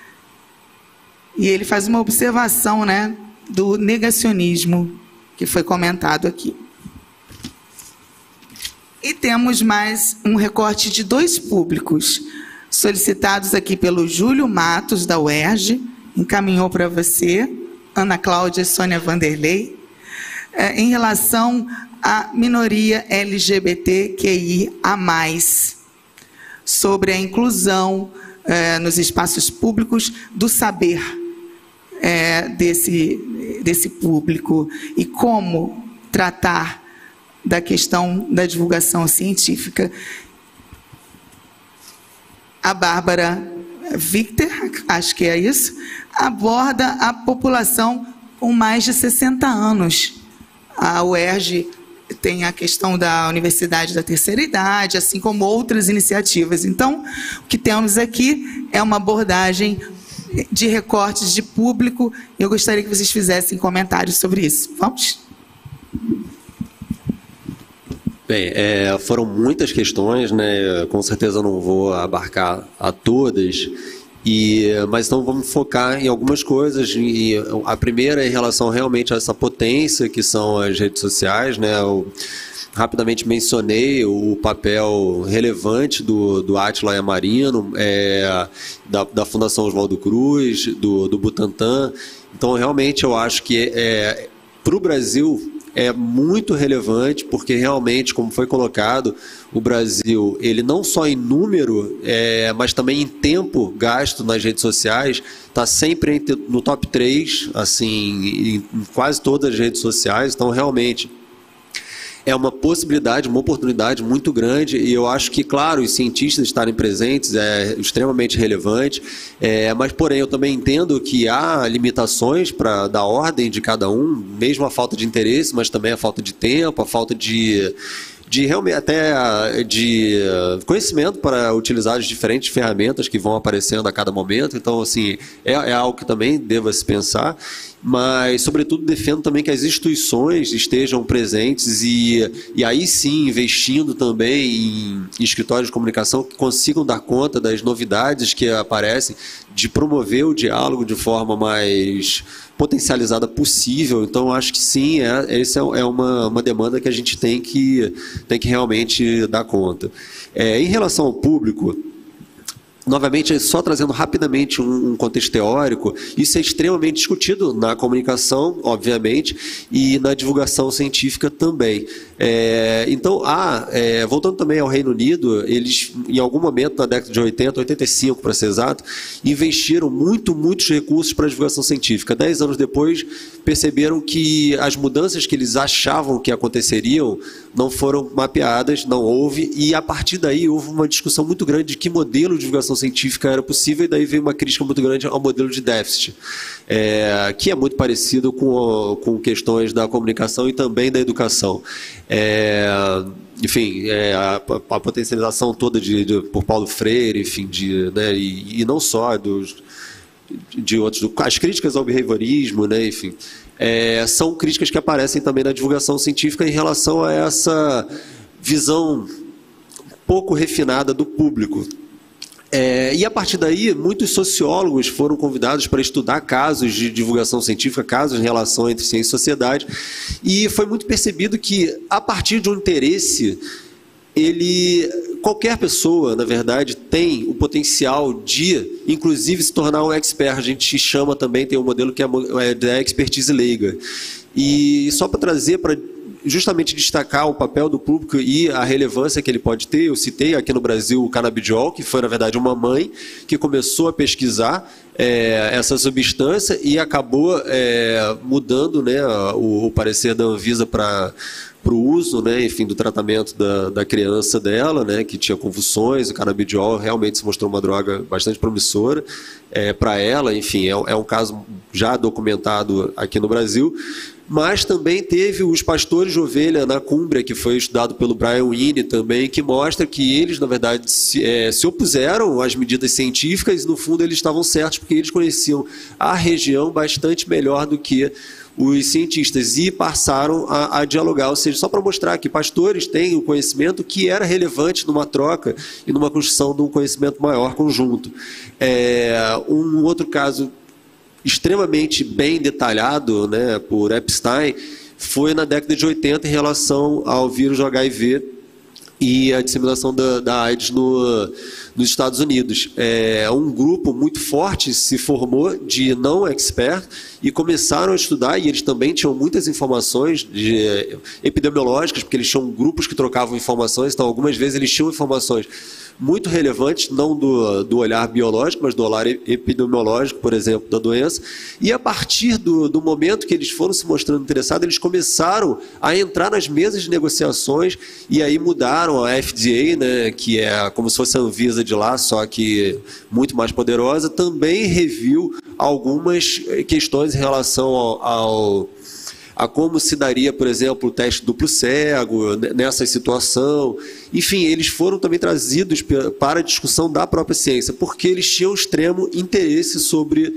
E ele faz uma observação, né, do negacionismo, que foi comentado aqui. E temos mais um recorte de dois públicos, solicitados aqui pelo Júlio Matos, da U E R J, encaminhou para você, Ana Cláudia e Sônia Vanderlei, é, em relação à minoria L G B T Q I A mais, sobre a inclusão é, nos espaços públicos do saber é, desse, desse público e como tratar da questão da divulgação científica. A Bárbara Victor, acho que é isso, aborda a população com mais de sessenta anos. A U E R J tem a questão da Universidade da Terceira Idade, assim como outras iniciativas. Então, o que temos aqui é uma abordagem de recortes de público, e eu gostaria que vocês fizessem comentários sobre isso. Vamos? Bem, é, foram muitas questões, né? Com certeza eu não vou abarcar a todas, e, mas então vamos focar em algumas coisas. E a primeira é em relação realmente a essa potência que são as redes sociais, né? Eu rapidamente mencionei o papel relevante do, do Átila Yamarino, é, da, da Fundação Oswaldo Cruz, do, do Butantan. Então, realmente, eu acho que é, para o Brasil é muito relevante, porque realmente, como foi colocado, o Brasil, ele não só em número, é, mas também em tempo gasto nas redes sociais, está sempre entre, no top três, assim, em, em quase todas as redes sociais. Então, realmente, é uma possibilidade, uma oportunidade muito grande, e eu acho que, claro, os cientistas estarem presentes é extremamente relevante, é, mas, porém, eu também entendo que há limitações para da ordem de cada um, mesmo a falta de interesse, mas também a falta de tempo, a falta de... de realmente até de conhecimento para utilizar as diferentes ferramentas que vão aparecendo a cada momento. Então, assim, é, é algo que também deva se pensar, mas, sobretudo, defendo também que as instituições estejam presentes e, e aí sim investindo também em, em escritórios de comunicação que consigam dar conta das novidades que aparecem, de promover o diálogo de forma mais potencializada possível. Então, acho que sim, é, essa é uma, uma demanda que a gente tem que, tem que realmente dar conta. É, em relação ao público, novamente, só trazendo rapidamente um, um contexto teórico, isso é extremamente discutido na comunicação, obviamente, e na divulgação científica também. É, então, há, é, voltando também ao Reino Unido, eles, em algum momento, na década de oitenta, oitenta e cinco, para ser exato, investiram muito, muitos recursos para a divulgação científica. Dez anos depois, perceberam que as mudanças que eles achavam que aconteceriam não foram mapeadas, não houve, e a partir daí houve uma discussão muito grande de que modelo de divulgação científica era possível, e daí veio uma crítica muito grande ao modelo de déficit, é, que é muito parecido com, com questões da comunicação e também da educação. É, enfim, é, a, a potencialização toda de, de, por Paulo Freire, enfim, de, né, e, e não só dos, de outros, as críticas ao behaviorismo, né, enfim, é, são críticas que aparecem também na divulgação científica em relação a essa visão pouco refinada do público. É, e a partir daí, muitos sociólogos foram convidados para estudar casos de divulgação científica, casos em relação entre ciência e sociedade, e foi muito percebido que, a partir de um interesse, ele, qualquer pessoa, na verdade, tem o potencial de, inclusive, se tornar um expert. A gente chama também, tem um modelo que é da expertise leiga. E só para trazer, para justamente destacar o papel do público e a relevância que ele pode ter, eu citei aqui no Brasil o canabidiol, que foi, na verdade, uma mãe que começou a pesquisar é, essa substância e acabou é, mudando, né, o, o parecer da Anvisa para para o uso, né, enfim, do tratamento da, da criança dela, né, que tinha convulsões. O canabidiol realmente se mostrou uma droga bastante promissora é, para ela, enfim, é, é um caso já documentado aqui no Brasil. Mas também teve os pastores de ovelha na Cúmbria, que foi estudado pelo Brian Winnie também, que mostra que eles, na verdade, se, é, se opuseram às medidas científicas e, no fundo, eles estavam certos, porque eles conheciam a região bastante melhor do que os cientistas e passaram a, a dialogar, ou seja, só para mostrar que pastores têm o conhecimento que era relevante numa troca e numa construção de um conhecimento maior conjunto. É, um outro caso extremamente bem detalhado, né, por Epstein, foi na década de oitenta em relação ao vírus do H I V e a disseminação da, da AIDS no, nos Estados Unidos. É, um grupo muito forte se formou de não expert e começaram a estudar, e eles também tinham muitas informações de, epidemiológicas, porque eles tinham grupos que trocavam informações, então algumas vezes eles tinham informações muito relevantes, não do, do olhar biológico, mas do olhar epidemiológico, por exemplo, da doença. E a partir do, do momento que eles foram se mostrando interessados, eles começaram a entrar nas mesas de negociações e aí mudaram a F D A, né, que é como se fosse a Anvisa de lá, só que muito mais poderosa, também reviu algumas questões em relação ao, ao a como se daria, por exemplo, o teste duplo cego nessa situação. Enfim, eles foram também trazidos para a discussão da própria ciência, porque eles tinham extremo interesse sobre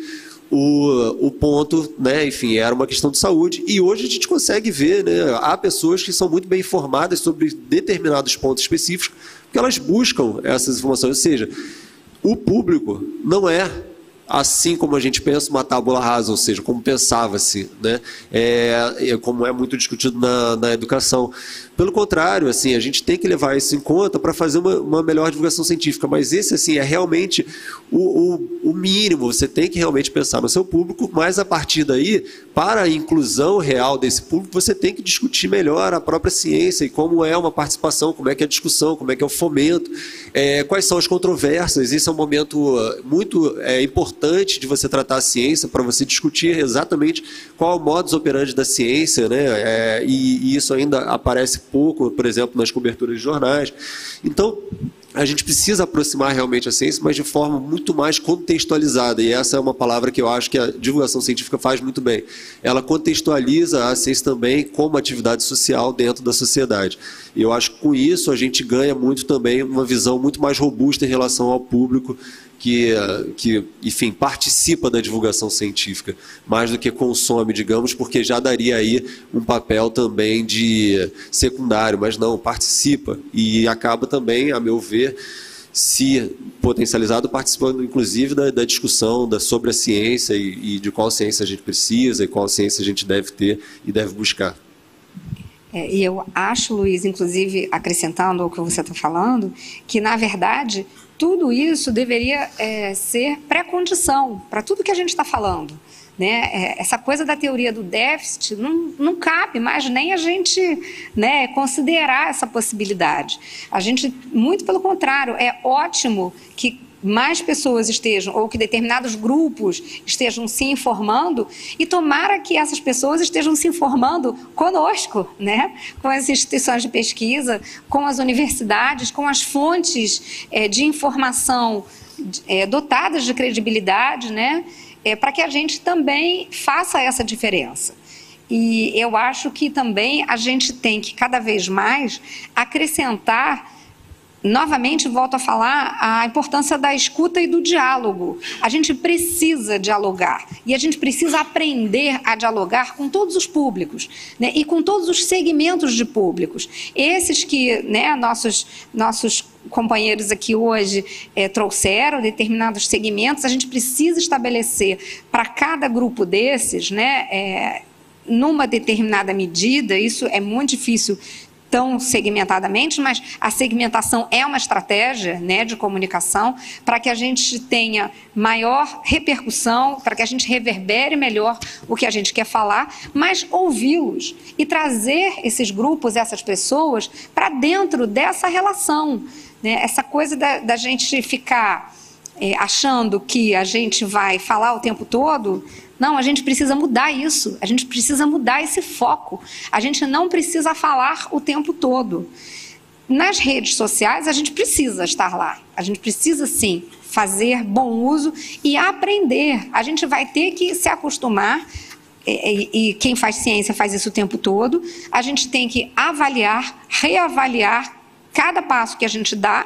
o, o ponto, né? Enfim, era uma questão de saúde, e hoje a gente consegue ver, né? Há pessoas que são muito bem informadas sobre determinados pontos específicos, porque elas buscam essas informações, ou seja, o público não é, assim como a gente pensa, uma tábula rasa, ou seja, como pensava-se, né? É, como é muito discutido na, na educação. Pelo contrário, assim, a gente tem que levar isso em conta para fazer uma, uma melhor divulgação científica, mas esse, assim, é realmente o, o, o mínimo. Você tem que realmente pensar no seu público, mas a partir daí, para a inclusão real desse público, você tem que discutir melhor a própria ciência e como é uma participação, como é que é a discussão, como é que é o fomento, é, quais são as controvérsias. Esse é um momento muito é, importante de você tratar a ciência, para você discutir exatamente qual é o modus operandi da ciência, né? É, e, e isso ainda aparece pouco, por exemplo, nas coberturas de jornais. Então, a gente precisa aproximar realmente a ciência, mas de forma muito mais contextualizada, e essa é uma palavra que eu acho que a divulgação científica faz muito bem. Ela contextualiza a ciência também como atividade social dentro da sociedade. E eu acho que com isso a gente ganha muito também uma visão muito mais robusta em relação ao público que, que, enfim, participa da divulgação científica, mais do que consome, digamos, porque já daria aí um papel também de secundário, mas não, participa e acaba também, a meu ver, se potencializado, participando inclusive da, da discussão da, sobre a ciência e, e de qual ciência a gente precisa e qual ciência a gente deve ter e deve buscar. É, e eu acho, Luiz, inclusive, acrescentando ao que você está falando, que, na verdade, tudo isso deveria é, ser pré-condição para tudo que a gente está falando. Né? É, essa coisa da teoria do déficit não, não cabe mais nem a gente, né, considerar essa possibilidade. A gente, muito pelo contrário, é ótimo que mais pessoas estejam, ou que determinados grupos estejam se informando, e tomara que essas pessoas estejam se informando conosco, né? Com as instituições de pesquisa, com as universidades, com as fontes é, de informação é, dotadas de credibilidade, né? É, para que a gente também faça essa diferença. E eu acho que também a gente tem que, cada vez mais, acrescentar. Novamente, volto a falar a importância da escuta e do diálogo. A gente precisa dialogar e a gente precisa aprender a dialogar com todos os públicos, né, e com todos os segmentos de públicos. Esses que, né, nossos, nossos companheiros aqui hoje é, trouxeram, determinados segmentos, a gente precisa estabelecer para cada grupo desses, né, é, numa determinada medida, isso é muito difícil tão segmentadamente, mas a segmentação é uma estratégia, né, de comunicação para que a gente tenha maior repercussão, para que a gente reverbere melhor o que a gente quer falar, mas ouvi-los e trazer esses grupos, essas pessoas, para dentro dessa relação. Né? Essa coisa da, da gente ficar é, achando que a gente vai falar o tempo todo. Não, a gente precisa mudar isso, a gente precisa mudar esse foco. A gente não precisa falar o tempo todo. Nas redes sociais, a gente precisa estar lá. A gente precisa, sim, fazer bom uso e aprender. A gente vai ter que se acostumar, e, e quem faz ciência faz isso o tempo todo. A gente tem que avaliar, reavaliar cada passo que a gente dá,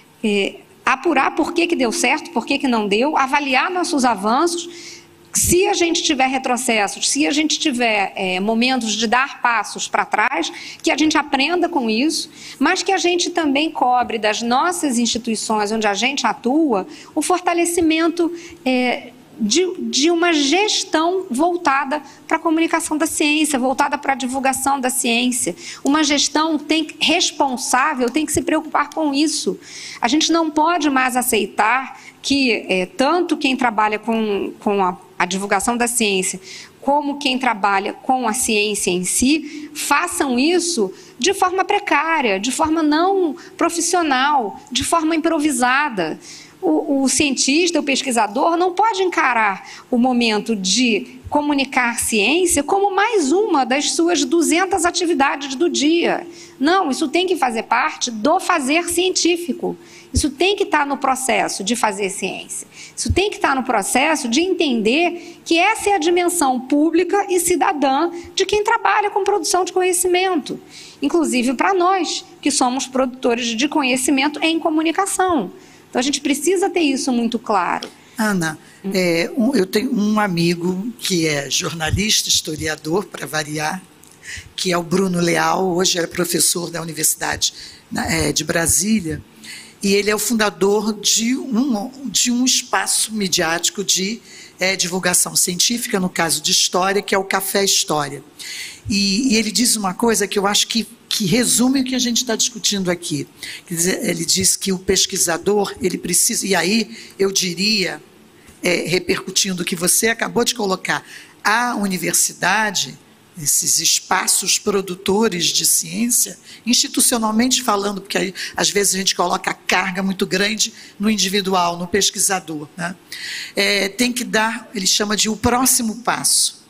é, apurar por que que deu certo, por que que não deu, avaliar nossos avanços. Se a gente tiver retrocessos, se a gente tiver é, momentos de dar passos para trás, que a gente aprenda com isso, mas que a gente também cobre das nossas instituições onde a gente atua o fortalecimento é, de, de uma gestão voltada para a comunicação da ciência, voltada para a divulgação da ciência. Uma gestão tem, responsável tem que se preocupar com isso. A gente não pode mais aceitar que é, tanto quem trabalha com, com a a divulgação da ciência, como quem trabalha com a ciência em si, façam isso de forma precária, de forma não profissional, de forma improvisada. O, o cientista, o pesquisador, não pode encarar o momento de comunicar ciência como mais uma das suas duzentas atividades do dia. Não, isso tem que fazer parte do fazer científico. Isso tem que estar no processo de fazer ciência. Isso tem que estar no processo de entender que essa é a dimensão pública e cidadã de quem trabalha com produção de conhecimento. Inclusive para nós, que somos produtores de conhecimento em comunicação. Então, a gente precisa ter isso muito claro. Ana, é, um, eu tenho um amigo que é jornalista, historiador, para variar, que é o Bruno Leal, hoje é professor da Universidade é, de Brasília, e ele é o fundador de um, de um espaço midiático de é, divulgação científica, no caso de história, que é o Café História. E, e ele diz uma coisa que eu acho que, que resume o que a gente está discutindo aqui. Quer dizer, ele diz que o pesquisador, ele precisa, e aí eu diria, é, repercutindo o que você acabou de colocar, a universidade, esses espaços produtores de ciência, institucionalmente falando, porque aí, às vezes a gente coloca a carga muito grande no individual, no pesquisador, né? É, tem que dar, ele chama de o próximo passo,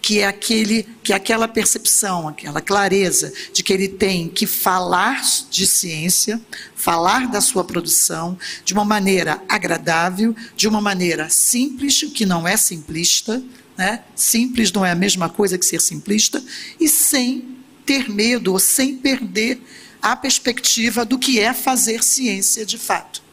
que é, aquele, que é aquela percepção, aquela clareza de que ele tem que falar de ciência, falar da sua produção de uma maneira agradável, de uma maneira simples, o que não é simplista, né? Simples não é a mesma coisa que ser simplista, e sem ter medo ou sem perder a perspectiva do que é fazer ciência de fato.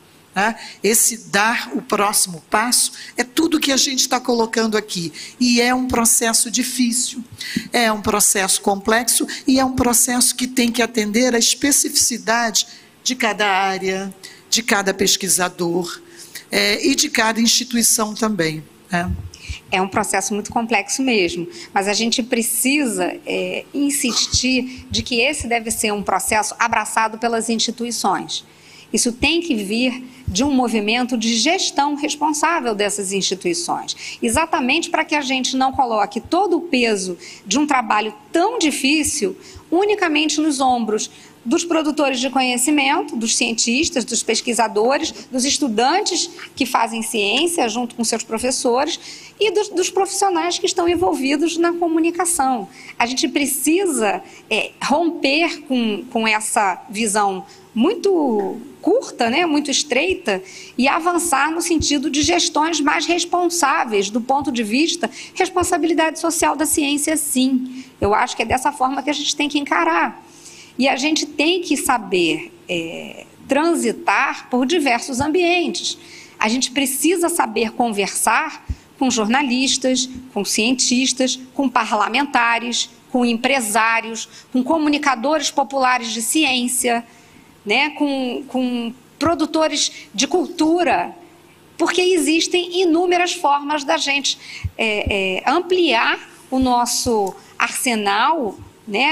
Esse dar o próximo passo é tudo que a gente está colocando aqui. E é um processo difícil, é um processo complexo e é um processo que tem que atender à especificidade de cada área, de cada pesquisador é, e de cada instituição também. Né? É um processo muito complexo mesmo, mas a gente precisa é, insistir de que esse deve ser um processo abraçado pelas instituições. Isso tem que vir de um movimento de gestão responsável dessas instituições, exatamente para que a gente não coloque todo o peso de um trabalho tão difícil unicamente nos ombros dos produtores de conhecimento, dos cientistas, dos pesquisadores, dos estudantes que fazem ciência junto com seus professores e dos, dos profissionais que estão envolvidos na comunicação. A gente precisa é, romper com, com essa visão muito curta, né, muito estreita, e avançar no sentido de gestões mais responsáveis do ponto de vista responsabilidade social da ciência, sim. Eu acho que é dessa forma que a gente tem que encarar. E a gente tem que saber é, transitar por diversos ambientes. A gente precisa saber conversar com jornalistas, com cientistas, com parlamentares, com empresários, com comunicadores populares de ciência, né, com, com produtores de cultura, porque existem inúmeras formas da gente é, é, ampliar o nosso arsenal, né,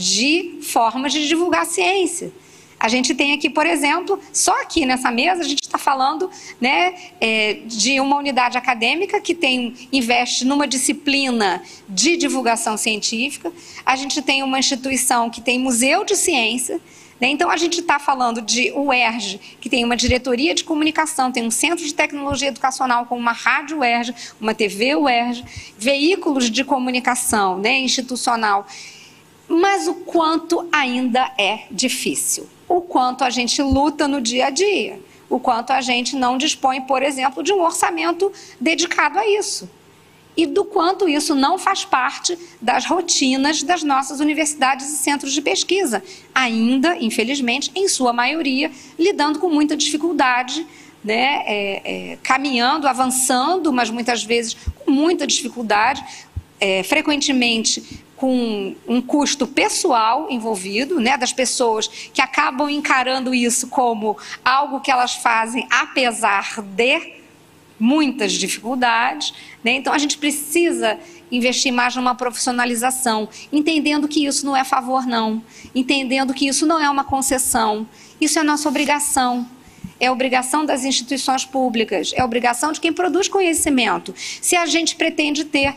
de formas de divulgar a ciência. A gente tem aqui, por exemplo, só aqui nessa mesa, a gente está falando, né, é, de uma unidade acadêmica que tem, investe numa disciplina de divulgação científica. A gente tem uma instituição que tem museu de ciência. Né? Então, a gente está falando de U E R J, que tem uma diretoria de comunicação, tem um centro de tecnologia educacional com uma rádio U E R J, uma T V U E R J, veículos de comunicação, né, institucional. Mas o quanto ainda é difícil, o quanto a gente luta no dia a dia, o quanto a gente não dispõe, por exemplo, de um orçamento dedicado a isso. E do quanto isso não faz parte das rotinas das nossas universidades e centros de pesquisa, ainda, infelizmente, em sua maioria, lidando com muita dificuldade, né, é, é, caminhando, avançando, mas muitas vezes com muita dificuldade, é, frequentemente com um custo pessoal envolvido, né, das pessoas que acabam encarando isso como algo que elas fazem apesar de muitas dificuldades, né? Então a gente precisa investir mais numa profissionalização, entendendo que isso não é favor não, entendendo que isso não é uma concessão, isso é nossa obrigação. É obrigação das instituições públicas, é obrigação de quem produz conhecimento. Se a gente pretende ter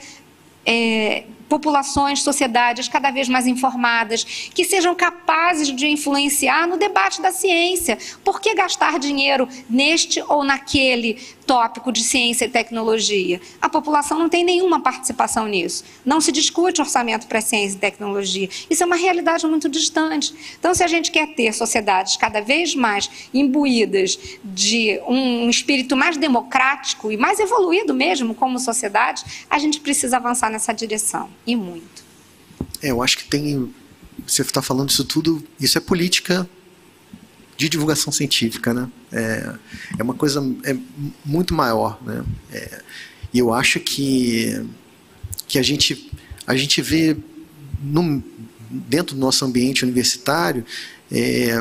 é, populações, sociedades cada vez mais informadas, que sejam capazes de influenciar no debate da ciência. Por que gastar dinheiro neste ou naquele tópico de ciência e tecnologia? A população não tem nenhuma participação nisso. Não se discute orçamento para ciência e tecnologia. Isso é uma realidade muito distante. Então, se a gente quer ter sociedades cada vez mais imbuídas de um espírito mais democrático e mais evoluído mesmo como sociedade, a gente precisa avançar nessa direção. E muito. É, eu acho que tem... Você está falando isso tudo, isso é política de divulgação científica, né? É, é uma coisa é muito maior, né? É, e eu acho que, que a, gente, a gente vê no, dentro do nosso ambiente universitário é,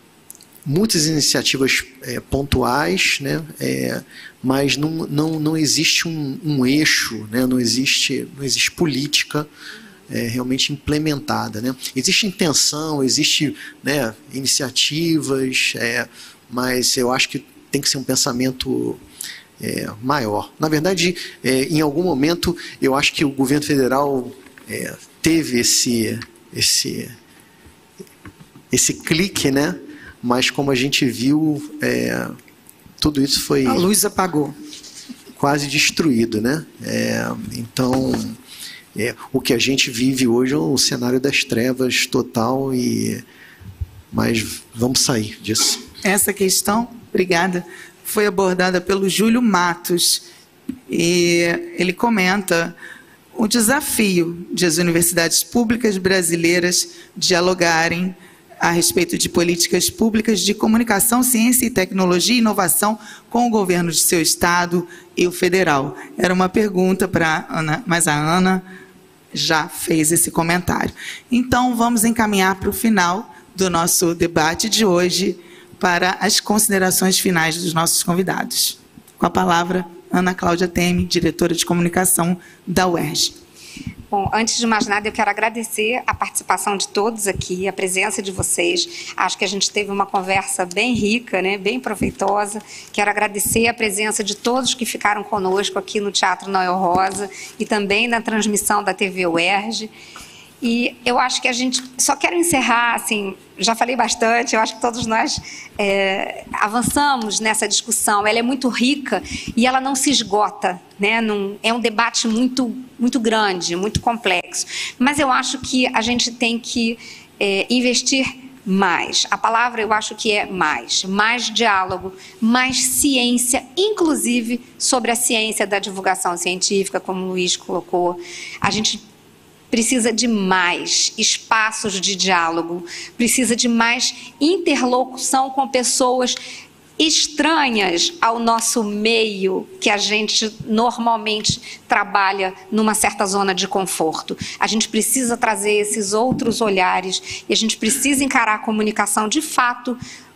muitas iniciativas é, pontuais, né? É, mas não, não, não existe um, um eixo, né? não, existe, não existe política é, realmente implementada. Né? Existe intenção, existe, né, iniciativas, é, mas eu acho que tem que ser um pensamento é, maior. Na verdade, é, em algum momento, eu acho que o governo federal é, teve esse, esse, esse clique, né? Mas como a gente viu... É, tudo isso foi... A luz apagou. Quase destruído, né? É, então, É, o que a gente vive hoje é um cenário das trevas total, e mas vamos sair disso. Essa questão, obrigada, foi abordada pelo Júlio Matos, e ele comenta o desafio de as universidades públicas brasileiras dialogarem a respeito de políticas públicas de comunicação, ciência e tecnologia e inovação com o governo de seu estado e o federal. Era uma pergunta para a Ana, mas a Ana já fez esse comentário. Então, vamos encaminhar para o final do nosso debate de hoje para as considerações finais dos nossos convidados. Com a palavra, Ana Cláudia Teme, diretora de comunicação da U E R J. Bom, antes de mais nada, eu quero agradecer a participação de todos aqui, a presença de vocês. Acho que a gente teve uma conversa bem rica, né, bem proveitosa. Quero agradecer a presença de todos que ficaram conosco aqui no Teatro Noel Rosa e também na transmissão da T V U E R J. E eu acho que a gente... Só quero encerrar, assim, já falei bastante, eu acho que todos nós é, avançamos nessa discussão. Ela é muito rica e ela não se esgota, né? Num, é um debate muito, muito grande, muito complexo. Mas eu acho que a gente tem que é, investir mais. A palavra eu acho que é mais. Mais diálogo, mais ciência, inclusive sobre a ciência da divulgação científica, como o Luiz colocou. A gente precisa de mais espaços de diálogo, precisa de mais interlocução com pessoas estranhas ao nosso meio, que a gente normalmente trabalha numa certa zona de conforto. A gente precisa trazer esses outros olhares e a gente precisa encarar a comunicação de fato,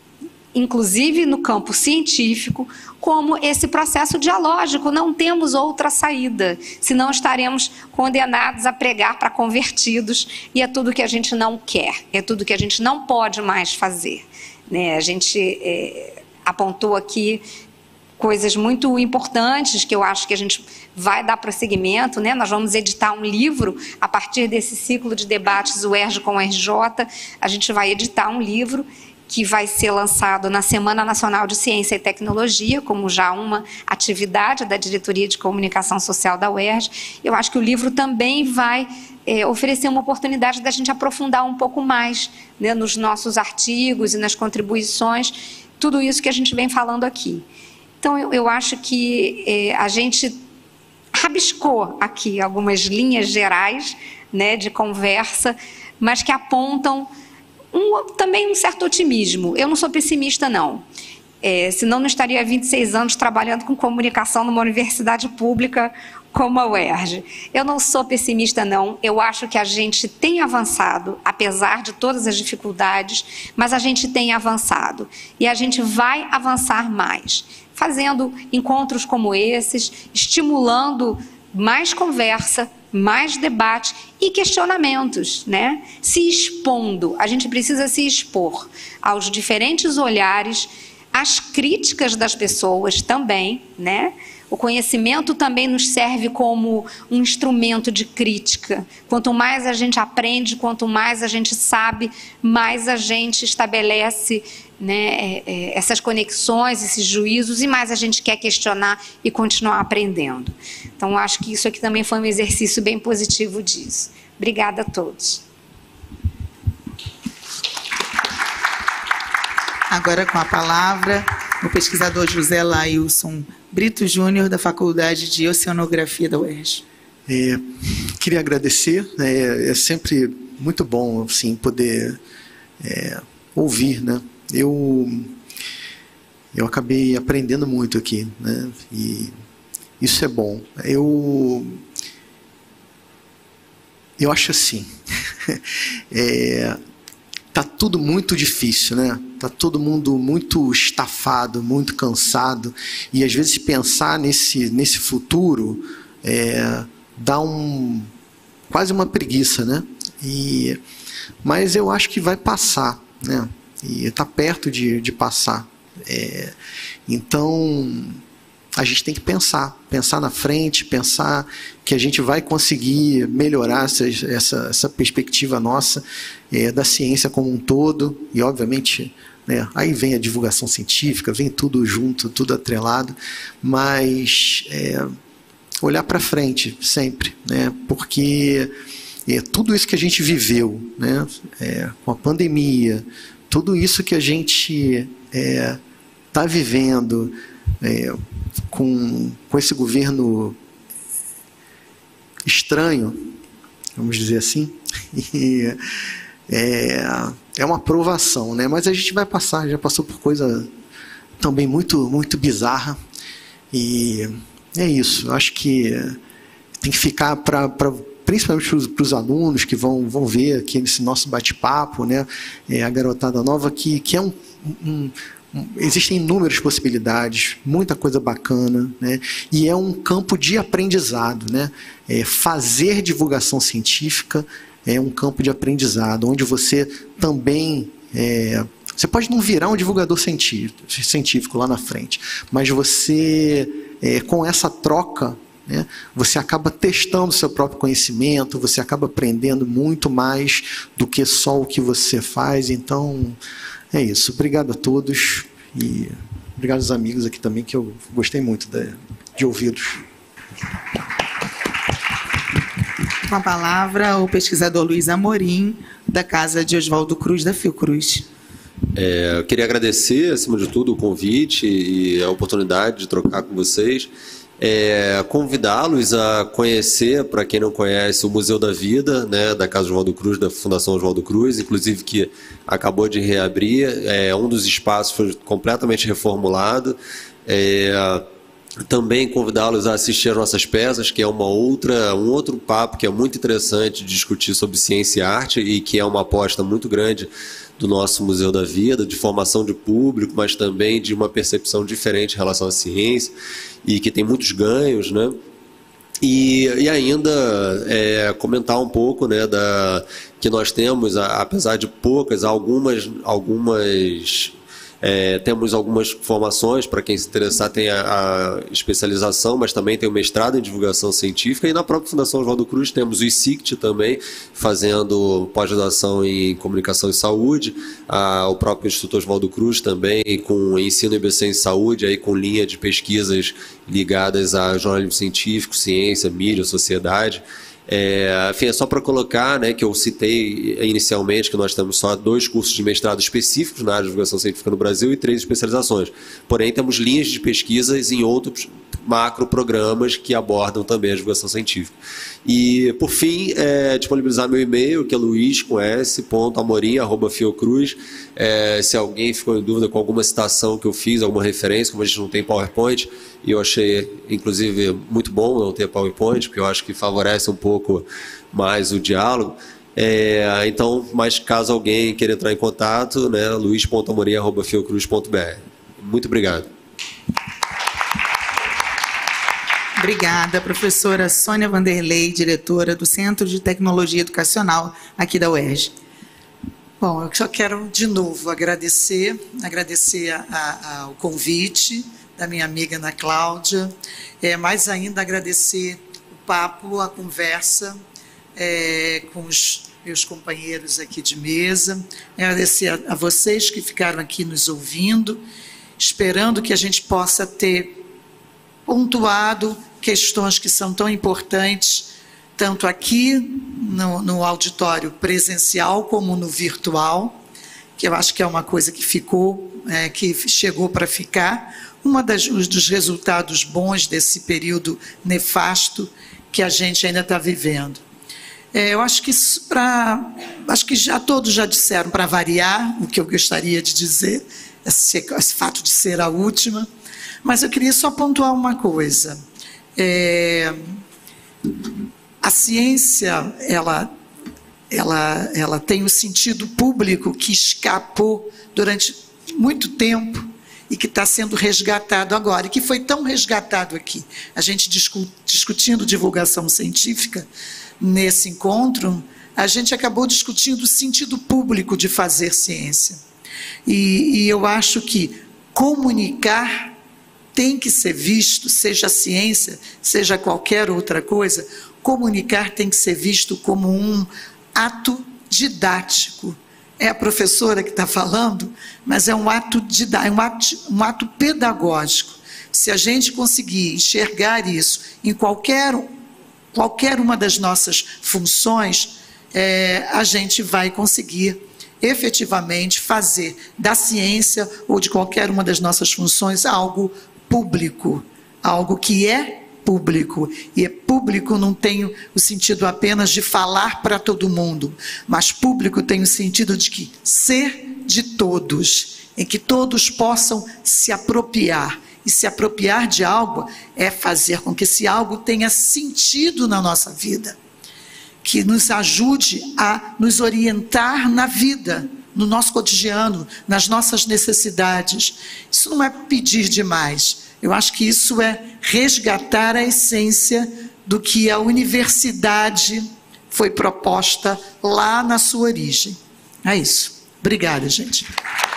inclusive no campo científico, como esse processo dialógico. Não temos outra saída, senão estaremos condenados a pregar para convertidos, e é tudo que a gente não quer, é tudo que a gente não pode mais fazer, né? A gente é, apontou aqui coisas muito importantes que eu acho que a gente vai dar prosseguimento, né? Nós vamos editar um livro a partir desse ciclo de debates U E R J com U E R J. A gente vai editar um livro que vai ser lançado na Semana Nacional de Ciência e Tecnologia, como já uma atividade da Diretoria de Comunicação Social da U E R J. Eu acho que o livro também vai é, oferecer uma oportunidade da gente aprofundar um pouco mais, né, nos nossos artigos e nas contribuições, tudo isso que a gente vem falando aqui. Então, eu, eu acho que é, a gente rabiscou aqui algumas linhas gerais, né, de conversa, mas que apontam Um, também um certo otimismo. Eu não sou pessimista, não. É, senão não estaria há vinte e seis anos trabalhando com comunicação numa universidade pública como a U E R J. Eu não sou pessimista, não. Eu acho que a gente tem avançado, apesar de todas as dificuldades, mas a gente tem avançado. E a gente vai avançar mais, fazendo encontros como esses, estimulando mais conversa, mais debate e questionamentos, né? Se expondo. A gente precisa se expor aos diferentes olhares, às críticas das pessoas também, né? O conhecimento também nos serve como um instrumento de crítica. Quanto mais a gente aprende, quanto mais a gente sabe, mais a gente estabelece, né, essas conexões, esses juízos, e mais a gente quer questionar e continuar aprendendo. Então, acho que isso aqui também foi um exercício bem positivo disso. Obrigada a todos. Agora, com a palavra, o pesquisador José Lailson Brito Júnior, da Faculdade de Oceanografia da U E R J. É, queria agradecer, é, é sempre muito bom assim, poder é, ouvir, né? Eu, eu acabei aprendendo muito aqui, né? E isso é bom. Eu, eu acho assim, é, tá tudo muito difícil, né? Tá todo mundo muito estafado, muito cansado, e às vezes pensar nesse, nesse futuro é, dá um, quase uma preguiça, né? E, mas eu acho que vai passar, né? E está perto de, de passar. É, então, a gente tem que pensar, pensar na frente, pensar que a gente vai conseguir melhorar essa, essa, essa perspectiva nossa é, da ciência como um todo, e obviamente, né, aí vem a divulgação científica, vem tudo junto, tudo atrelado, mas é, olhar para frente sempre, né? Porque é, tudo isso que a gente viveu, né? É, com a pandemia, tudo isso que a gente está é, vivendo é, com, com esse governo estranho, vamos dizer assim, e, é, é uma provação, né? Mas a gente vai passar, já passou por coisa também muito, muito bizarra, e é isso. Acho que tem que ficar para, principalmente para os alunos que vão, vão ver aqui nesse nosso bate-papo, né? É, a garotada nova, que, que é um, um, um... Existem inúmeras possibilidades, muita coisa bacana, né? E é um campo de aprendizado, né? É, fazer divulgação científica é um campo de aprendizado, onde você também... É, você pode não virar um divulgador científico, científico lá na frente, mas você, é, com essa troca, né, você acaba testando o seu próprio conhecimento, você acaba aprendendo muito mais do que só o que você faz. Então, é isso. Obrigado a todos e obrigado aos amigos aqui também, que eu gostei muito de, de ouvi-los. Com a palavra, o pesquisador Luiz Amorim, da Casa de Oswaldo Cruz, da Fiocruz. É, eu queria agradecer, acima de tudo, o convite e a oportunidade de trocar com vocês. É, convidá-los a conhecer, para quem não conhece, o Museu da Vida, né, da Casa Oswaldo Cruz, da Fundação Oswaldo Cruz, inclusive que acabou de reabrir. É, um dos espaços foi completamente reformulado. É, também convidá-los a assistir às nossas peças, que é uma outra, um outro papo que é muito interessante de discutir sobre ciência e arte, e que é uma aposta muito grande do nosso Museu da Vida, de formação de público, mas também de uma percepção diferente em relação à ciência, e que tem muitos ganhos, né? E, e ainda é, comentar um pouco, né, da, que nós temos, apesar de poucas, algumas... algumas É, temos algumas formações, para quem se interessar, tem a, a especialização, mas também tem o mestrado em divulgação científica, e na própria Fundação Oswaldo Cruz temos o I C I C T também, fazendo pós-graduação em comunicação e saúde, a, o próprio Instituto Oswaldo Cruz também, com ensino I B C em saúde, aí com linha de pesquisas ligadas a jornalismo científico, ciência, mídia, sociedade. É, enfim, é só para colocar, né, que eu citei inicialmente que nós temos só dois cursos de mestrado específicos na área de divulgação científica no Brasil e três especializações. Porém, temos linhas de pesquisas em outros macroprogramas que abordam também a divulgação científica. E, por fim, é, disponibilizar meu e-mail, que é luiz com s ponto amorim arroba fiocruz. É, se alguém ficou em dúvida com alguma citação que eu fiz, alguma referência, como a gente não tem PowerPoint, e eu achei, inclusive, muito bom não ter PowerPoint, porque eu acho que favorece um pouco mais o diálogo. É, então, mas caso alguém queira entrar em contato, né, luiz ponto amorim arroba fiocruz ponto b r. Muito obrigado. Obrigada, professora Sônia Vanderlei, diretora do Centro de Tecnologia Educacional aqui da U E R J. Bom, eu só quero de novo agradecer, agradecer a, a, o convite da minha amiga Ana Cláudia, é, mais ainda agradecer o papo, a conversa é, com os meus companheiros aqui de mesa, agradecer a, a vocês que ficaram aqui nos ouvindo, esperando que a gente possa ter pontuado questões que são tão importantes, tanto aqui no, no auditório presencial como no virtual, que eu acho que é uma coisa que ficou, é, que chegou para ficar. Um dos resultados bons desse período nefasto que a gente ainda está vivendo. É, eu acho que isso para, acho que já todos já disseram, para variar, o que eu gostaria de dizer, esse, esse fato de ser a última, mas eu queria só pontuar uma coisa. É, a ciência, ela, ela, ela tem um sentido público que escapou durante muito tempo e que está sendo resgatado agora, e que foi tão resgatado aqui. A gente discu discutindo divulgação científica, nesse encontro, a gente acabou discutindo o sentido público de fazer ciência. E, e eu acho que comunicar tem que ser visto, seja a ciência, seja qualquer outra coisa, comunicar tem que ser visto como um ato didático. É a professora que está falando, mas é um ato, didático, um ato, um ato pedagógico. Se a gente conseguir enxergar isso em qualquer, qualquer uma das nossas funções, é, a gente vai conseguir efetivamente fazer da ciência ou de qualquer uma das nossas funções algo público, algo que é público. E é público não tem o sentido apenas de falar para todo mundo, mas público tem o sentido de que ser de todos, em que todos possam se apropriar. E se apropriar de algo é fazer com que esse algo tenha sentido na nossa vida, que nos ajude a nos orientar na vida, no nosso cotidiano, nas nossas necessidades. Isso não é pedir demais. Eu acho que isso é resgatar a essência do que a universidade foi proposta lá na sua origem. É isso. Obrigada, gente.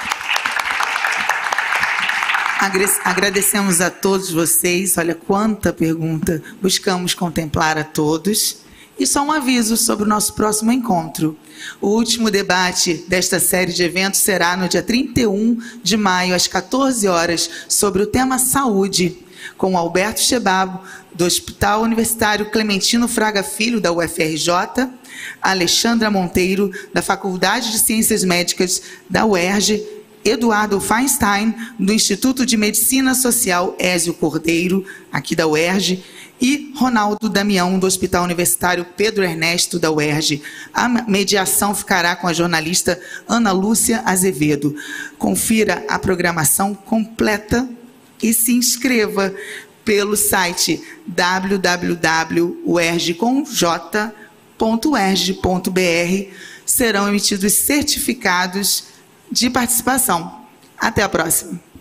Agradecemos a todos vocês. Olha quanta pergunta. Buscamos contemplar a todos. E só um aviso sobre o nosso próximo encontro. O último debate desta série de eventos será no dia trinta e um de maio, às quatorze horas, sobre o tema saúde, com Alberto Chebabo, do Hospital Universitário Clementino Fraga Filho, da U F R J, Alexandra Monteiro, da Faculdade de Ciências Médicas da U E R J, Eduardo Feinstein, do Instituto de Medicina Social Ézio Cordeiro, aqui da U E R J, e Ronaldo Damião, do Hospital Universitário Pedro Ernesto, da U E R J. A mediação ficará com a jornalista Ana Lúcia Azevedo. Confira a programação completa e se inscreva pelo site w w w ponto u e r j com j ponto u e r j ponto b r. Serão emitidos certificados de participação. Até a próxima.